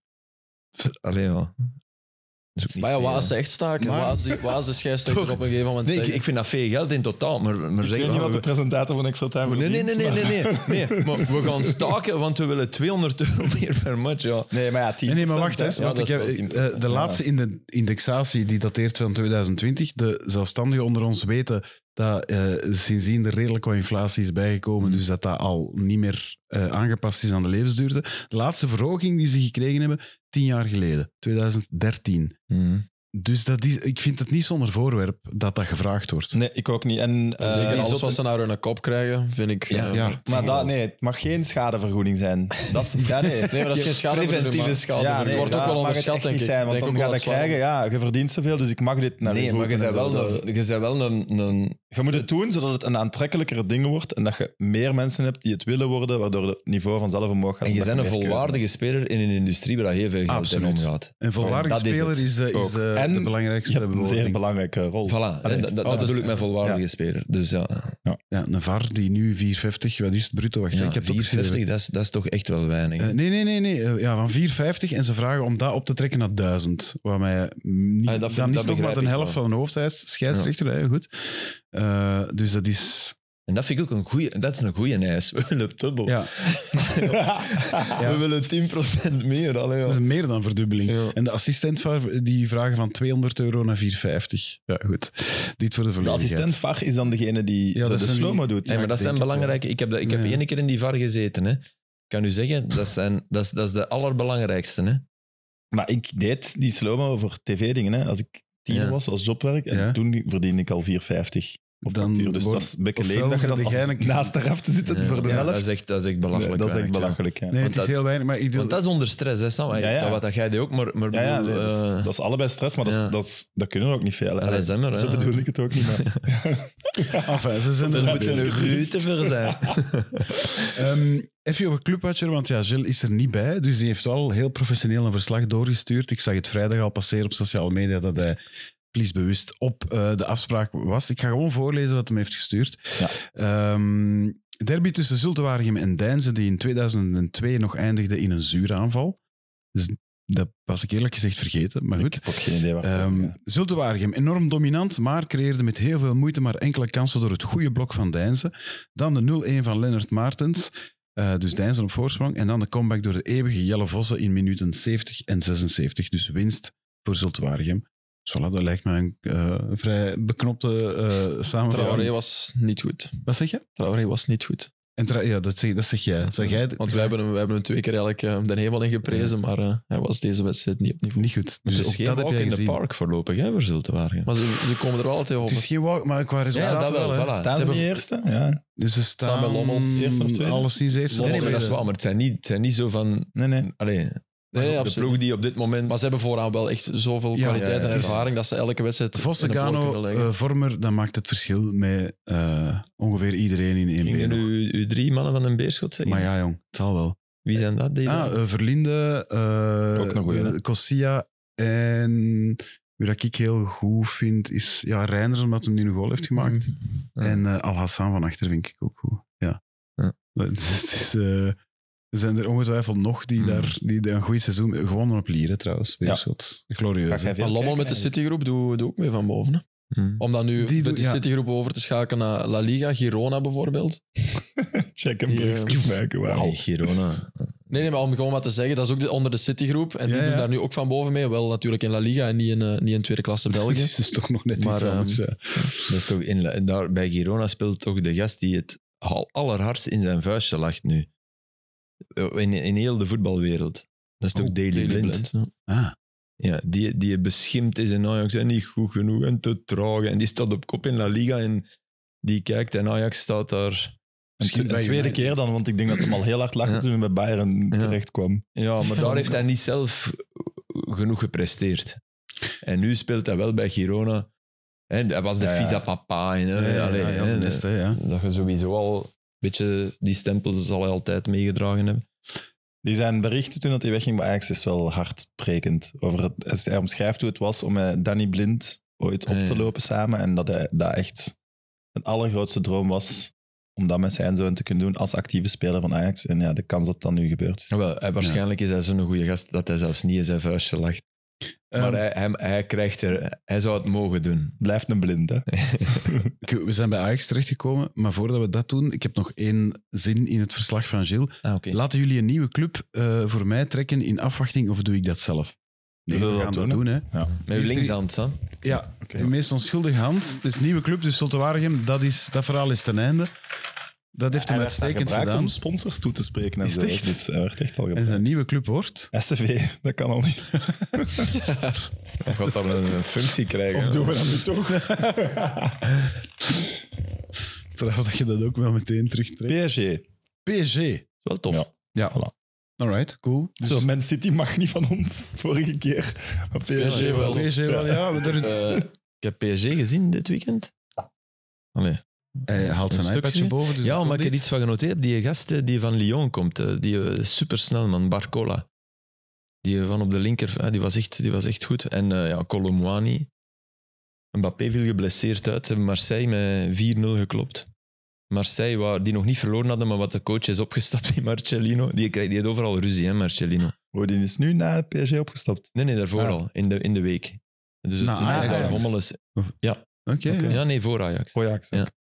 Allee, ja. Dat is ook niet Maar ja, veel, wat hè. als ze echt staken? Maar- Wat als die- wat als de scheidsrechter op een gegeven moment Nee, ik, zegt... ik vind dat veel geld in totaal, maar, maar ik zeg weet niet maar, wat de we- presentator van Extra Time Nee, nee, nee, nee, verdient, nee, maar- nee, nee. Maar we gaan staken, want we willen tweehonderd euro meer per match. Ja. Nee, maar ja, tien Nee, nee, maar wacht procent, eens. hè. Want Ja, ik dat heb, is wel ik- tien eh, procent. de Ja. laatste in de indexatie die dateert van tweeduizend twintig. De zelfstandigen onder ons weten dat eh, sindsdien er redelijk wat inflatie is bijgekomen. Mm. Dus dat dat al niet meer eh, aangepast is aan de levensduurte. De laatste verhoging die ze gekregen hebben, tien jaar geleden. tweeduizend dertien. Mm. Dus dat is, ik vind het niet zonder voorwerp dat dat gevraagd wordt. Nee, ik ook niet. En, eh, Zeker die alles zotte- wat ze naar hun kop krijgen, vind ik... Ja, eh, Ja. Maar dat, nee, het mag geen schadevergoeding zijn. Dat is, ja, nee. Nee, maar dat is geen schade Preventieve schade. Ja, Het nee, wordt ook dat wel mag het onderschat, echt denk niet ik. zijn, want Denk dan ook ga wel je dat het krijgen, ja, je verdient zoveel, dus ik mag dit naar Nee, je maar je roepen bent en wel, zo. een, je bent wel een, een... Je moet het doen zodat het een aantrekkelijkere ding wordt en dat je meer mensen hebt die het willen worden, waardoor het niveau vanzelf omhoog gaat. En je omdat bent een meer keuze volwaardige speler in een industrie waar heel veel geld Absoluut. in omgaat. Een volwaardige Dat is speler het. is, de, is Ook. de, En de belangrijkste je hebt een zeer bewoording. belangrijke rol. Voilà, Allee, en dat, dat, oh, dat dus- bedoel ik met volwaardige ja. speler. Dus ja, Ja, een V A R die nu vier vijftig, wat is het bruto? Wacht, ja ik heb het vier opgeschreven. vijftig, dat is, dat is toch echt wel weinig. Eh, nee, nee, nee. nee. Eh, ja, van vier vijftig en ze vragen om dat op te trekken naar duizend. Wat mij niet, Ah, dat vind- dan is dat nog maar begrijp een ik helft wel. van een hoofdijs scheidsrechter. Hè, goed. Uh, dus dat is... En dat vind ik ook een goeie, dat is een goeie eis. We willen dubbel. Ja, We willen tien procent meer. Allee, dat ja. is meer dan verdubbeling. Ja. En de assistent die vragen van tweehonderd euro naar vier vijftig. Ja, goed. Dit voor de De volledigheid. assistent V A R is dan degene die Ja, zo dat de zijn die- slow-mo doet. Nee, maar ik dat zijn denk het belangrijke... Ik heb, dat, ik heb Ja. één keer in die V A R gezeten. Hè. Ik kan u zeggen, dat, zijn, dat, is, dat is de allerbelangrijkste. Hè. Maar ik deed die slow-mo voor tv-dingen. Hè. Als ik tiener Ja. was, als jobwerk, en Ja. toen verdiende ik al vier vijftig op Dan factuur. Dus wordt- dat is een beetje ofwel leeg dat je zet dan jij als een- naast de ref te zitten Ja, voor de ja, helft. Dat is echt, dat is echt belachelijk. Nee, dat is echt weinig, ja. belachelijk. Ja. Nee, het Want is dat- heel weinig, maar ik doe... Want dat is onder stress, hè, Sam? Ja, ja. Dat, wat jij deed ook, maar, maar Ja, ja, bedoel, nee, dat, is, eh, dat is allebei stress, maar dat, is- ja. dat, is, dat kunnen we ook niet veel. hè. Allee, zeg maar, Zo hè. bedoel ik het ook niet. Maar. Enfin, ze zijn Dat er is niet een bij. beetje een ruute voor zijn. Um, even over Clubwatcher, want ja, Gilles is er niet bij. Dus die heeft wel heel professioneel een verslag doorgestuurd. Ik zag het vrijdag al passeren op sociale media dat hij bewust op uh, de afspraak was. Ik ga gewoon voorlezen wat hij heeft gestuurd. Ja. Um, derby tussen Zulte Waregem en Deinze, die in tweeduizend twee nog eindigde in een zuuraanval. Dus dat was ik eerlijk gezegd vergeten, maar goed. Ik heb ook geen idee waar het over Um, gaat. Zulte Waregem, enorm dominant, maar creëerde met heel veel moeite maar enkele kansen door het goede blok van Deinze. Dan de nul-een van Lennart Maartens, uh, dus Deinze op voorsprong. En dan de comeback door de eeuwige Jelle Vossen in minuten zeventig en zesenzeventig. Dus winst voor Zulte Waregem. Dus voilà, dat lijkt me een uh, vrij beknopte uh, samenvatting. Traoré was niet goed. Wat zeg je? Traoré was niet goed. En tra- ja, dat zeg, dat zeg jij. Zeg jij Want wij hebben hem, wij hebben hem twee keer eigenlijk uh, de hemel in geprezen, maar uh, hij was deze wedstrijd niet op niveau. niet goed. Dus Het is ook geen dat heb walk jij in de gezien. park voorlopig, hè, voor Zulte Waregem. Maar ze, ze komen er wel altijd Het over. is geen walk, maar qua resultaten dat wel, wel. hè. voilà. Staan ze ze hebben- niet eerste? Ja. Dus ze staan Staan bij Lommel, eerste of tweede? alleszins eerste. Nee, nee, of maar dat is tweede. waar. Maar het zijn niet, het zijn niet zo van... Nee, nee. Allee, Nee, nee, de absoluut. ploeg die op dit moment... Maar ze hebben vooraan wel echt zoveel Ja, kwaliteit ja, ja, en het is- ervaring dat ze elke wedstrijd Vossen, in de poort Gano, kunnen leggen. uh, Vormer, dat maakt het verschil met uh, ongeveer iedereen in één Gingen been. u, u drie mannen van een Beerschot zeggen? Maar ja, jong, het zal wel. Wie zijn dat? Die Ah, dan? uh, Verlinde, uh, Ook nog goeie, hè? Kossia en Wie dat ik heel goed vind, is ja, Reinders, omdat hij nu een goal heeft gemaakt. Ja. En uh, Al-Hassan van achter vind ik ook goed. Ja. Ja. Het is, het is, uh, er zijn er ongetwijfeld nog die, Mm. daar, die een goed seizoen... Gewonnen op Lieren trouwens. Beerschot. Glorieus. Ga jij hè. veel Maar Lommel kijken, met de eigenlijk? Citygroep doet doe ook mee van boven. Hè? Hm. Om dan nu Die met doet- die ja. Citygroep over te schakelen naar La Liga, Girona bijvoorbeeld. Check hem Die, brugjes eh, maken, wauw. Hey, Girona. Nee, nee, maar om gewoon maar te zeggen, dat is ook de- onder de Citygroep. En die Ja, ja. doen daar nu ook van boven mee. Wel natuurlijk in La Liga en niet in, uh, niet in tweede klasse Het België. is dus toch nog net Maar, iets ehm, anders. Ja. Dat is toch in, daar, bij Girona speelt toch de gast die het al, allerhardst in zijn vuistje lacht nu. In, in heel de voetbalwereld. Dat is toch Oh, Daley, Daley Blind. Blind, ja. Ah, Ja, die, die beschimpt is in Ajax en niet goed genoeg en te traag. En die staat op kop in La Liga en die kijkt en Ajax staat daar. Een Misschien twe- bij een tweede United. keer dan, want ik denk dat hem al heel hard lachte Ja. toen hij bij Bayern Ja. terecht kwam. Ja, maar daar heeft hij niet zelf genoeg gepresteerd. En nu speelt hij wel bij Girona. Hè, hij was de Ja, ja. visa papa. En, ja, ja, allee, ja, ja, hè, de beste, ja. dat je sowieso al een beetje die stempel zal hij altijd meegedragen hebben. Die zijn berichten toen dat hij wegging bij Ajax is wel hartbrekend. Over het, hij omschrijft hoe het was om met Danny Blind ooit op Ja, te ja. lopen samen. En dat hij, dat echt een allergrootste droom was om dat met zijn zoon te kunnen doen als actieve speler van Ajax. En ja, de kans dat dat nu gebeurd is. Wel, hij, waarschijnlijk is hij zo'n goede gast dat hij zelfs niet in zijn vuistje lacht. Maar Ehm, hij, hij, hij, krijgt er, hij zou het mogen doen. Blijft een blind, hè? ik- we zijn bij Ajax terechtgekomen, maar voordat we dat doen, ik heb nog één zin in het verslag van Gilles. Ah, oké. Laten jullie een nieuwe club uh, voor mij trekken in afwachting, of doe ik dat zelf? Nee, Zullen we we gaan dat dat doen, doen, hè. Ja. Met uw linkshand, hè? Ja, Oké. de meest onschuldige hand. Het is een nieuwe club, dus Zulte Waregem, dat, is, dat verhaal is ten einde. Dat heeft Hij hem werd daar uitstekend gebruikt gedaan. om sponsors toe te spreken en Is zo. het echt? Dus hij werd echt al En gebruikt. zijn nieuwe club wordt... S C V, dat kan al niet. Hij gaat dan een, een functie krijgen. Of doen we dat nu toch? Straf dat je dat ook wel meteen terugtrekt. P S G. P S G. Wel tof. Ja. Ja. Voilà. Alright, cool. Dus Zo, Man City mag niet van ons, vorige keer. Maar P S G Ja, wel. P S G wel, ja. we er- Eh, Ik heb P S G gezien dit weekend. Allee. Hij haalt zijn Een iPadje stukje. boven, dus Ja, dat maar ik komt heb iets. iets van genoteerd. Die gast eh, die van Lyon komt, eh, die eh, supersnel man, Barcola. Die van op de linker, eh, die was echt, die was echt goed. En uh, ja, Colomwani. Mbappé viel geblesseerd uit. Ze hebben Marseille met vier nul geklopt. Marseille, waar, die nog niet verloren hadden, maar wat de coach is opgestapt in Marcelino. Die, krijgt- die heeft overal ruzie, hè, Marcelino. Oh, die is nu naar P S G opgestapt. Nee, nee, daarvoor Ah. al, in de, in de week. Dus het Na toen Ajax. hij Hommel is. Oké, Oké. ja. Ja, nee, voor Ajax. Oh ja, ik Ja.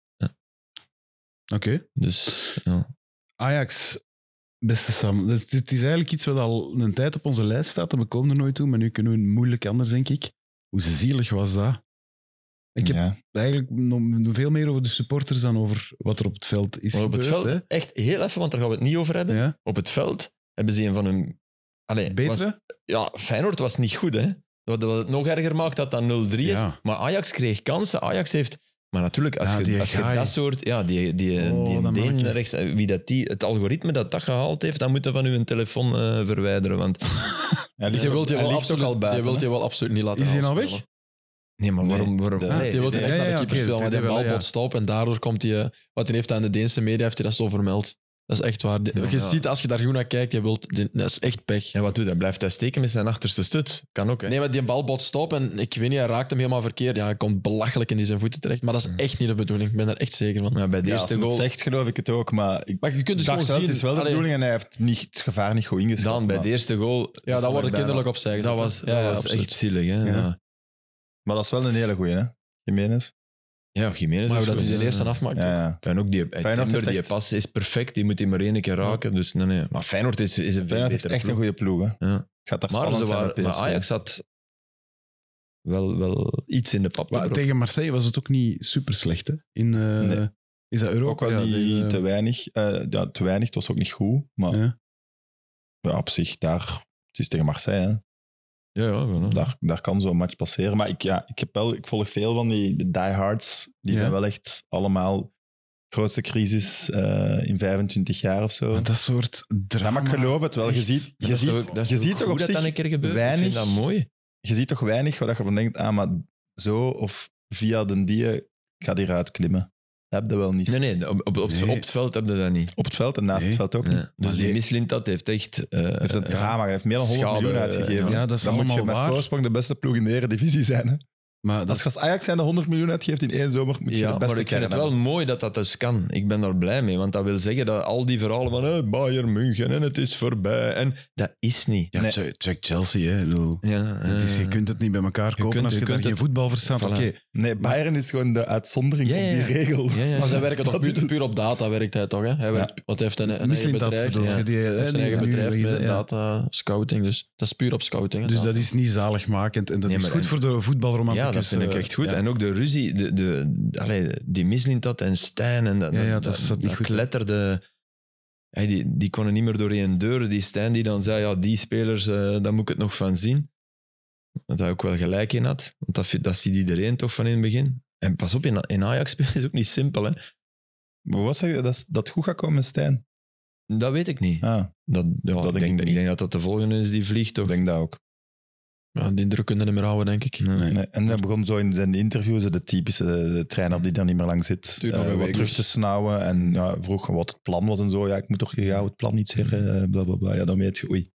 Oké. Dus, ja. Ajax, beste Sam. Het het is eigenlijk iets wat al een tijd op onze lijst staat en we komen er nooit toe, maar nu kunnen we moeilijk anders, denk ik. Hoe zielig was dat? Ik heb Ja. eigenlijk nog veel meer over de supporters dan over wat er op het veld is Maar op het gebeurd. veld, echt heel even, want daar gaan we het niet over hè. hebben. Ja? Op het veld hebben ze een van hun... Allee, Betere? was- ja, Feyenoord was niet goed, hè. Wat, wat het nog erger maakt, dat dat nul drie is. Ja. Maar Ajax kreeg kansen. Ajax heeft... Maar natuurlijk, als, Ja, je, die als je Gaai. dat soort... Ja, die, die, Oh, die dat Deen maak je. rechts... Wie dat die, het algoritme dat dat gehaald heeft, dan moet je van uw telefoon eh, verwijderen. Want... Ja, ligt die ook- wilt je hij wel ligt ook absoluut, al buiten. die wilt hè. je wel absoluut niet laten Is hij al aanspelen. weg? Nee, maar waarom... waarom de- Ah, nee, die wil hij nee, echt ja, naar de ja, keeper oké, spelen, maar dit die wel, bal ja. botst op en daardoor komt hij... Wat hij heeft aan de Deense media, heeft hij dat zo vermeld. Dat is echt waar. Die- Ja, je ja. ziet, als je daar goed naar kijkt, je wilt, die- dat is echt pech. Ja, wat doet hij? Blijft hij steken met zijn achterste stut? Kan ook, hè. Nee, maar die bal botst op en ik weet niet, hij raakt hem helemaal verkeerd. Ja, hij komt belachelijk in die zijn voeten terecht. Maar dat is echt niet de bedoeling. Ik ben er echt zeker van. Ja, bij de Ja, als eerste hij het goal... zegt, geloof ik het ook. Maar ik Maar je kunt dus dacht gewoon wel, zien... het is wel de Allee, bedoeling en hij heeft niet, het gevaar niet goed ingeschat. Dan, bij maar, de eerste goal... Ja, dat vond wordt ik kinderlijk bijna- opzij gezet. Dat was, hè. Ja, dat ja, was absoluut. echt zielig, hè. Ja. Ja, maar dat is wel een hele goeie, hè? Jiménez. ja Jiménez Maar is hoe dat goed. hij de eerste Ja. afmaakt. Ja, ja. En ook die, Feyenoord Timber, heeft die echt- pas is perfect, die moet hij maar één keer raken. Dus nee, nee. Maar Feyenoord is, is een veel Feyenoord heeft betere echt een ploeg. goede ploeg, hè? Ja. Het gaat daar Maar, spannend ze zijn waren, bij maar P S V. Ajax had wel, wel iets in de pap. te Maar brokken. tegen Marseille was het ook niet super slecht, hè? In, eh, Nee. Is dat Europa? Ook wel Ja, niet die, eh, te weinig. Eh, ja, te weinig, het was ook niet goed. Maar ja. ja. op zich, daar, het is tegen Marseille, hè? Ja, ja, wel, hè. Daar, daar kan zo'n match passeren. Maar ik, ja, ik, heb wel, ik volg veel van die de diehards. Die Ja. zijn wel echt allemaal grootste crisis eh, in vijfentwintig jaar of zo. Maar dat soort drama... Ja, maar ik geloof het wel. Je echt. ziet, je Dat is ziet, toch ook- dat is je toch ziet ook toch op goed dat zich dat een keer gebeurt? weinig, Ik vind dat mooi. je ziet toch weinig waar je van denkt, ah, maar zo of via den die gaat hieruit klimmen. heb je wel niet. Nee, nee, op, op, op, Nee. op het veld heb je dat niet. Op het veld en naast Nee. het veld ook Nee. niet. Dus Maar die nee. Mislintat heeft echt... eh, Hij heeft een ja, drama. Hij heeft meer dan honderd Schade, miljoen uitgegeven. ja, dat is Dan moet je allemaal met waar. voorsprong de beste ploeg in de Eredivisie zijn. Hè? Maar dat Als is, je als Ajax zijn de honderd miljoen uitgeeft in één zomer, moet je Ja, de beste maar ik vind kern het wel hebben. mooi dat dat dus kan. Ik ben daar blij mee, want dat wil zeggen dat al die verhalen van eh, Bayern München en het is voorbij, en dat is niet. ja, Nee. check, check Chelsea. Hè. Ik bedoel, Ja, het is, je eh, kunt het niet bij elkaar kopen kunt- als je je daar kunt geen het- voetbal verstaat. Voilà. Oké, Nee, Bayern is gewoon de uitzondering Ja, op ja, die ja. regel. ja, ja. Maar zij werken toch Dat is puur, het. puur op data, werkt hij toch? Hè? Hij werkt, want hij heeft een, een eigen Misschien dat bedrijf. bedoel ja. je. Die, Hij hè, heeft zijn die eigen nu bedrijf weg is, met hè, ja. data scouting. Dus dat is puur op scouting. Hè, Dus data. dat is niet zaligmakend. En dat Nee, is maar goed en- voor de voetbalromanticus. Ja, dat vind ik eh, echt goed. ja. En ook de ruzie, de, de, allee, die Mislintat en Stijn, en dat, Ja, ja, dat zat niet dat goed, hè. kletterde... Hey, die, die konden niet meer door één deur. Die Stijn die dan zei, ja, die spelers, uh, daar moet ik het nog van zien. Dat hij ook wel gelijk in had. Want dat, dat ziet iedereen toch van in het begin. En pas op, in, in Ajax spelen is ook niet simpel. Hè? Maar wat zeg je, dat, is- dat het goed gaat komen met Stijn? Dat weet ik niet. Ah, Dat, ja, Dat ik, denk denk, ik ik niet. denk dat dat de volgende is die vliegt. ik Toch? denk dat ook. Ja, die druk kunnen niet meer houden, denk ik. Nee. Nee. Nee, en hij begon zo in zijn interviews, de typische de trainer die daar niet meer lang zit, Stuurt nog eh, een wat week, terug dus. te snauwen. En ja, vroeg wat het plan was en zo. Ja, ik moet toch jou het plan niet zeggen, eh, bla bla bla. Ja, dan weet je, oei.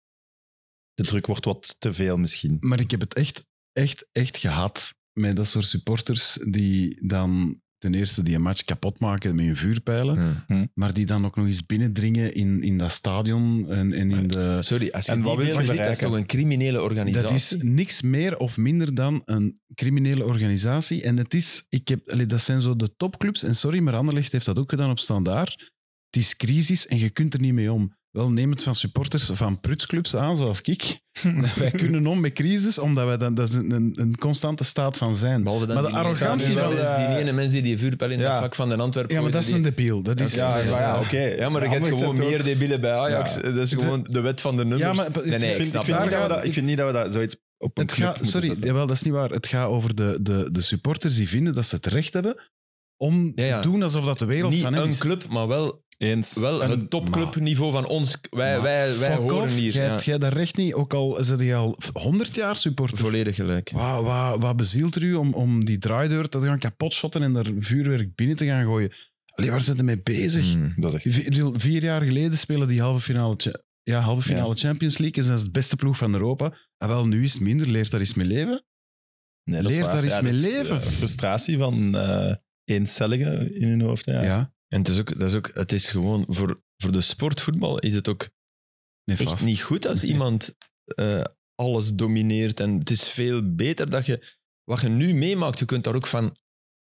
De druk wordt wat te veel misschien. Maar ik heb het echt, echt, echt gehad met dat soort supporters die dan ten eerste die een match kapot maken met hun vuurpijlen, Ja. maar die dan ook nog eens binnendringen in, in dat stadion en, en in de... Sorry, als je En die wat wil je beelden ziet, dat is bereiken? toch een criminele organisatie? Dat is niks meer of minder dan een criminele organisatie. En het is, ik heb, allee, dat zijn zo de topclubs. En sorry, maar Anderlecht heeft dat ook gedaan op Standaard. Het is crisis en je kunt er niet mee om. Wel, neem het van supporters van prutsclubs aan, zoals ik. Wij kunnen om met crisis, omdat wij dan, dat is een, een, een constante staat van zijn. Behalve dan Maar de die arrogantie ene- van, die, eh, die ene mens die die vuurpijl in ja. het vak van de Antwerpen Ja, maar dat is gooide, een die- debiel. Dat is, Ja, maar ja, oké. Ja, maar je De hebt andere gewoon zegt ook- meer debielen bij Ajax. Ja. Dat is gewoon de wet van de nummers. Ja, maar het- nee, nee, ik ik Ik vind, snap ik, vind het. niet dat we Daar dat, ik vind niet dat we dat zoiets op een het club gaat, moeten sorry, zetten. jawel, dat is niet waar. Het gaat over de, de, de supporters die vinden dat ze het recht hebben om Ja, ja. te doen alsof dat de wereld Niet van hen een is. club, maar wel, Eens. wel Een- het topclubniveau van ons. Wij, Maar wij, wij fuck horen off, hier. Jij Ja, hebt jij dat recht niet, ook al zit je al honderd jaar supporter. volledig gelijk. Wat, wat, wat bezielt er u om, om die draaideur te gaan kapotschotten en daar vuurwerk binnen te gaan gooien? Allee, waar zijn ze mee bezig? Hmm. Dat is echt... Vier, vier jaar geleden spelen die halve finale, cha- ja, halve finale Champions League en zijn ze het beste ploeg van Europa. En wel, nu is het minder. Leert daar eens mee leven. Nee, dat is Leer waar. daar eens Ja, mee dat is, leven. eh, frustratie van eh eencelligen in hun hoofd. Ja. Ja, En het is, ook, dat is ook, het is gewoon, voor, voor de sportvoetbal is het ook nee, echt vast. niet goed als iemand eh, alles domineert. En het is veel beter dat je, wat je nu meemaakt, je kunt daar ook van,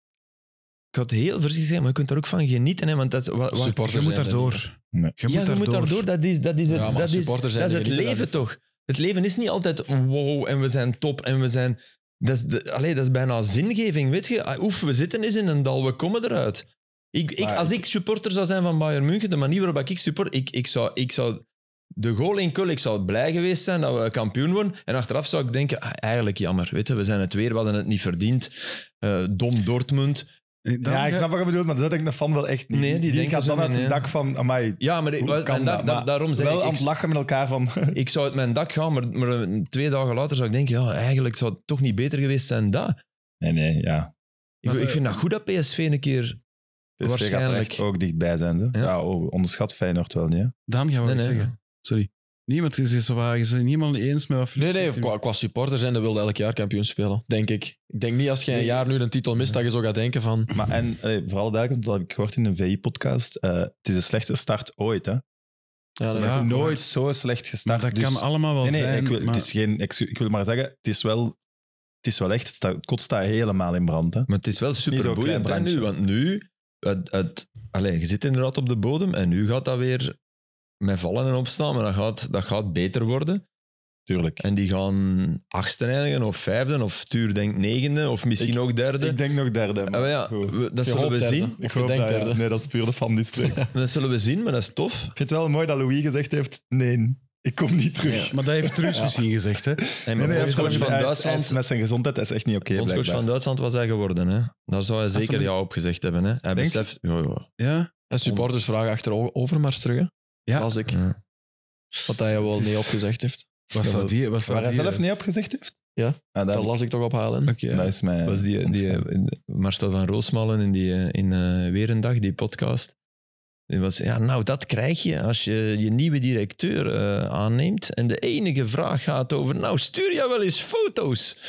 ik had heel voorzichtig zijn, maar je kunt daar ook van genieten. Hè, want dat, wat, wat- Supporters Je moet zijn er daardoor. Nee. Je ja, moet je moet daardoor. daardoor, dat is, dat is het, Ja, maar dat is, supporters zijn dat is het die genieten leven daar toch. Het leven is niet altijd wow en we zijn top en we zijn... Dat is, de, allee, dat is bijna zingeving, weet je. Oef, we zitten eens in een dal, we komen eruit. Ik, ik, Maar als ik- ik supporter zou zijn van Bayern München, de manier waarop ik support, ik, ik, zou, ik zou... De goal in Kul, ik zou blij geweest zijn dat we kampioen worden. En achteraf zou ik denken, ah, eigenlijk jammer. Weet je, we zijn het weer, we hadden het niet verdiend. Eh, dom Dortmund. Dan Ja, ik ga- snap wat je bedoelt, maar dat denk ik van wel echt niet. Nee, die denken gaat zo dan uit niet, zijn nee. dak van, amai, Ja, maar ik- hoe kan en da- dat? da- Maar daarom zeg wel ik... aan ik het lachen met elkaar van... Ik zou uit mijn dak gaan, maar, maar twee dagen later zou ik denken, ja, eigenlijk zou het toch niet beter geweest zijn dat. Nee, nee, ja. Ik, Maar, ik vind dat goed dat P S V een keer... P S V gaat er Waarschijnlijk. echt ook dichtbij zijn. Ze. Ja. Ja, oh, onderschat Feyenoord wel niet. Hè? Dan gaan we Nee, het nee. zeggen. Sorry. Niemand is het zo waar. Je bent niet helemaal eens met wat Nee, Filip nee, zegt. qua, qua supporter zijn, dat wilde elk jaar kampioen spelen. Denk ik. Ik denk niet als je een Nee. jaar nu een titel mist, dat je zo gaat denken van... Maar en eh, vooral duidelijk, dat heb ik gehoord in een V I-podcast, eh het is de slechtste start ooit. Hè? Ja, dat Ja, Ja, nooit correct. zo slecht Maar gestart. dat dus- kan allemaal wel Nee, nee, zijn. ik, wil, maar- het is geen, excu- ik wil maar zeggen, het is wel, het is wel echt, het, staat, het kot staat helemaal in brand. Hè? Maar het is wel niet zo'n super boeiend klein hè, nu, brandje. want nu... Het, het, allez, je zit inderdaad op de bodem en nu gaat dat weer met vallen en opstaan, maar dat gaat, dat gaat beter worden. Tuurlijk. En die gaan achtste eindigen, of vijfde, of Tuur denkt negende, of misschien Ik- ook derde. Ik denk nog derde. Ah, Maar maar ja, goed. we- dat Je zullen we hoopt derde. zien. Ik Of je hoop denkt dat, ja. derde. Nee, dat is puur de fan die spreekt. Dat zullen we zien, maar dat is tof. Ik vind het wel mooi dat Louis gezegd heeft, nee, ik kom niet terug. Maar dat heeft Truus misschien gezegd. Hè? En Nee, mijn nee, hij, bondscoach is, van hij is- hij is Duitsland... met zijn gezondheid hij is echt niet oké, bondscoach blijkbaar. van Duitsland was hij geworden. Hè? Daar zou hij zeker Absoluut. ja op gezegd hebben. Hè? Hij Denk je? beseft... Ja, ja. Ja. En supporters vragen achter O- Overmars terug, hè. Ja. Als ik. Ja. Wat hij wel Het is- niet opgezegd heeft. Was dat die? Was Waar dat hij die, zelf eh, nee op gezegd heeft? Ah, dat Dat las ik toch op H L N. Oké, ja. Dat is mij was die, die ontgaan. eh, Marcel van Roosmalen in, die, eh, in uh, Weer een Dag, die podcast. Die was, ja, nou, dat krijg je als je je nieuwe directeur uh, aanneemt. En de enige vraag gaat over, nou, stuur jij wel eens foto's?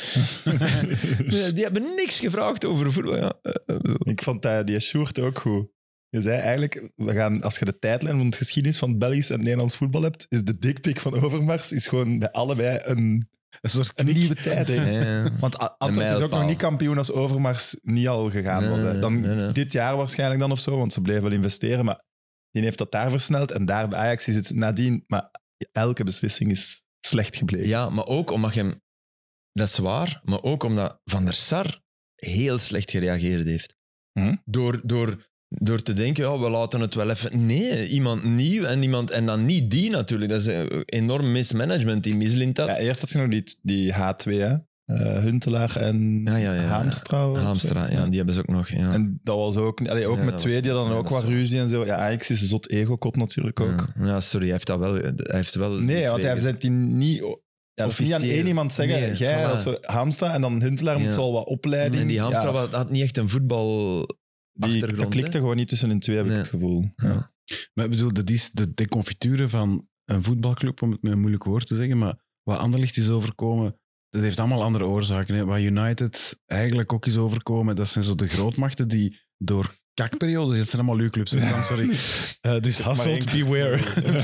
Ja, die hebben niks gevraagd over voetbal. Ja. Ik vond uh, die Sjoerd ook goed. Je zei eigenlijk, we gaan, als je de tijdlijn van de geschiedenis van het Belgisch en het Nederlands voetbal hebt, is de dikpik van Overmars is gewoon bij allebei een, Een soort een nieuwe tijd. Ja. Want A- Antwerpen is ook mijlpaal. nog niet kampioen als Overmars niet al gegaan Nee, was. Hè. nee, Dan, nee, nee. Dit jaar waarschijnlijk dan of zo, want ze bleven wel investeren. Maar die heeft dat daar versneld. En daar bij Ajax is het nadien... Maar elke beslissing is slecht gebleken. Ja, maar ook omdat je hem... Dat is waar, maar ook omdat Van der Sar heel slecht gereageerd heeft. Hm? Door, door, door te denken, ja, we laten het wel even... Nee, iemand nieuw en, iemand, en dan niet die natuurlijk. Dat is een enorm mismanagement, die mislint dat. Ja, eerst had je nog die, die H twee, hè. Uh, Huntelaar en Ja, ja, ja. Haamstra. of zo. Hamstra, ja, die hebben ze ook nog. Ja. En dat was ook... Allee, ook Ja, met dat twee was- die dan ja, ook dat wat is waar. ruzie en zo. Ja, Ajax is een zot ego-kot natuurlijk ook. Ja. Ja, sorry, hij heeft dat wel... Hij heeft wel die Nee, want twee hij gezet. zet die niet... Ja, dat is niet aan Officieel. één iemand zeggen, Nee, jij, voilà. dat is zo Hamstra, en dan Huntelaar moet Ja. zo wel wat opleiding. En die Hamstra Ja, had- had niet echt een voetbal... die, dat achtergrond, klikte hè? gewoon niet tussen hun twee, heb Nee. ik het gevoel. Ja. Ja. Maar ik bedoel, dat is de deconfiture van een voetbalclub, om het met een moeilijk woord te zeggen. Maar wat Anderlecht is overkomen, dat heeft allemaal andere oorzaken. Hè. Wat United eigenlijk ook is overkomen, dat zijn zo de grootmachten die door kakperiodes, het zijn allemaal uw clubs, hè, Sam, sorry. Uh, dus Hasselt, één- beware.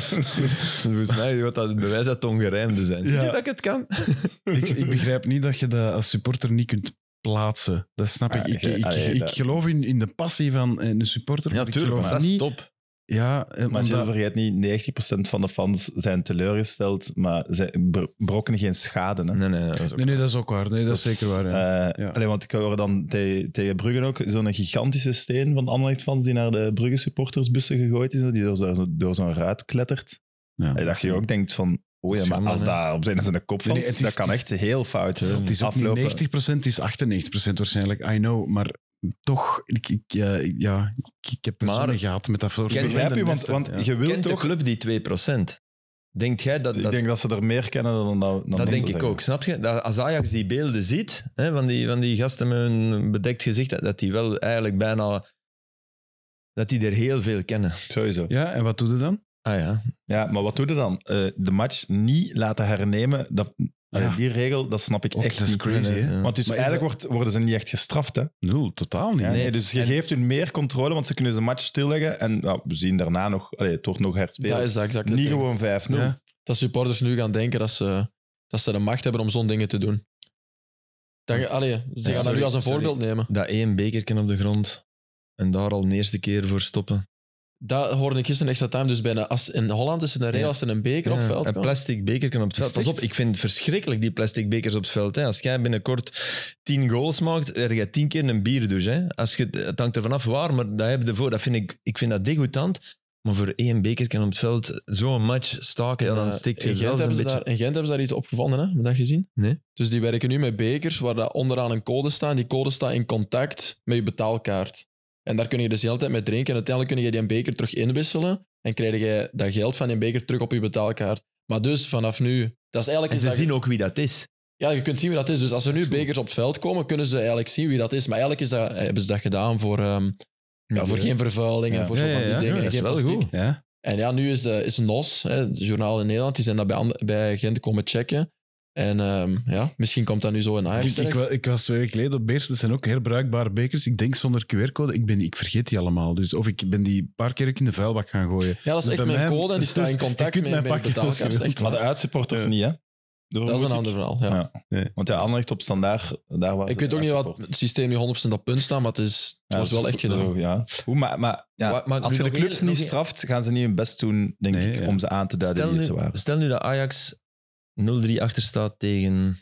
Volgens mij wordt dat het bewijs dat het ongerijmde zijn. Zie je Ja. dat ik het kan? ik, ik begrijp niet dat je dat als supporter niet kunt plaatsen. Dat snap ik. Ah, Ik, je- ik, allee, ik dat- geloof in, in de passie van een supporter, Ja, maar ik tuurlijk, geloof maar dat is niet... top. Ja, eh, Maar je omdat- vergeet niet, negentig procent van de fans zijn teleurgesteld, maar ze bro- berokkenen geen schade. Hè. Nee, nee, dat is ook... nee, nee, dat is ook waar. Nee, dat, is zeker waar. Ja. eh, Ja. allee, want ik hoorde dan te- tegen Brugge ook zo'n gigantische steen van Anderlecht-fans die naar de Brugge supportersbussen gegooid is, die door, zo, door zo'n ruit klettert. Ja. Allee, dat je ook denkt van, oh ja, maar Schande, als hè. daar op zijn, zijn kop Nee, valt, nee, het is- dat kan het echt heel fout Het is, het is ook aflopen. niet negentig procent, het is achtennegentig procent waarschijnlijk. I know, maar toch, ik, ik, ja, ik- ja, ik, ik heb er Maar- zo mee gehad met dat soort Ik begrijp vervelende u, want, nesten, want ja. je wilt Kent de toch... club die twee procent? Denkt jij dat... Ik dat denk dat ze er meer kennen dan dat. Dan dat ze denk ik zeggen. ook, snap je? Dat als Ajax die beelden ziet, hè, van, die, van die gasten met een bedekt gezicht, dat- dat die wel eigenlijk bijna... Dat die er heel veel kennen. Sowieso. Ja, en wat doe je dan? Ah ja. Ja, maar wat doe je dan? Eh, de match niet laten hernemen, dat, allee, die regel, dat snap ik Ook, echt dat is niet. crazy, Nee, nee, hè? ja. Want dus Maar is eigenlijk dat- wordt, worden ze niet echt gestraft. Hè? Nul, totaal niet. Ja, nee, Nee. dus je En- geeft hun meer controle, want ze kunnen de match stilleggen. En ja, we zien daarna nog, allee, het wordt nog herspeeld. Dat is dat exact het niet ding. gewoon vijf nul. Ja. Dat supporters nu gaan denken dat ze, dat ze de macht hebben om zo'n dingen te doen. Dat, je- allee, ze gaan dat sorry, nu als een sorry. voorbeeld nemen. Dat één bekerken op de grond en daar al de eerste keer voor stoppen. Dat hoorde ik gisteren extra time. Dus bijna, als, in Holland is het een regel Ja. als er een beker op Ja, veld een komt. plastic bekerken op het veld. Is het Pas op, ik vind het verschrikkelijk, die plastic bekers op het veld. Hè. Als jij binnenkort tien goals maakt, heb je tien keer een bierdouche. Hè. Als je, het hangt er vanaf waar, maar dat heb je ervoor. Dat vind ik, ik vind dat degoutant. Maar voor één bekerken op het veld, zo'n match staken, ja, dan Eh, stikt je in, Gent zelfs een hebben ze beetje... daar, in Gent hebben ze daar iets op gevonden, hè? Heb je dat gezien? Nee? Dus die werken nu met bekers waar dat onderaan een code staat. Die code staat in contact met je betaalkaart. En daar kun je dus de hele tijd mee drinken. En uiteindelijk kun je die beker terug inwisselen. En krijg je dat geld van die beker terug op je betaalkaart. Maar dus vanaf nu... Dat is eigenlijk En is ze dat- zien ook wie dat is. Ja, je kunt zien wie dat is. Dus als er nu bekers op het veld komen, kunnen ze eigenlijk zien wie dat is. Maar eigenlijk is dat, hebben ze dat gedaan voor, ehm, ja, voor geen vervuiling en Ja. voor zo Ja, van die ja, ja. dingen. Ja, en dat is geen wel plastic. goed. Ja. En ja, nu is, uh, is N O S, hè, het journaal in Nederland, die zijn dat bij, and- bij Gent komen checken. En um, ja, misschien komt dat nu zo in Ajax Ik, ik, terecht. wa- ik was twee weken geleden op Beers, dat zijn ook herbruikbare bekers. Ik denk zonder Q R-code, ik, ben, ik vergeet die allemaal. Dus, of ik ben die een paar keer ook in de vuilbak gaan gooien. Ja, dat is Dus echt bij mijn mij- code en die staat dus in je contact kunt met mij mijn pakken als je betaalkaart. wilt. Echt Maar de waar. uitsupporters Ja. niet, hè? Dat is een ander verhaal, ja. Ja. Nee. Want ja, Anderlecht op standaard, daar waren Ik ze weet ook niet wat uitsupporters. het systeem niet honderd procent op punt staat, maar het, is, het Ja, wordt wel dat echt is- gedaan. Ja. Hoe, maar maar ja, Maar- maar als nu je de nog clubs één- niet nog één- straft, gaan ze niet hun best doen, denk Nee, ik, ja. om ze aan te duiden Stel die het nu, te waren. stel nu dat Ajax nul drie achter staat tegen...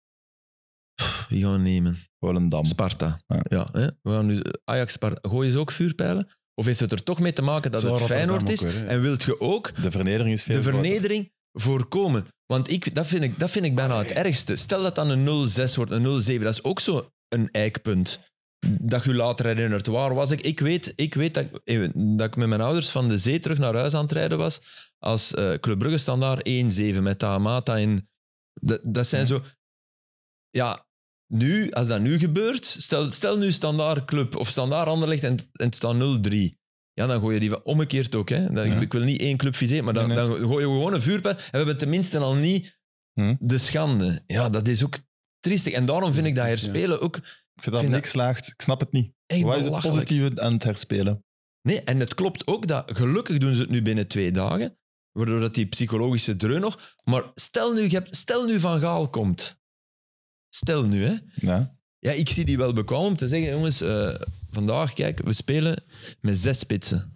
Pff, Wie gaan we nemen? Volendam. Sparta. Ja. Ja, hè? We gaan nu Ajax Sparta. Gooien ze ook vuurpijlen? Of heeft het er toch mee te maken dat Zo het Rotterdam Feyenoord ook is? weer, hè. En wilt je ook De vernedering is veel de groter. vernedering voorkomen? Want ik, dat, vind ik, dat vind ik bijna het ergste. Stel dat dan een nul zes wordt, een nul zeven. Dat is ook zo een eikpunt. Dat je later herinnert. Waar was ik? Ik weet, ik weet dat, ik, dat ik met mijn ouders van de zee terug naar huis aan het rijden was. Als uh, Club Brugge Standaard één zeven met Tahamata in... Dat, dat zijn zo... ja, nu, als dat nu gebeurt, stel, stel nu Standaard Club of Standaard Anderlecht en, en het staat nul drie. Ja, dan gooi je die omgekeerd ook. Hè. Dan, Ja. Ik wil niet één club viseren, maar dan, Nee, nee. dan gooi je gewoon een vuurpijl. En we hebben tenminste al niet Hm. de schande. Ja, dat is ook triestig. En daarom vind ik dat herspelen ook Ik vind dat vind niks slaagt. Ik snap het niet. echt Wat is het belachelijk. positieve aan het herspelen? Nee, en het klopt ook dat gelukkig doen ze het nu binnen twee dagen, waardoor dat die psychologische dreun nog... Maar stel nu, je hebt, stel nu Van Gaal komt. Stel nu, hè. Ja. Ja, ik zie die wel bekwaam om te zeggen, jongens, uh, vandaag, kijk, we spelen met zes spitsen.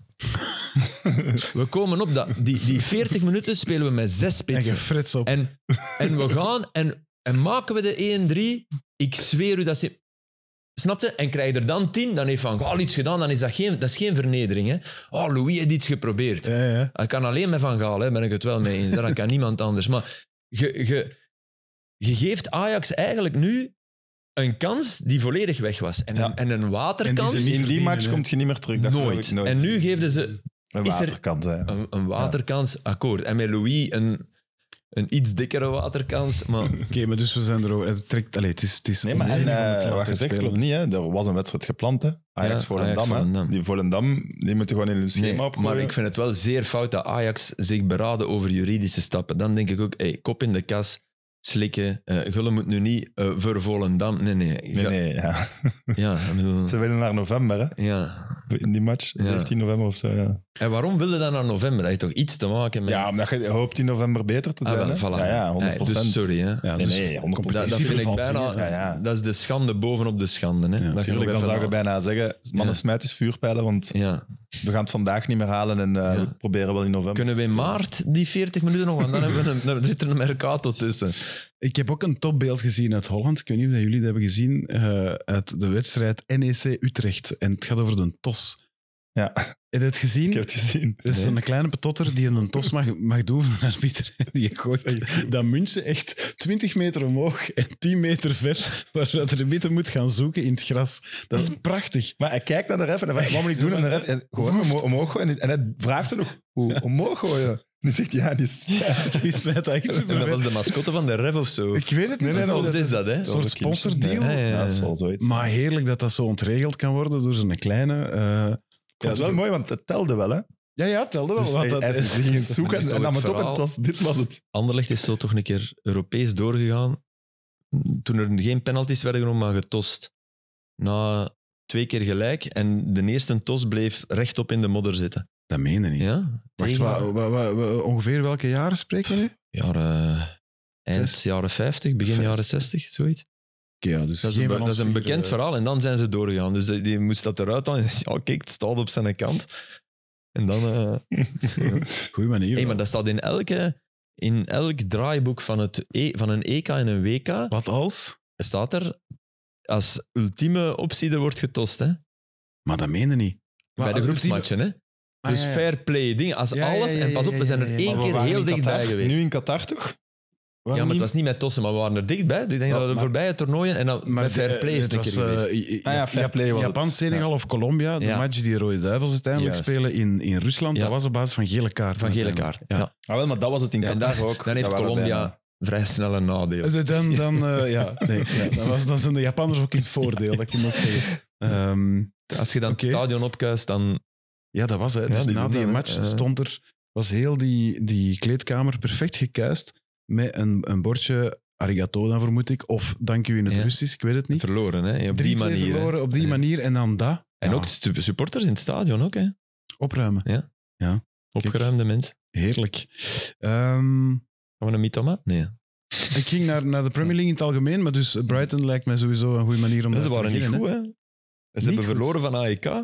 We komen op dat... Die, die veertig minuten spelen we met zes En spitsen. je frits op. En, en we gaan... En, en maken we de één drie, ik zweer u dat ze... Snap je? En krijg je er dan tien, dan heeft Van Gaal iets gedaan, dan is dat geen, dat is geen vernedering. Hè? Oh, Louis heeft iets geprobeerd. Ja, ja. Dat kan alleen met Van Gaal, hè, ben ik het wel mee eens. Dat kan niemand anders. Maar je, je, je geeft Ajax eigenlijk nu een kans die volledig weg was. En, Ja. een, en een En waterkans... die ze niet In die verdienen, match hè. kom je niet meer terug. Dat geloof nooit. ik nooit. En nu geven ze Een is er- waterkant, hè. een, een waterkans, akkoord. En met Louis een, een iets dikkere waterkans. Maar Oké, maar dus we zijn er ook... Het trekt... Allee, het is, het is Nee, maar en, onzinnig om het eh, te wat laten je zegt spelen. klopt niet. Hè. Er was een wedstrijd gepland. Hè. Ajax Ja, Volendam. Ajax hè. Volendam. Die Volendam die moeten gewoon in hun schema nee, opgooien. maar ik vind het wel zeer fout dat Ajax zich beraden over juridische stappen. Dan denk ik ook, hey, kop in de kas, slikken. Uh, Gulle moet nu niet uh, voor Volendam. Nee, nee. Nee, Ja, nee, ja. ja, ik bedoel, Ze willen naar november, hè. ja. In die match. Ja. zeventien november of zo, ja. En waarom wilde dat naar november? Dat heeft toch iets te maken met... Ja, omdat je hoopt in november beter te Ah, zijn. wel, hè. voilà. Ja, ja, honderd Hey, procent. dus sorry, hè. Ja, Nee, dus nee, honderd procent. Dat, dat vind ik Competitievervalsing, bijna... ja, ja. Dat is de schande bovenop de schande. Hè. Ja, Dat je nog Tuurlijk, dan even zou je aan- bijna zeggen, mannen, Ja. smijt is vuurpijlen, want Ja. we gaan het vandaag niet meer halen en uh, Ja. we proberen wel in november. Kunnen we in maart die veertig minuten nog? Want dan hebben we een, dan zit er een Mercato tussen. Ik heb ook een topbeeld gezien uit Holland. Ik weet niet of jullie dat hebben gezien. Uh, uit de wedstrijd N E C Utrecht. En het gaat over de T O S. Ja. Heb je het gezien? Ik heb het gezien. Dat is Nee. zo'n kleine petotter die een tos mag, mag doen van een arbiter. Die gooit dat muntje echt twintig meter omhoog en tien meter ver, waar de arbiter moet gaan zoeken in het gras. Dat is prachtig. Maar hij kijkt naar de ref en hij vraagt, wat moet ik doen? En de ref, en gewoon omhoog, omhoog gooien. En hij vraagt er nog, hoe omhoog gooien? En hij zegt, ja, die is Die smijt dat echt En super dat was vet. de mascotte van de ref of zo. Ik weet het niet. Nee, nee, Zo'n dat Soms is dat, hè. een soort sponsordeal. Ja, ja, ja. Ja, dat is wel zoiets. Maar heerlijk dat dat zo ontregeld kan worden door zo'n kleine... uh, Ja, dat is wel mooi, want het telde wel, hè. Ja, ja, het telde wel. Dus wat hij, dat hij is. ging het zoeken Dat is en, toch en nam het het op en het verhaal? was, dit was het. Anderlecht is zo toch een keer Europees doorgegaan. Toen er geen penalties werden genomen, maar getost. Na twee keer gelijk. En de eerste tos bleef rechtop in de modder zitten. Dat meende niet. Ja? Wacht, Tegen- wa, wa, wa- wa- ongeveer welke jaren spreken we nu? Oké, Jaren, eind Zes. jaren vijftig, begin Vijftig. jaren zestig, zoiets. ja, dus Dat is, geen een, van dat is ons een vier, bekend eh, verhaal. En dan zijn ze doorgegaan. Dus die, die moest dat eruit halen. Ja, kijk, het staat op zijn kant. En dan... eh, Goeie manier. hey, wel. maar dat staat in, elke, in elk draaiboek van, het e, van een E K en een W K. Wat als? Staat er als ultieme optie er wordt getost. Hè? Maar dat meende niet. Bij de groepsmatchen. Hè? Ah, Dus ja, ja. fair play dingen. Als Ja, ja, alles. ja, En pas op, we zijn er ja, ja, ja. één Maar we keer waren heel in dichtbij Qatar. geweest. Nu in Qatar, toch? Ja, maar het was niet met tossen, maar we waren er dichtbij. Ik denk Ja, dat we maar- voorbije toernooien en dan Maar met fair de- play is het het een was, keer eh, geweest. i- i- Ah ja, fair Jap- play was het. Japan, Senegal Ja. of Colombia. De Ja. match die de Rode Duivels uiteindelijk Juist. spelen in, in Rusland, Ja. dat was op basis van gele kaart. Van gele kaart. Ja. Ja. Ah, wel, maar dat was het in Ja, en Qatar dan, ook. dan heeft Dat waren Colombia bijna- vrij snel een nadeel. Eh, Dan, dan, eh, ja, nee, ja, dan, was, dan zijn de Japanners ook in het voordeel, dat kan ik nog zeggen. Ehm, Als je dan Oké. het stadion opkuist, dan... ja, dat was het. Ja, Dus die na doen die dat, hè. match Ja. stond er, was heel die, die kleedkamer perfect gekuist met een, een bordje arigato dan vermoed ik, of dank u in het Ja. Russisch, ik weet het niet. Verloren, hè? Op Drie, die twee manier. hè. verloren op die Ja. manier en dan dat. En Ja, ook stu- supporters in het stadion ook, hè? opruimen. Opgeruimde mensen. Heerlijk. Ehm, Gaan we een Mitoma? Nee. ik ging naar, naar de Premier League in het algemeen, maar dus Brighton lijkt mij sowieso een goede manier om Ze daar te waren niet beginnen, goed, hè. hè? Ze Niet hebben goed. verloren van A E K.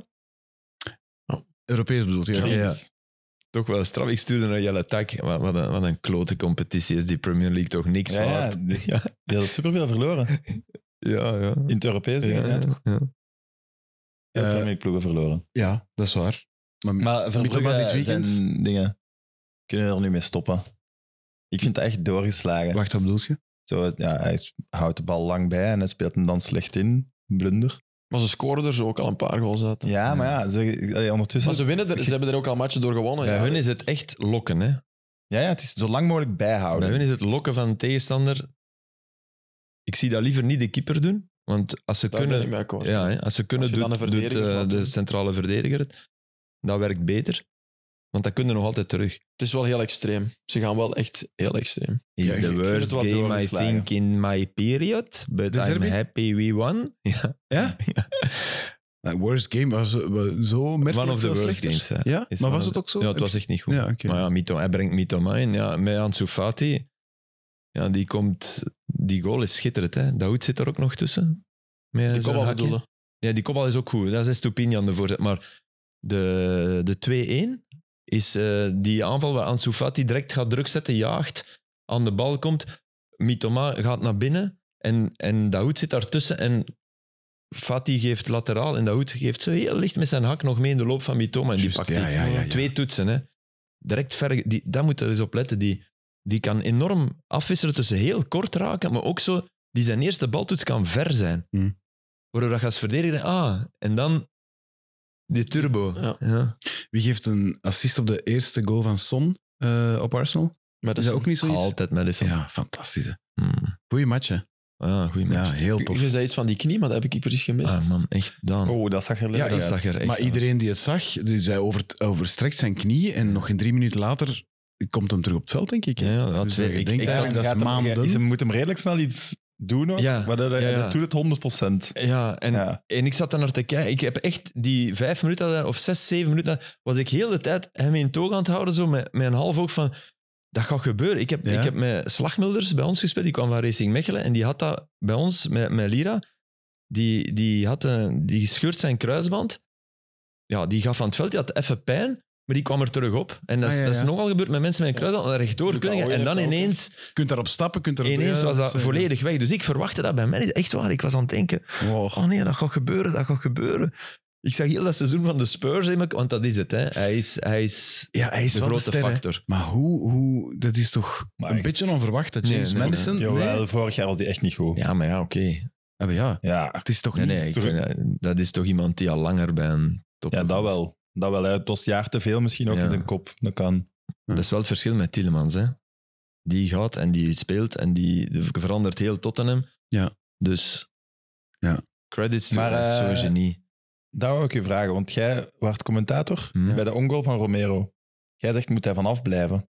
Europees bedoeld, ja. oké, ja. Jezus. Toch wel straf. Ik stuurde naar Jelle Tak. Wat, wat, een, wat een klote competitie is die Premier League toch niks Ja, ja, waard. die- Ja, Die hadden superveel verloren. ja. ja. In het Europees, ja, ja, toch? ja. Ja, Eh, Premier League ploegen verloren. Ja, dat is waar. Maar, Maar Mitoma Verbrugge dit weekend? zijn dingen... Kunnen we er nu mee stoppen? Ik vind het echt doorgeslagen. Wacht, wat bedoel je? Zo, ja, hij houdt de bal lang bij en hij speelt hem dan slecht in. Blunder. Maar ze scoren er zo ook al een paar goals uit. Ja, maar ja, ze, allee, ondertussen... Maar ze, winnen er, ze hebben er ook al matchen door gewonnen. Bij ja. hun is het echt lokken. Hè? Ja, ja, het is zo lang mogelijk bijhouden. Bij hun is het lokken van de tegenstander. ik zie dat liever niet de keeper doen. Want als ze Daar kunnen... ben ik mee akkoord. Ja, hè, als ze kunnen, Als je dan doet, een doet verdediger uh, laat de doen. centrale verdediger het. Dat werkt beter. Want dat kun je nog altijd terug. Het is wel heel extreem. Ze gaan wel echt heel extreem. Is Ja, ik the vind worst het wel game I doorgeslagen. think in my period, but De I'm Serbië? happy we won. Ja. Ja? Nou, worst game was uh, zo merkelijk One of the veel worst slechter. games. Hè. Ja? Is Maar one was of het ook zo? Ja, het was echt niet goed. Ja, oké. Maar ja, Mito, hij brengt Mitoma in. Ja, met Ansu Fati. Ja, die komt... Die goal is schitterend. Hè. Daoud zit er ook nog tussen. Met Die zo'n kopbal hakje. bedoelde. Ja, die kopbal is ook goed. Dat is Estupinian de voorzet. Maar de, de twee-één is uh, die aanval waar Ansu Fati direct gaat druk zetten, jaagt, aan de bal komt. Mitoma gaat naar binnen en, en Daoud zit daartussen en Fati geeft lateraal en Daoud geeft zo heel licht met zijn hak nog mee in de loop van Mitoma. En die Juist, pakt ja, die ja, ja, ja. twee toetsen. Hè. Direct ver, die, daar moet je eens op letten. Die, die kan enorm afwisselen tussen heel kort raken, maar ook zo, die zijn eerste baltoets kan ver zijn. Hmm. Waardoor dat je als verdediger denkt, ah, en dan die turbo. Ja. Ja. Wie geeft een assist op de eerste goal van Son uh, op Arsenal? Maar dat Is is dat ook niet zoiets? Altijd Madison. Ja, fantastisch. Hè. Hmm. Goeie match, hè? Ah, goeie Ja, match. heel Je tof. zei iets van die knie, maar dat heb ik precies gemist. Ah, man, echt dan. Oh, dat zag er Ja, lekker dat uit. zag er echt Maar uit. iedereen die het zag, die zei over, overstrekt zijn knie en nog geen drie minuten later komt hem terug op het veld, denk ik. hè. Ja, ja, dat dus weet je ik. denkt Ik eigenlijk, dat is Gaat hem- maanden. Is, hem moet hem redelijk snel iets doen ook. Ja, Maar dat, dat, ja, ja. dat doet het honderd procent. Ja, en, Ja. en ik zat daar naar te kijken. Ik heb echt die vijf minuten, daar, of zes, zeven minuten, was ik heel de tijd hem in toog aan het houden, zo met, met een half oog van, dat gaat gebeuren. Ik heb, Ja. ik heb met Slagmulders bij ons gespeeld, die kwam van Racing Mechelen, en die had dat bij ons, met, met Lira, die, die, had een, die scheurt zijn kruisband. Ja, die gaf van het veld, die had even pijn, maar die kwam er terug op. En dat is, Ah, ja, dat is ja. nogal gebeurd met mensen met een kruisband, dat rechtdoor Luca kunnen gaan. En Ooyen dan heeft dat ook, ineens, Je kunt daarop stappen, kunt er ineens ja, was dat is, eh, volledig weg. Dus ik verwachtte dat bij mij. Echt waar, ik was aan het denken, wow. oh nee, dat gaat gebeuren, dat gaat gebeuren. Ik zag heel dat seizoen van de Spurs in me, want dat is het. Hè. Hij is, hij is Ja, hij is de wel de grote ster, hè. factor. Maar hoe, hoe... Dat is toch Maar een ik- beetje onverwacht, dat James Nee, nee, Madison... Jawel, Nee. vorig jaar was hij echt niet goed. Ja, maar ja, oké. Ja, maar ja, Ja, het is toch Nee, niet... nee, ik toch- vind, eh, dat is toch iemand die al langer bij een top ja dat wel. Dat wel. hè. Het was het jaar te veel misschien ook Ja. in zijn kop. Dat kan. Dat is wel het verschil met Tielemans. Hè. Die gaat en die speelt en die verandert heel Tottenham. Ja. Dus Ja. credits to Maar, hem, eh, zo'n genie. Dat wou ik je vragen, want jij was commentator Hm. bij de ongoal van Romero. Jij zegt, moet hij vanaf blijven.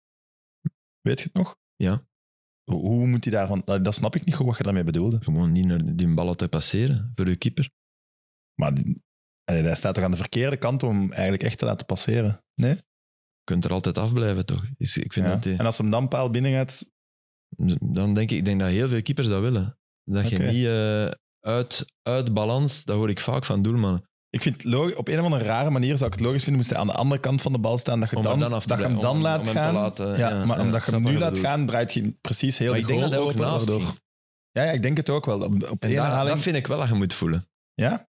Weet je het nog? Ja, Hoe, hoe moet hij daarvan... Dat dat snap ik niet goed wat je daarmee bedoelde. gewoon niet naar die bal te passeren voor uw keeper. Maar die- allee, hij staat toch aan de verkeerde kant om hem eigenlijk echt te laten passeren? Nee? Je kunt er altijd afblijven, toch? Dus ik vind Ja. dat die- En als hem dan paal binnen gaat... Dan denk ik, ik denk dat heel veel keepers dat willen. Dat je Oké. niet eh, uit, uit balans, dat hoor ik vaak van doelmannen. Ik vind het logisch, op een of andere rare manier zou ik het logisch vinden, moest hij aan de andere kant van de bal staan, dat je, Om dan, hem dan af te dat je hem blijven, dan om- laat om hem te gaan. laten, ja, ja, maar ja, omdat ik je hem snap nu wat je laat bedoelt. gaan, draait je precies heel Maar de ik denk dat hij goal ook open, naast waardoor- ging. Ja, ja, ik denk het ook wel. Op, op En één dat, herhaling... dat vind ik wel dat je moet voelen. Ja?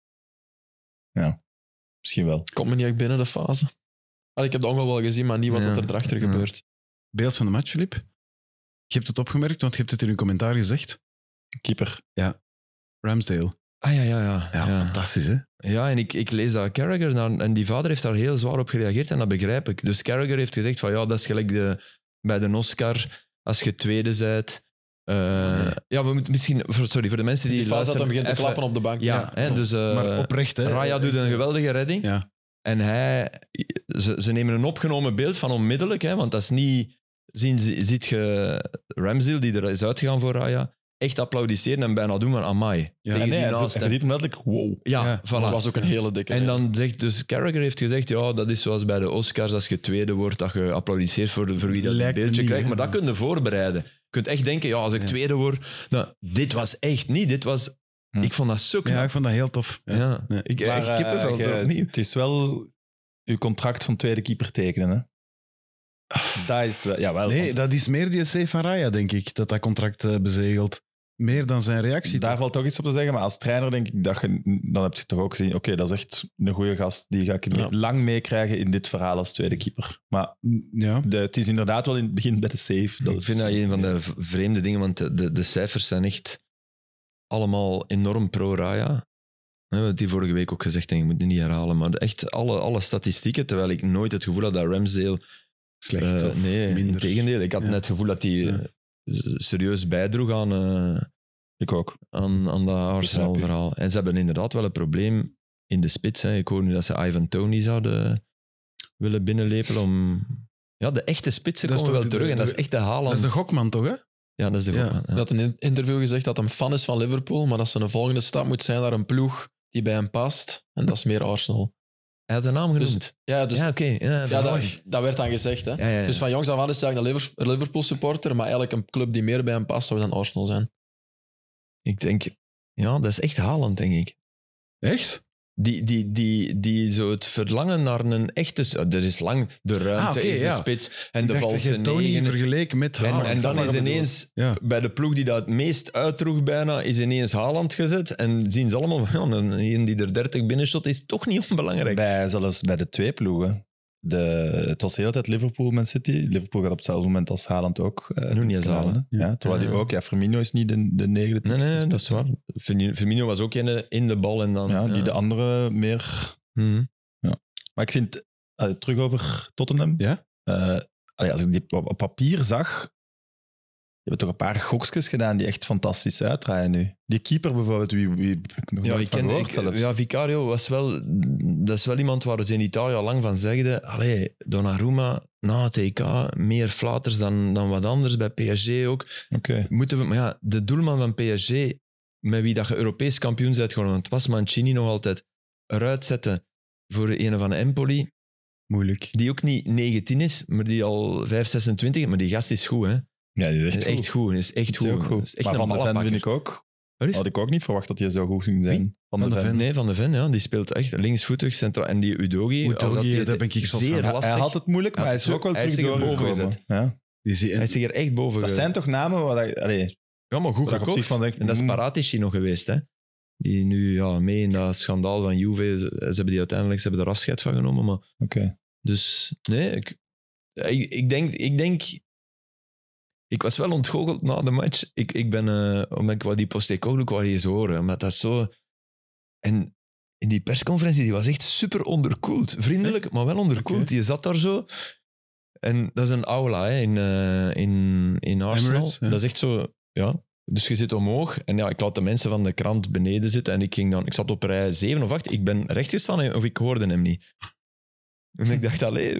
Ja, misschien wel. Komt me niet echt binnen de fase. Allee, ik heb de ongoal wel gezien, maar niet wat Ja. er erachter Ja. gebeurt. Beeld van de match, Filip. Je hebt het opgemerkt, want je hebt het in je commentaar gezegd. Keeper. Ramsdale. Ah ja, ja, ja. Ja, ja. fantastisch, hè? Ja, en ik, ik lees dat Carragher, daar- en die vader heeft daar heel zwaar op gereageerd en dat begrijp ik. Dus Carragher heeft gezegd van ja, dat is gelijk de, bij de Oscar, als je tweede bent. Eh, Nee. Ja, we moeten misschien, voor- sorry, voor de mensen Die, die, die fase dat hem begint te even- klappen op de bank. Ja, hè, dus eh, maar oprecht, hè? Raya doet Echt, een hè. geweldige redding. Ja. En hij, ze, ze nemen een opgenomen beeld van onmiddellijk, hè, want dat is niet... Zien, ziet je Ramsdale, die er is uitgegaan voor Raya, echt applaudisseren en bijna doen, maar amai. Ja, tegen Ja, nee, die hij doet- naast je hem. ziet hem letterlijk, wow. Ja, Ja, voilà. Dat was ook een hele dikke. En reden. dan zegt dus Carragher heeft gezegd, ja, dat is zoals bij de Oscars, als je tweede wordt, dat je applaudisseert voor, voor wie dat Lijkt een me beeldje niet, krijgt. hè. Maar dat kun je voorbereiden. Je kunt echt denken, ja, als ik Ja. tweede word... Nou, dit was echt niet. Dit was... Hm. Ik vond dat zo knap. Ja, ik vond dat heel tof. Ja. Ja. Nee. Ik Maar echt eh, kippenvel je- er opnieuw. het is wel uw contract van tweede keeper tekenen, hè? Dat is het wel. Jawel, Nee, want dat is meer die C van Raya, denk ik, dat dat contract eh, bezegelt. Meer dan zijn reactie. daar toch? valt toch iets op te zeggen. Maar als trainer denk ik dat je... Dan heb je toch ook gezien, oké, dat is echt een goede gast. Die ga ik Ja. lang meekrijgen in dit verhaal als tweede keeper. Maar Ja. de, het is inderdaad wel in het begin bij de save. Dat Ik is- vind dat een van de v- vreemde dingen, want de, de, de cijfers zijn echt allemaal enorm pro-Raya. We hebben het hier vorige week ook gezegd en je moet het niet herhalen, maar echt alle, alle statistieken, terwijl ik nooit het gevoel had dat Ramsdale... Slecht. eh, of nee, minder. integendeel. Ik had Ja. net het gevoel dat hij Ja. eh, serieus bijdroeg aan, eh, Ik ook. aan, aan dat Arsenal-verhaal. En ze hebben inderdaad wel een probleem in de spits. Hè. Ik hoor nu dat ze Ivan Toney zouden willen binnenlepelen om... Ja, de echte spitsen Dat is komen toch wel de- terug. En de- dat is echt de Haaland. Dat is de gokman toch, hè? Ja, dat is de Ja. gokman, ja. Hij had in een interview gezegd dat hij fan is van Liverpool, maar dat zijn volgende stap moet zijn naar een ploeg die bij hem past. En dat is meer Arsenal. Hij had de naam Dus- genoemd. Ja, dus ja, oké. Ja, ja, dat, zalig. dat werd dan gezegd. Hè. Ja, ja, ja. Dus van jongs af aan is hij eigenlijk een Liver- Liverpool supporter, maar eigenlijk een club die meer bij hem past zou dan Arsenal zijn. Ik denk... Ja, dat is echt Haaland, denk ik. Echt? Die, die, die, die zo het verlangen naar een echte... Er is lang de ruimte, Ah, oké, is de ja. spits en Ik de dacht dat valse je Tony negen. vergeleken met En, Haaland. en dan Dat is maar bedoel. ineens... Ja. Bij de ploeg die dat het meest uitdroeg bijna, is ineens Haaland gezet. En zien ze allemaal van, ja, een die er dertig binnenshot is toch niet onbelangrijk. Bij, zelfs bij de twee ploegen. De, het was de hele tijd Liverpool, Man City. Liverpool gaat op hetzelfde moment als Haaland ook. Uh, Nog niet als Haaland. Ja, terwijl die Ja. ook... Ja, Firmino is niet de, de negende. Nee, nee, typische dat is spits. waar. Firmino Firmino was ook in, in de bal en dan... Ja, die de andere meer... Mhm. Maar ik vind... allee, terug over Tottenham. Ja? Uh, allee, als ik die op, op papier zag... Je hebt toch een paar gokjes gedaan die echt fantastisch uitdraaien nu. Die keeper bijvoorbeeld, wie, wie heb ik nog Ja, nooit ik van ken, gehoord ik, zelfs. ja, Vicario was wel... Dat is wel iemand waar ze in Italië al lang van zegden. Allee, Donnarumma, na het E K, meer flaters dan, dan wat anders. Bij P S G ook. Oké. Moeten we, maar ja, de doelman van P S G, met wie dat je Europees kampioen bent geworden, want het was Mancini nog altijd, eruit zetten voor een van Empoli, Moeilijk. die ook niet negentien is, maar die al vijf, zesentwintig, maar die gast is goed, hè. Ja, die is Echt, echt, echt goed. Is echt Die is goed. ook goed. Is echt Maar een Van de Ven ballenpakker. vind ik ook... Wat is? Had ik ook niet verwacht dat hij zo goed ging zijn. Wie? Van de Van de Ven. Ven. Nee, Van de Ven, ja, die speelt echt linksvoetig, centraal. En die Udogi, Udogi, al dat die daar het ben ik zot zeer van. Hij, lastig. hij had het moeilijk, maar Hij hij had is ook wel het ook- terug hij heeft zich erboven doorgekomen. gezet. Ja. Die zie- Hij is zich er echt boven Dat ge- zijn toch namen waar ik... Allee, Ja, maar goed waar ik op gekocht. zich van denk... En dat is mm, Paratici nog geweest, hè. Die nu ja, mee in dat schandaal van Juve, ze hebben die uiteindelijk ze hebben er afscheid van genomen, maar... Oké. Dus nee, ik, ik, ik, denk, ik denk... Ik was wel ontgoocheld na de match. Ik, ik ben... Uh, omdat ik wou die Postecoglou wou eens horen, maar dat is zo... En in die persconferentie, die was echt super onderkoeld. Vriendelijk, maar wel onderkoeld. Oké. Die zat daar zo. En dat is een aula hè, in, uh, in, in Arsenal. Emirates, ja. Dat is echt zo... Ja. Dus je zit omhoog en ja, ik laat de mensen van de krant beneden zitten en ik ging dan... Ik zat op rij zeven of acht. Ik ben rechtgestaan en- of ik hoorde hem niet. En ik dacht, allee...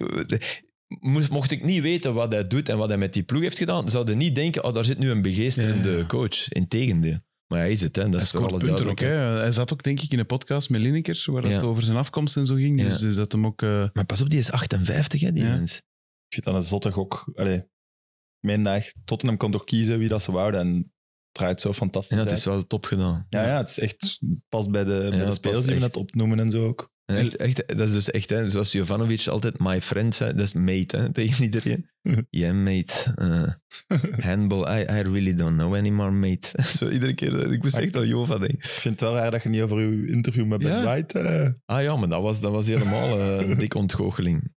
Moest, mocht ik niet weten wat hij doet en wat hij met die ploeg heeft gedaan, zouden niet denken, oh, daar zit nu een begeesterende Ja, ja. coach. Integendeel. Maar hij is het, hè. Dat Hij is voor scoort alle punten ook. duidelijkheid. Hè. Hij zat ook, denk ik, in een podcast met Lineker, waar het Ja. over zijn afkomst en zo ging. Ja. Dus is dat hem ook... eh, Maar pas op, die is achtenvijftig, hè, die Ja. mens. Ik vind dat een zotte gok. Allee, mijn dag. Tottenham kon toch kiezen wie dat ze wouden en het draait zo fantastisch Ja, het uit. is wel top gedaan. Ja, ja, het is echt past bij de, bij de het spelers past die we echt. net opnoemen en zo ook. En echt, echt, dat is dus echt, hè, zoals Jovanovic altijd, my friend zei, dat is mate, hè, tegen iedereen. Yeah, mate. Uh, handball, I, I really don't know anymore, mate. Zo iedere keer, ik moest echt aan Jova denken. Ik vind het wel raar dat je niet over uw interview met Ben Ja. White... eh, Ah ja, maar dat was, dat was helemaal uh, een dikke ontgoocheling.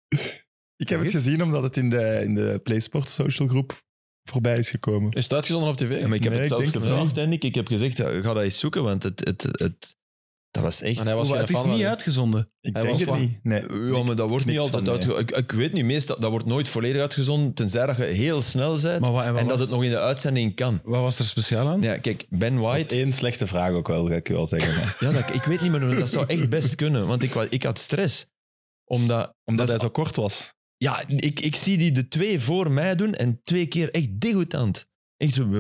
Ik heb Nog het eens? gezien omdat het in de, in de PlaySport social groep voorbij is gekomen. Is het uitgezonden op tv? Ja, maar ik heb Nee, het ik zelf denk het gevraagd, niet. hè, Nick. Ik heb gezegd, ja, ga dat eens zoeken, want het, het, het, dat was echt... Maar hij was oh, geen het is fan van niet hem. uitgezonden. Ik Hij denk was het van- niet. Nee. Ja, maar dat wordt niet Niks altijd van, nee. uitgezonden. Ik, ik weet niet, meestal, dat wordt nooit volledig uitgezonden, tenzij dat je heel snel bent Maar wat, en wat en dat was, het nog in de uitzending kan. wat was er speciaal aan? Ja, kijk, Ben Dat is White... één slechte vraag ook wel, ga ik je wel zeggen. Maar. Ja, dat, ik weet niet meer, dat zou echt best kunnen, want ik, wa- ik had stress. Omdat, Omdat dat hij is- zo kort was. Ja, ik, ik zie die de twee voor mij doen en twee keer echt degoutant. Echt zo,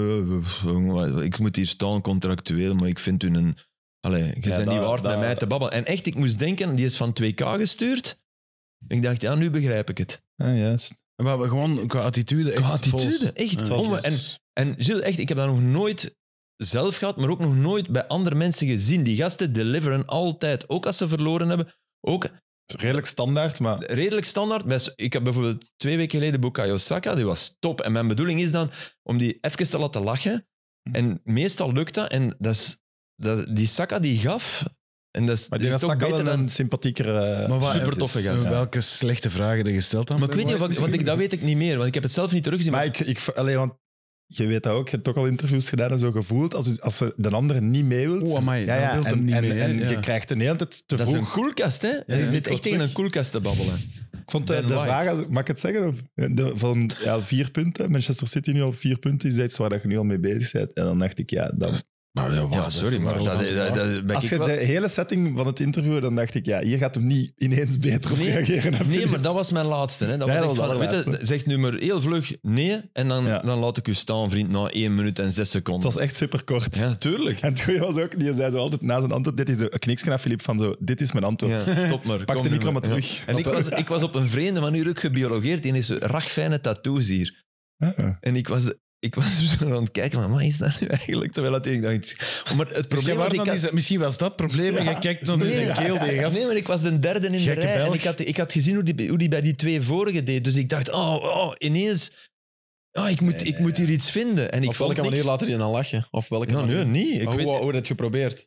eh, eh, ik moet hier staan contractueel, maar ik vind u een... Allee, je Ja, bent dat- niet waard dat- met mij te babbelen. En echt, ik moest denken, die is van twee K gestuurd. Ik dacht, ja, nu begrijp ik het. Ja, juist. Maar we gewoon qua attitude. Echt Qua attitude, vols. echt. Ja. Onwe- en, en Gilles, echt, ik heb dat nog nooit zelf gehad, maar ook nog nooit bij andere mensen gezien. Die gasten deliveren altijd, ook als ze verloren hebben. Ook Redelijk standaard, maar redelijk standaard. Bij- Ik heb bijvoorbeeld twee weken geleden Bukayo Saka, die was top. En mijn bedoeling is dan om die even te laten lachen. En meestal lukt dat. En dat is, dat, die Saka die gaf... En dat is, Maar die ik is denk dat toch Saka beter wel dan... een sympathiekere... Maar wat- Super toffe gast. Ja. Welke slechte vragen je gesteld had. Maar ik weet niet of ik, want ik, dat weet ik niet meer, want ik heb het zelf niet teruggezien. Maar ik, ik, allee, want je weet dat ook, je hebt ook al interviews gedaan en zo gevoeld. Als, als ze de andere niet mee wilt. Oeh, amai, ja, dan ja, wilt en, hem niet en, mee, hè? en Ja. je krijgt de hele tijd te dat is vroeg. een koelkast, hè? ja, je zit ik echt wil tegen terug. een koelkast te babbelen. Ik vond de, Ben de White. vragen, mag ik het zeggen? Of, de, van ja, vier punten. Manchester City nu op vier punten is iets waar dat je nu al mee bezig bent. En dan dacht ik, ja, dat, Maar ja, wow, Ja, dat is sorry, een maar dat, relevante dat, vraag. dat, ben Als ik je wel- de hele setting van het interview, dan dacht ik, ja, hier gaat hem niet ineens beter op Nee, reageren. dan Nee, Filip. maar dat was mijn laatste. Hè. Dat Nee, was dat echt was van, de weet je, allerlaatste. zeg nu maar heel vlug nee en dan, Ja. dan laat ik u staan, vriend, na één minuut en zes seconden. Het was echt super kort. Ja, tuurlijk. En het goeie was ook, die zei zo altijd na zijn antwoord, dit is zo een kniksje naar Filip van zo, dit is mijn antwoord. Ja, stop maar. Pak kom de nu micro maar Ja. terug. En ik was, ik was op een vreemde manier ook gebiologeerd. Die heeft zo ragfijne tattoos hier. Ah. En ik was, ik was zo aan het kijken, maar wat is dat nu eigenlijk? Terwijl dat ik dacht... Maar het Dus probleem jij was... was Ik dan had- niet- misschien was dat het probleem en je kijkt naar Nee. zijn keel, die gast. Nee, maar ik was de derde in de Gekke rij. En Belg. ik had, ik had gezien hoe die, hoe die bij die twee vorige deed. Dus ik dacht, oh, oh ineens... Oh, ik moet, Nee, ik nee, moet hier iets vinden. En ik Op vond welke manier niks. laat hij dan lachen? Of welke Ja, nee, manier? niet. Ik Maar weet, hoe, hoe heb je het geprobeerd?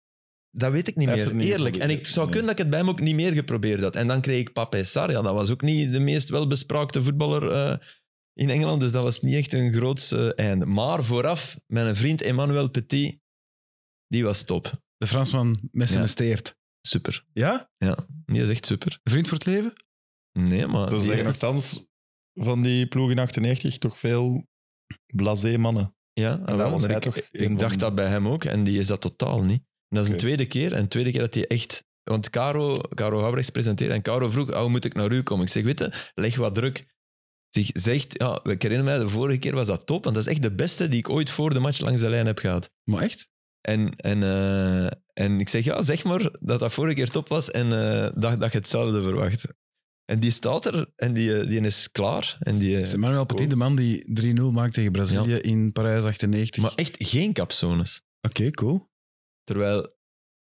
dat weet ik niet Hij heeft meer, het niet eerlijk. En geprobeerd. ik zou Nee. kunnen dat ik het bij hem ook niet meer geprobeerd had. En dan kreeg ik Pape Sarr. Ja, dat was ook niet de meest welbespraakte voetballer eh, in Engeland. Dus dat was niet echt een groots eh, einde. Maar vooraf, mijn vriend Emmanuel Petit, die was top. De Fransman met zijn Ja. steert. Super. Ja? Die is echt super. Vriend voor het leven? Nee, maar... Ze die- zeggen nogthans van die ploeg in achtennegentig toch veel blasé mannen. Ja, En wel, daar was maar hij ik, toch ik een dacht van- dat bij hem ook. En die is dat totaal niet. En dat is Oké. een tweede keer. En de tweede keer dat hij echt... Want Caro, Caro Habrechts presenteerde en Caro vroeg, oh, hoe moet ik naar u komen? Ik zeg, weet je, leg wat druk. Zeg, zegt, ja, ik herinner mij, de vorige keer was dat top. Want dat is echt de beste die ik ooit voor de match langs de lijn heb gehad. Maar echt? En, en, eh, en ik zeg, ja, zeg maar dat dat vorige keer top was en eh, dat, dat je hetzelfde verwacht. En die staat er en die, eh, die is klaar. En die, Het is eh, Emmanuel Petit, de man die drie nul maakt tegen Brazilië in Parijs achtennegentig. maar echt geen capzones. Oké, cool. Terwijl...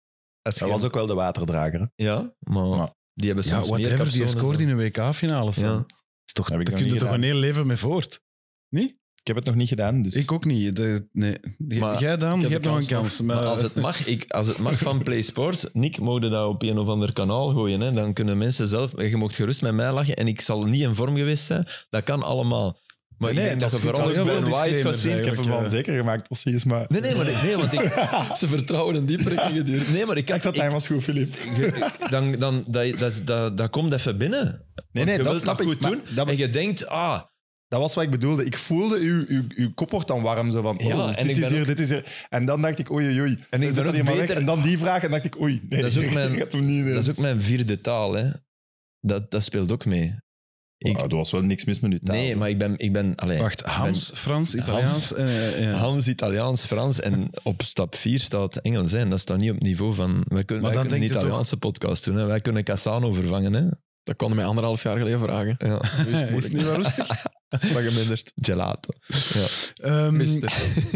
Als Hij je- was ook wel de waterdrager. Hè? Ja, maar Maar- die hebben Ja, soms meer whatever, die capzones scoort dan- in een W K-finale. Ja. Is toch, Heb ik daar nog kun je niet toch een gedaan. heel leven mee voort? Niet? Ik heb het nog niet gedaan, dus... Ik ook niet. De, nee. Maar Jij dan, ik je heb hebt de nog een kans kans. Maar Maar, als het mag, ik, als het mag van Play Sports, Nick, mogen dat op een of ander kanaal gooien. Hè? Dan kunnen mensen zelf... Je mag gerust met mij lachen en ik zal niet in vorm geweest zijn. Dat kan allemaal. Maar Nee, ik denk dat dat, is je goed, vooral dat is Ben heel veel White gaat disclaimers zien. Ik heb hem eigenlijk, wel eh. zeker gemaakt, precies, maar... Nee, nee, maar, ik- nee, want ik... Ze vertrouwen een diepere geduurd. Nee, maar ik, Ik dat ik, hij was goed, Filip. dan, dan, dat, dat, dat, dat komt even binnen. Nee, Want nee, je dat wilt snap dat ik, goed maar doen. dat- En je denkt, ah... Dat was wat ik bedoelde. Ik voelde, uw, uw, uw kop wordt dan warm, zo van, Ja, oh, en dit ik is ben hier, ook- dit is hier. En dan dacht ik, oei, oei, oei. En ik Dan ben zet dat ook hier maar weg. beter- En dan die vraag, en dacht ik, oei, nee. Dat is ook mijn- ik had hem niet ineens. Dat is ook mijn vierde taal, hè. Dat, dat speelt ook mee. Ik, Wauw, er was wel niks mis met uw taal. nee, maar ik ben... Ik ben allee, wacht, Hams, Frans, Italiaans. eh, ja. Hams, Italiaans, Frans en op stap vier staat Engels. Hè. En dat staat niet op niveau van... Wij kunnen, Maar wij dan kunnen een denk je Italiaanse podcast doen. Hè. Wij kunnen Cassano vervangen. Hè. Dat kon hij mij anderhalf jaar geleden vragen. Ja. Nu is het Is het niet moeilijk. wel rustig? Maar geminderd. Gelato. Ehm, Mister.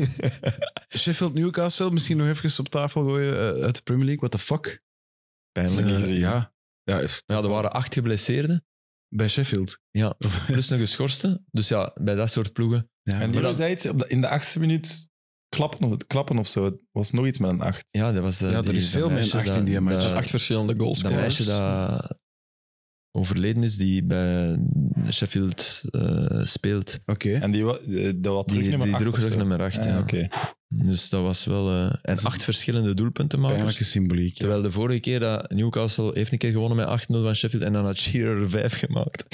Sheffield Newcastle, misschien nog even op tafel gooien eh, uit de Premier League. What the fuck? Pijnlijk. Eh, gezien. ja. Ja, Ja, er waren acht geblesseerden. bij Sheffield. Ja, plus een geschorste. Dus ja, bij dat soort ploegen. Ja, En maar die dan- zei iets, op de- in de achtste minuut klappen of, klappen of zo. Het was nog iets met een acht. Ja, dat was... eh, Ja, er die- is dat veel met een meisje acht dat- in die match. dat- Acht verschillende goals. Dat meisje dat overleden is, die bij Sheffield eh, speelt. Oké. En die, wa- eh, dat was terug Die, nummer die acht droeg of terug zo. nummer acht. Ah, ja. oké. Dus dat was wel... eh, en acht verschillende doelpuntenmakers. Pijnlijke symboliek. Ja. Terwijl de vorige keer dat Newcastle heeft een keer gewonnen met acht nul van Sheffield en dan had Shearer er vijf gemaakt.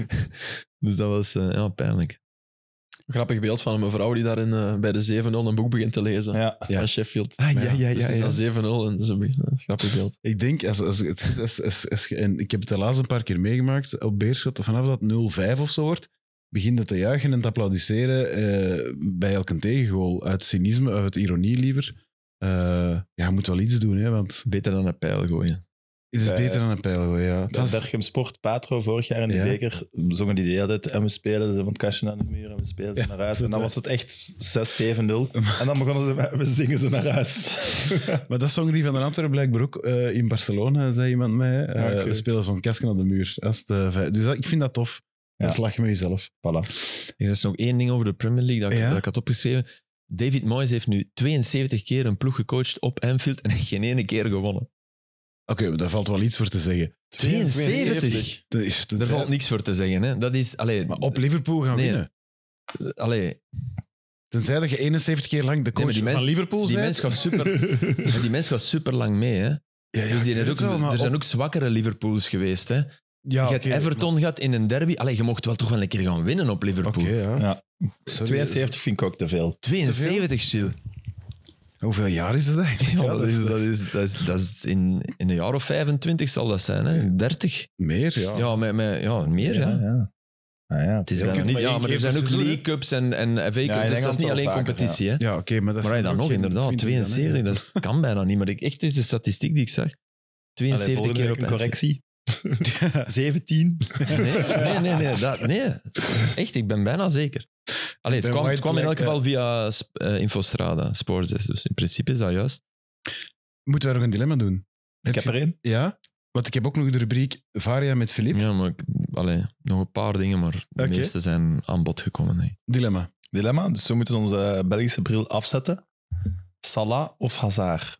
Dus dat was eh, ja, pijnlijk. Grappig beeld van een mevrouw die daarin eh, bij de zeven nul een boek begint te lezen. Ja. Ja. Van Sheffield. Ah, ja, ja, Dus het is dan zeven nul en ze begint- eh, grappig beeld. Ik denk, als, als, het, als, als, als, je- en ik heb het helaas een paar keer meegemaakt, op Beerschot, vanaf dat nul vijf of zo wordt, begint het te juichen en te applaudisseren eh, bij elke tegengoal. Uit cynisme, uit ironie liever. Eh, ja, je moet wel iets doen, hè, want Beter dan een pijl gooien. het is Bij- beter dan een pijl gooien. Ja. Het Bij was- Berchem Sport, Patro, vorig jaar in de Ja. beker, zongen die de hele tijd en we spelen ze van het kastje aan de muur en we spelen ze Ja, naar huis. dat- En dan was het echt zes zeven nul. En dan begonnen ze met, we zingen ze naar huis. Maar dat zong die van de Antwerpen blijkbaar ook eh, in Barcelona, zei iemand mij. Eh, Ja, oké. We spelen zo'n kastje aan de muur. Als het, eh, vijf- dus dat, ik vind dat tof. Ja. Dat slag je met jezelf. Voilà. Er is nog één ding over de Premier League dat ik, Ja? dat ik had opgeschreven. David Moyes heeft nu tweeënzeventig keer een ploeg gecoacht op Anfield en geen ene keer gewonnen. Oké, maar daar valt wel iets voor te zeggen. tweeënzeventig? Dat is, dat Daar is- valt niks voor te zeggen. Hè. Dat is... Allee, maar op Liverpool gaan Nee, winnen. allee, Tenzij dat je eenenzeventig keer lang de coach maar die mens- van Liverpool die bent. mens gaat super, maar die mens gaat super lang mee. Hè. Ja, ja, Dus die ik heeft weet ook, het wel, maar er zijn op- ook zwakkere Liverpools geweest. Hè. Ja, je hebt oké, Everton gehad in een derby. Allee, je mocht wel toch wel een keer gaan winnen op maar- Liverpool. Oké, ja. Ja. Sorry. tweeënzeventig vind ik ook te veel. tweeënzeventig, Gilles. Hoeveel jaar is dat eigenlijk? Ja, dat is, dat is, dat is, dat is in, in een jaar of vijfentwintig zal dat zijn, hè? dertig. Meer, ja. Ja, met, met, ja meer, ja. Ja, ja. Ah, ja. Het is Ja, bijna ook niet, maar ja, één maar keer er zijn per ook seizoen, hè. League Cups en, en F A Cups, in dus dat Engeland is niet wel alleen vaker, competitie. Hè? Ja, oké, maar dat Maar is hij dan nog, geen inderdaad, twintig dan, hè. tweeënzeventig, dat kan bijna niet. Maar ik, echt, dit is de statistiek die ik zag. Allee, tweeënzeventig volgende keer week op een correctie. zeventien. Nee, nee, nee. Nee, dat, nee. Echt, ik ben bijna zeker. Allee, het Ben kwam, het White kwam in elk Black, geval via uh, Infostrada, Sports. Dus in principe is dat juist. Moeten wij nog een dilemma doen? Ik heb je- er één. Ja? Want ik heb ook nog de rubriek Varia met Filip. Ja, maar ik- allee, nog een paar dingen, maar de Oké. meeste zijn aan bod gekomen. Nee. Dilemma. Dilemma, dus we moeten onze Belgische bril afzetten. Salah of Hazard?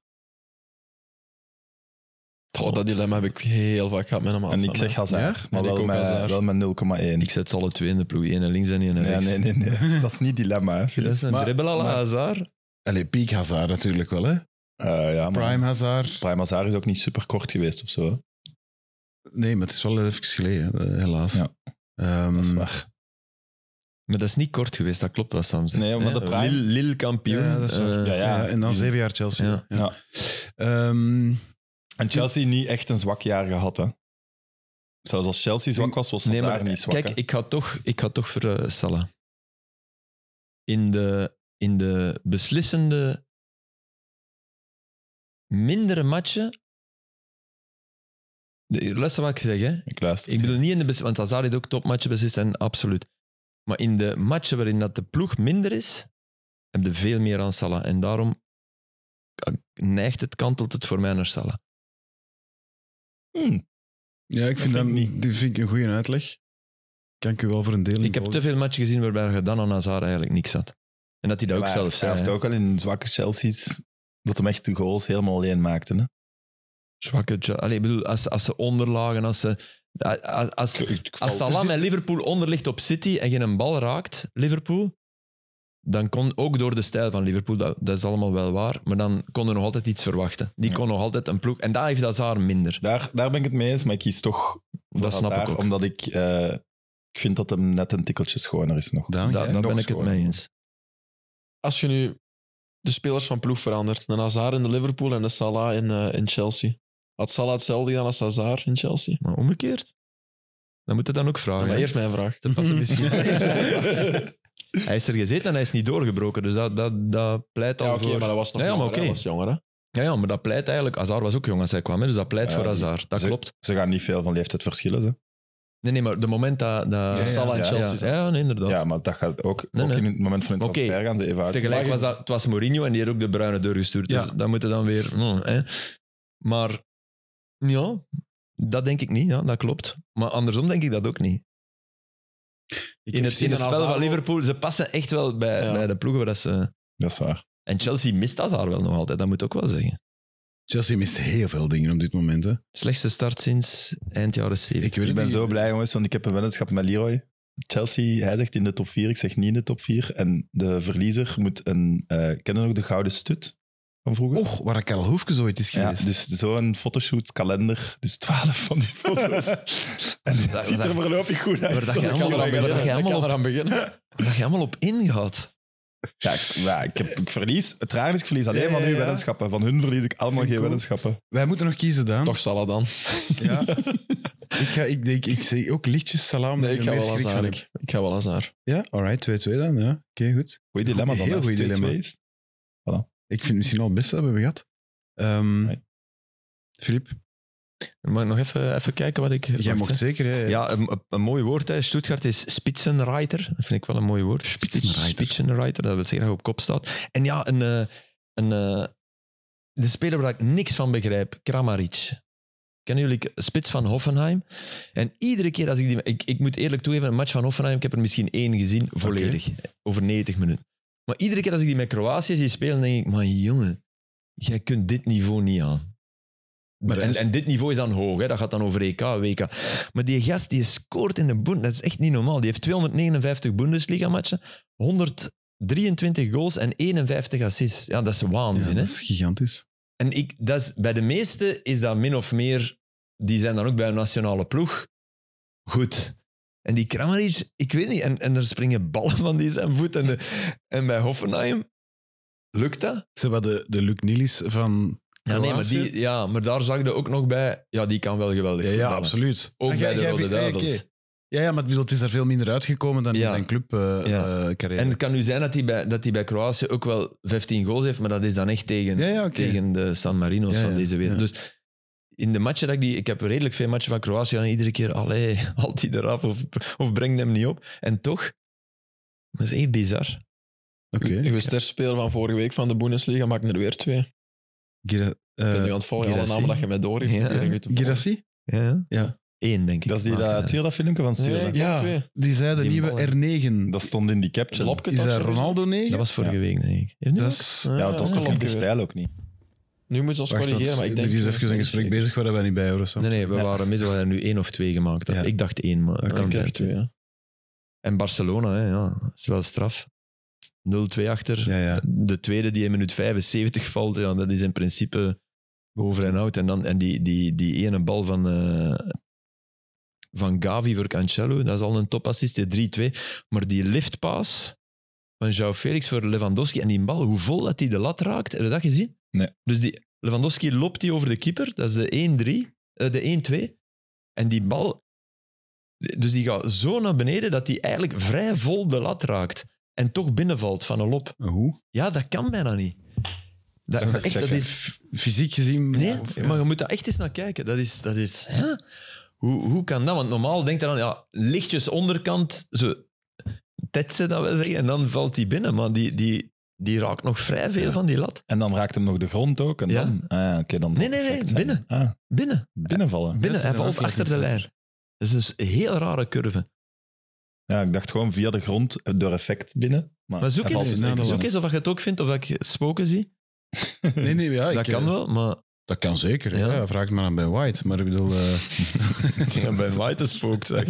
Oh, dat dilemma heb ik heel vaak gehad met een maat En van ik zeg mij. Hazard, Ja? maar En ik wel ook met, Hazard. wel met nul komma één. Ik zet ze alle twee in de ploeg. Eén links en één Nee, rechts. nee, nee, nee. Dat is niet dilemma, hè, Filip. Dat is een Maar- dribbel à la maar- Hazard. Allee, peak Hazard natuurlijk wel, hè? Eh, ja, maar Prime Hazard. Prime Hazard is ook niet super kort geweest of zo. Hè. Nee, maar het is wel even geleden, eh, helaas. Ja. Ehm, Dat is waar. Maar dat is niet kort geweest, dat klopt wat Sam zegt. Nee, maar Hè? de Prime- Lille, Lille kampioen. Ja, dat is waar. eh, Ja, ja. ja, en dan die- zeven jaar Chelsea. Ja. Ja. Ja. Ehm, En Chelsea niet echt een zwak jaar gehad, hè. Zelfs als Chelsea zwak was, was Nee, Hazard maar niet zwak. kijk, hè. ik ga toch, ik ga toch voor uh, Salah. In de, in de beslissende mindere matchen. De, luister wat ik zeg, hè. Ik luister. Ik bedoel niet in de bes- want Hazard heeft ook topmatchen beslist en absoluut. Maar in de matchen waarin dat de ploeg minder is, heb je veel meer aan Salah. En daarom neigt het, kantelt het voor mij naar Salah. Hmm. ja, ik vind vind dat ik niet. die vind ik een goede uitleg. Kan ik u wel voor een deel in Ik heb volgen. te veel matchen gezien waarbij je dan aan Hazard eigenlijk niks had. En dat hij dat Ja, ook maar zelf hij, zei. hij heeft hè. ook wel in zwakke Chelsea's dat hem echt de goals helemaal alleen maakte. Hè. Zwakke Chel- Allee, ik bedoel, als, als ze onderlagen, als ze... Als, als, als Salah met Liverpool onder ligt op City en geen een bal raakt, Liverpool, dan kon ook door de stijl van Liverpool, dat, dat is allemaal wel waar, maar dan kon er nog altijd iets verwachten. Die Ja. kon nog altijd een ploeg... En daar heeft Hazard minder. Daar, daar ben ik het mee eens, maar ik kies toch voor Dat snap Hazard, ik ook. omdat ik, eh, ik vind dat hem net een tikkeltje schoner is nog. Daan, Daar jij? daar nog ben ik het schoner. mee eens. Als je nu de spelers van ploeg verandert, een Hazard in de Liverpool en een Salah in, eh, in Chelsea. Had Salah hetzelfde gedaan als Hazard in Chelsea? Maar omgekeerd? Dan moet je dan ook vragen. Maar hè. eerst mijn vraag. Ze passen misschien... Hij is er gezeten en hij is niet doorgebroken, dus dat, dat, dat pleit al Ja, oké, voor... maar dat was nog Ja, ja, maar jonger. hè. oké. Dat was jonger, hè? Ja, ja, maar dat pleit eigenlijk... Hazard was ook jong als hij kwam, hè, dus dat pleit Ja, voor die- Hazard. Dat ze- klopt. Ze gaan niet veel van leeftijd verschillen. Hè. Nee, nee, maar de moment dat... dat Ja, ja, Salah in ja, Chelsea ja, zat. ja, nee, inderdaad. Ja, maar dat gaat ook, Nee, ook nee. in het moment van het Oké. transfer gaan ze even uit. Tegelijk Maar was dat... Het was Mourinho en die had ook de bruine deur gestuurd. Dus Ja. dan moeten dan weer... mm, hè. Maar ja, dat denk ik niet. Ja, dat klopt. Maar andersom denk ik dat ook niet. Ik In heb het, in zien- het spel Hazard van ook- Liverpool, ze passen echt wel bij, Ja. bij de ploegen waar dat ze... Dat is waar. En Chelsea mist Hazard wel nog altijd, dat moet ik ook wel zeggen. Chelsea mist heel veel dingen op dit moment. Hè. Slechtste start sinds eind jaren zeventig. Ik weet Ik het ben niet. zo blij, jongens, want ik heb een weddenschap met Leroy. Chelsea, hij zegt in de top vier, ik zeg niet in de top vier. En de verliezer moet een... eh kennen nog de Gouden Stut van vroeger? Och, waar Karel Hoefkes ooit is Ja, geweest. dus zo'n fotoshoot, kalender, dus twaalf van die foto's. En het Dat- ziet er dat- voorlopig goed uit. waar dat je Ik kan allemaal- eraan waar dat beginnen. je Ik allemaal kan op- eraan beginnen. Waar je helemaal op ingaat. Ja, ik, ja, ik, heb, ik verlies, het raar is, ik verlies alleen Ja, maar ja, nu ja. weddenschappen. Van hun verlies ik allemaal Vind ik geen cool. weddenschappen. Wij moeten nog kiezen, Daan. Toch Salah dan. Ja. ik, ga, ik, denk, ik zeg ook lichtjes salam. Nee, ik ga wel schrik van Hazard. heb. Ik, ik ga wel Hazard. Ja, alright, twee twee dan. Ja. Oké, goed. Goeie dilemma dan. Heel hè, als goeie het dilemma. twee twee is. Ik vind het misschien al het beste dat we hebben gehad. Ehm Nee. Filip, Mag ik nog even, even kijken wat ik... jij wacht, mocht hè. zeker. Hè. Ja, een, een- een mooi woord. Hè. Stuttgart is Spitzenreiter. Dat vind ik wel een mooi woord. Spitzenreiter. Spitzenreiter, dat wil zeggen dat je op kop staat. En ja, een, eh, een, eh, de speler waar ik niks van begrijp, Kramaric. Kennen jullie spits van Hoffenheim? En iedere keer als ik die... Ik, ik moet eerlijk toegeven, een match van Hoffenheim, ik heb er misschien één gezien, volledig. Over negentig minuten. Maar iedere keer als ik die met Kroatië zie spelen, denk ik, maar jongen, jij kunt dit niveau niet aan. Maar en, is- en dit niveau is dan hoog, hè? Dat gaat dan over E K, W K. Maar die gast die scoort in de Bund, dat is echt niet normaal. Die heeft tweehonderdnegenenvijftig Bundesliga-matchen, honderddrieëntwintig goals en eenenvijftig assists. Ja, dat is waanzin, Ja, hè? dat is gigantisch. En ik, dat is, bij de meeste is dat min of meer... Die zijn dan ook bij een nationale ploeg goed. En die Kramaric, ik weet niet. En, en er springen ballen van die zijn voet. En, de, en bij Hoffenheim... Lukt dat? Ze hebben de, de Luc Nielis van Ja, nee, maar, Kroatië. die, ja, maar daar zag je ook nog bij... Ja, die kan wel geweldig Ja, ja, voetballen. absoluut. Ook Ah, bij jij- de jij Rode vindt- eh, Duivels. oké. Ja, ja, maar ik bedoel, het is er veel minder uitgekomen dan in Ja. zijn clubcarrière. Ja. Uh, carrière. En het kan nu zijn dat hij bij, dat hij bij Kroatië ook wel vijftien goals heeft, maar dat is dan echt tegen, ja, ja, oké. tegen de San Marino's Ja, van ja, deze wereld. ja. Dus in de matchen dat ik die... Ik heb redelijk veel matchen van Kroatië en iedere keer, allee, haalt hij eraf of, of brengt hem niet op. En toch, dat is echt bizar. Oké. Uw sterspeler van vorige week van de Bundesliga maakt er weer twee. Gira- Ik ben eh, nu aan het volgen, alle Girassi. namen dat je mij door heeft. Ja. probeer ik nu te volgen. Girassi? Ja? Ja. Eén, denk ik. Dat is die Maar, dat eh, Tuurla-filmpje van Stuurla. Nee, ik- Ja, twee. die zei de Die nieuwe ballen. R negen. Dat stond in die caption. Lopke Is toch dat sowieso? Ronaldo negen? Dat was vorige Ja. week, denk ik. Heeft die Dat ook? is... Ah, Ja, het was ja, toch Lopke in de weer. stijl ook niet. Nu moet ze ons Wacht, corrigeren, want maar ik er denk... is even een gesprek bezig waar wij niet bij horen. Sam. Nee, nee, we Ja. waren mis, we hadden er nu één of twee gemaakt. Ja. Ik dacht één, maar dat kan kan Ik zijn. krijg twee, ja. En Barcelona, hè, ja, dat is wel straf. nul twee achter. Ja, ja. De tweede die in minuut vijfenzeventig valt, ja, dat is in principe over en out. En, dan, en die, die, die ene bal van, uh, van Gavi voor Cancelo, dat is al een topassist, die drie twee. Maar die liftpass van João Felix voor Lewandowski en die bal, hoe vol dat die de lat raakt, heb je dat gezien? Nee. Dus die, Lewandowski loopt die over de keeper, dat is de één drie, uh, de één twee. En die bal, dus die gaat zo naar beneden dat die eigenlijk vrij vol de lat raakt. En toch binnenvalt van een lop. Hoe? Ja, dat kan bijna niet. Dat, Zou ik echt, dat checken. is, Fysiek gezien... nee, of- maar je moet daar echt eens naar kijken. Dat is... Dat is hè? Hoe, hoe kan dat? Want normaal denkt je dan, ja, lichtjes onderkant, zo tetsen, dat we zeggen, en dan valt die binnen. Maar die, die, die raakt nog vrij veel Ja. van die lat. En dan raakt hem nog de grond ook. En Ja. dan, ah, ja, oké, dan Nee, nee, nee, perfect zijn. binnen. Ah, Binnen. binnenvallen. Binnen. het is Hij een valt achter de lijn. Dat is dus een heel rare curve. Ja, ik dacht gewoon via de grond door effect binnen. Maar, Maar zoek hij valt eens, dus na de echt- zoek lans. eens of je het ook vindt, of ik spoken zie. Nee, nee, ja, Dat ik, kan eh, wel, maar... Dat kan zeker. Ja. Ja. Ja, vraag het maar aan Ben White. Maar ik bedoel... eh, Ja, bij White spookt, zeg.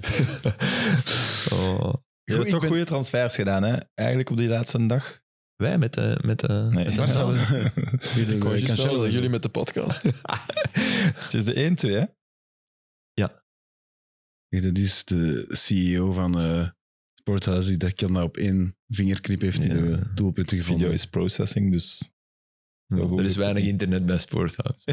Oh. Je hebt ik toch ben- goede transfers gedaan, hè? Eigenlijk op die laatste dag. Wij met de... Met de Nee. met de- Waar zouden Jullie Cancelo zeggen zeggen. jullie met de podcast. Het is de één twee, hè? Ja, dat is de C E O van eh Sporthouse die dat kan dat op één vingerknip heeft die Ja. de doelpunten gevonden. Video is processing, dus... Zo goed Er is het weinig niet. internet bij Sporthouse.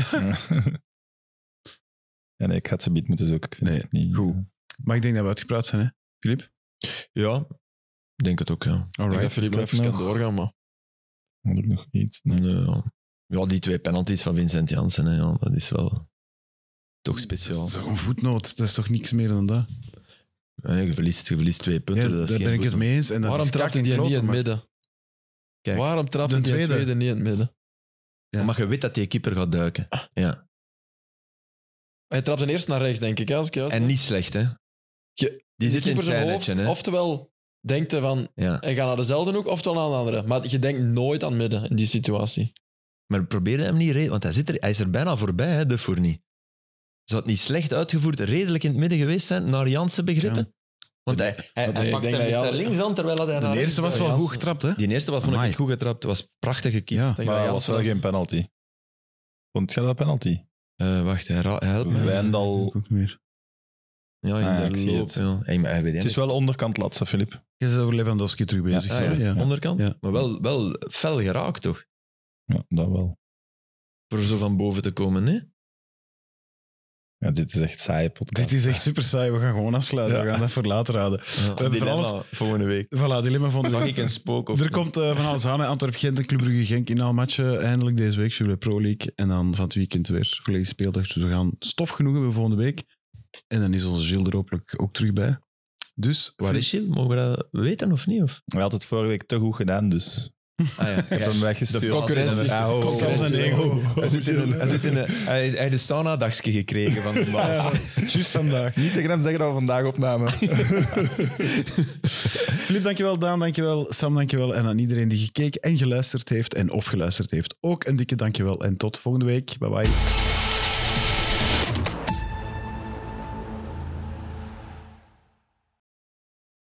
Ja, nee, ik ga het ze moeten zoeken. Ik vind Nee, het niet... goed. Maar ik denk dat we uitgepraat zijn, hè, Filip? Ja, ik denk het ook, ja. Ik denk dat Alright. Philippe ik even heb kan nog- doorgaan, maar... Had ik nog iets? Nee. Nee, ja. Ja, die twee penalties van Vincent Janssen, hè, ja, dat is wel toch speciaal. Dat is toch een voetnoot? Dat is toch niks meer dan dat? Ja, je, verliest, je verliest twee punten. Ja, dat is daar geen ben ik het voetbal. mee eens. En dat Waarom is kak trapte en die niet in kloten, het maar- midden? Kijk, Waarom trapte de die in het tweede. tweede niet in het midden? Ja. Maar je weet dat die keeper gaat duiken. Ja. Hij trapte eerst naar rechts, denk ik, hè, als ik juist En ben. niet slecht, hè. Je- Die zit in keeper het zijn zijnetje, hè. Oftewel denkt hij van, Ja. hij gaat naar dezelfde hoek, oftewel naar de andere. Maar je denkt nooit aan het midden in die situatie. Maar probeer hem niet... re- Want hij, zit er, hij is er bijna voorbij, hè, de Fournie. Zou het niet slecht uitgevoerd, redelijk in het midden geweest zijn, naar Janssen begrippen? Want hij, hij, Want hij ik pakt denk hem met dat zijn Jan- links aan, terwijl hij naar De rechts eerste was duikt. wel Jansen. goed getrapt, hè? Die eerste was vond ik Amai. goed getrapt. Dat was prachtige keeper. Ja. Ik denk Maar dat dat was Jansen wel was- geen penalty. Vond je dat penalty? Eh, wacht, hij ra- hij helpt me. Wijndal... Ook niet meer. Ja, in Ah, de ik zie loop, het. Ja. Hey, maar hij weet Het is wel onderkant latse, Filip. Je bent over Lewandowski terug bezig, Ja, Ah, sorry. ja. Ja. Onderkant. Ja. Maar wel, wel fel geraakt, toch? Ja, dat wel. Voor zo van boven te komen, hè? Ja, dit is echt saaie podcast. Dit is echt super saai. We gaan gewoon afsluiten. Ja. We gaan dat voor later houden. We hebben van alles- volgende week. Voilà, dilemma van de Zag week. ik een spook of Er niet? komt eh, van alles aan. hè. Antwerp-Gent en Club Brugge Genk in alle matchen. Eindelijk deze week, Super Pro League. En dan van het weekend weer volledig speeldag. Dus we gaan stof genoeg hebben volgende week. En dan is onze Gilles er hopelijk ook terug bij. Dus, Waar is Gilles? Mogen we dat weten of niet? Of? Hij had het vorige week te goed gedaan, dus Ah, ja. ik heb hem weggestuurd. De concurrentie. Ja, oh, oh, Concurrentie. oh, oh, oh. Hij zit in een, hij zit in een, hij, hij heeft een sauna-dagje gekregen van de baas. juist vandaag. Niet tegen hem zeggen dat we vandaag opnamen. Filip, dankjewel. Daan, dankjewel. Sam, dankjewel. En aan iedereen die gekeken en geluisterd heeft en of geluisterd heeft, ook een dikke dankjewel. En tot volgende week. Bye bye.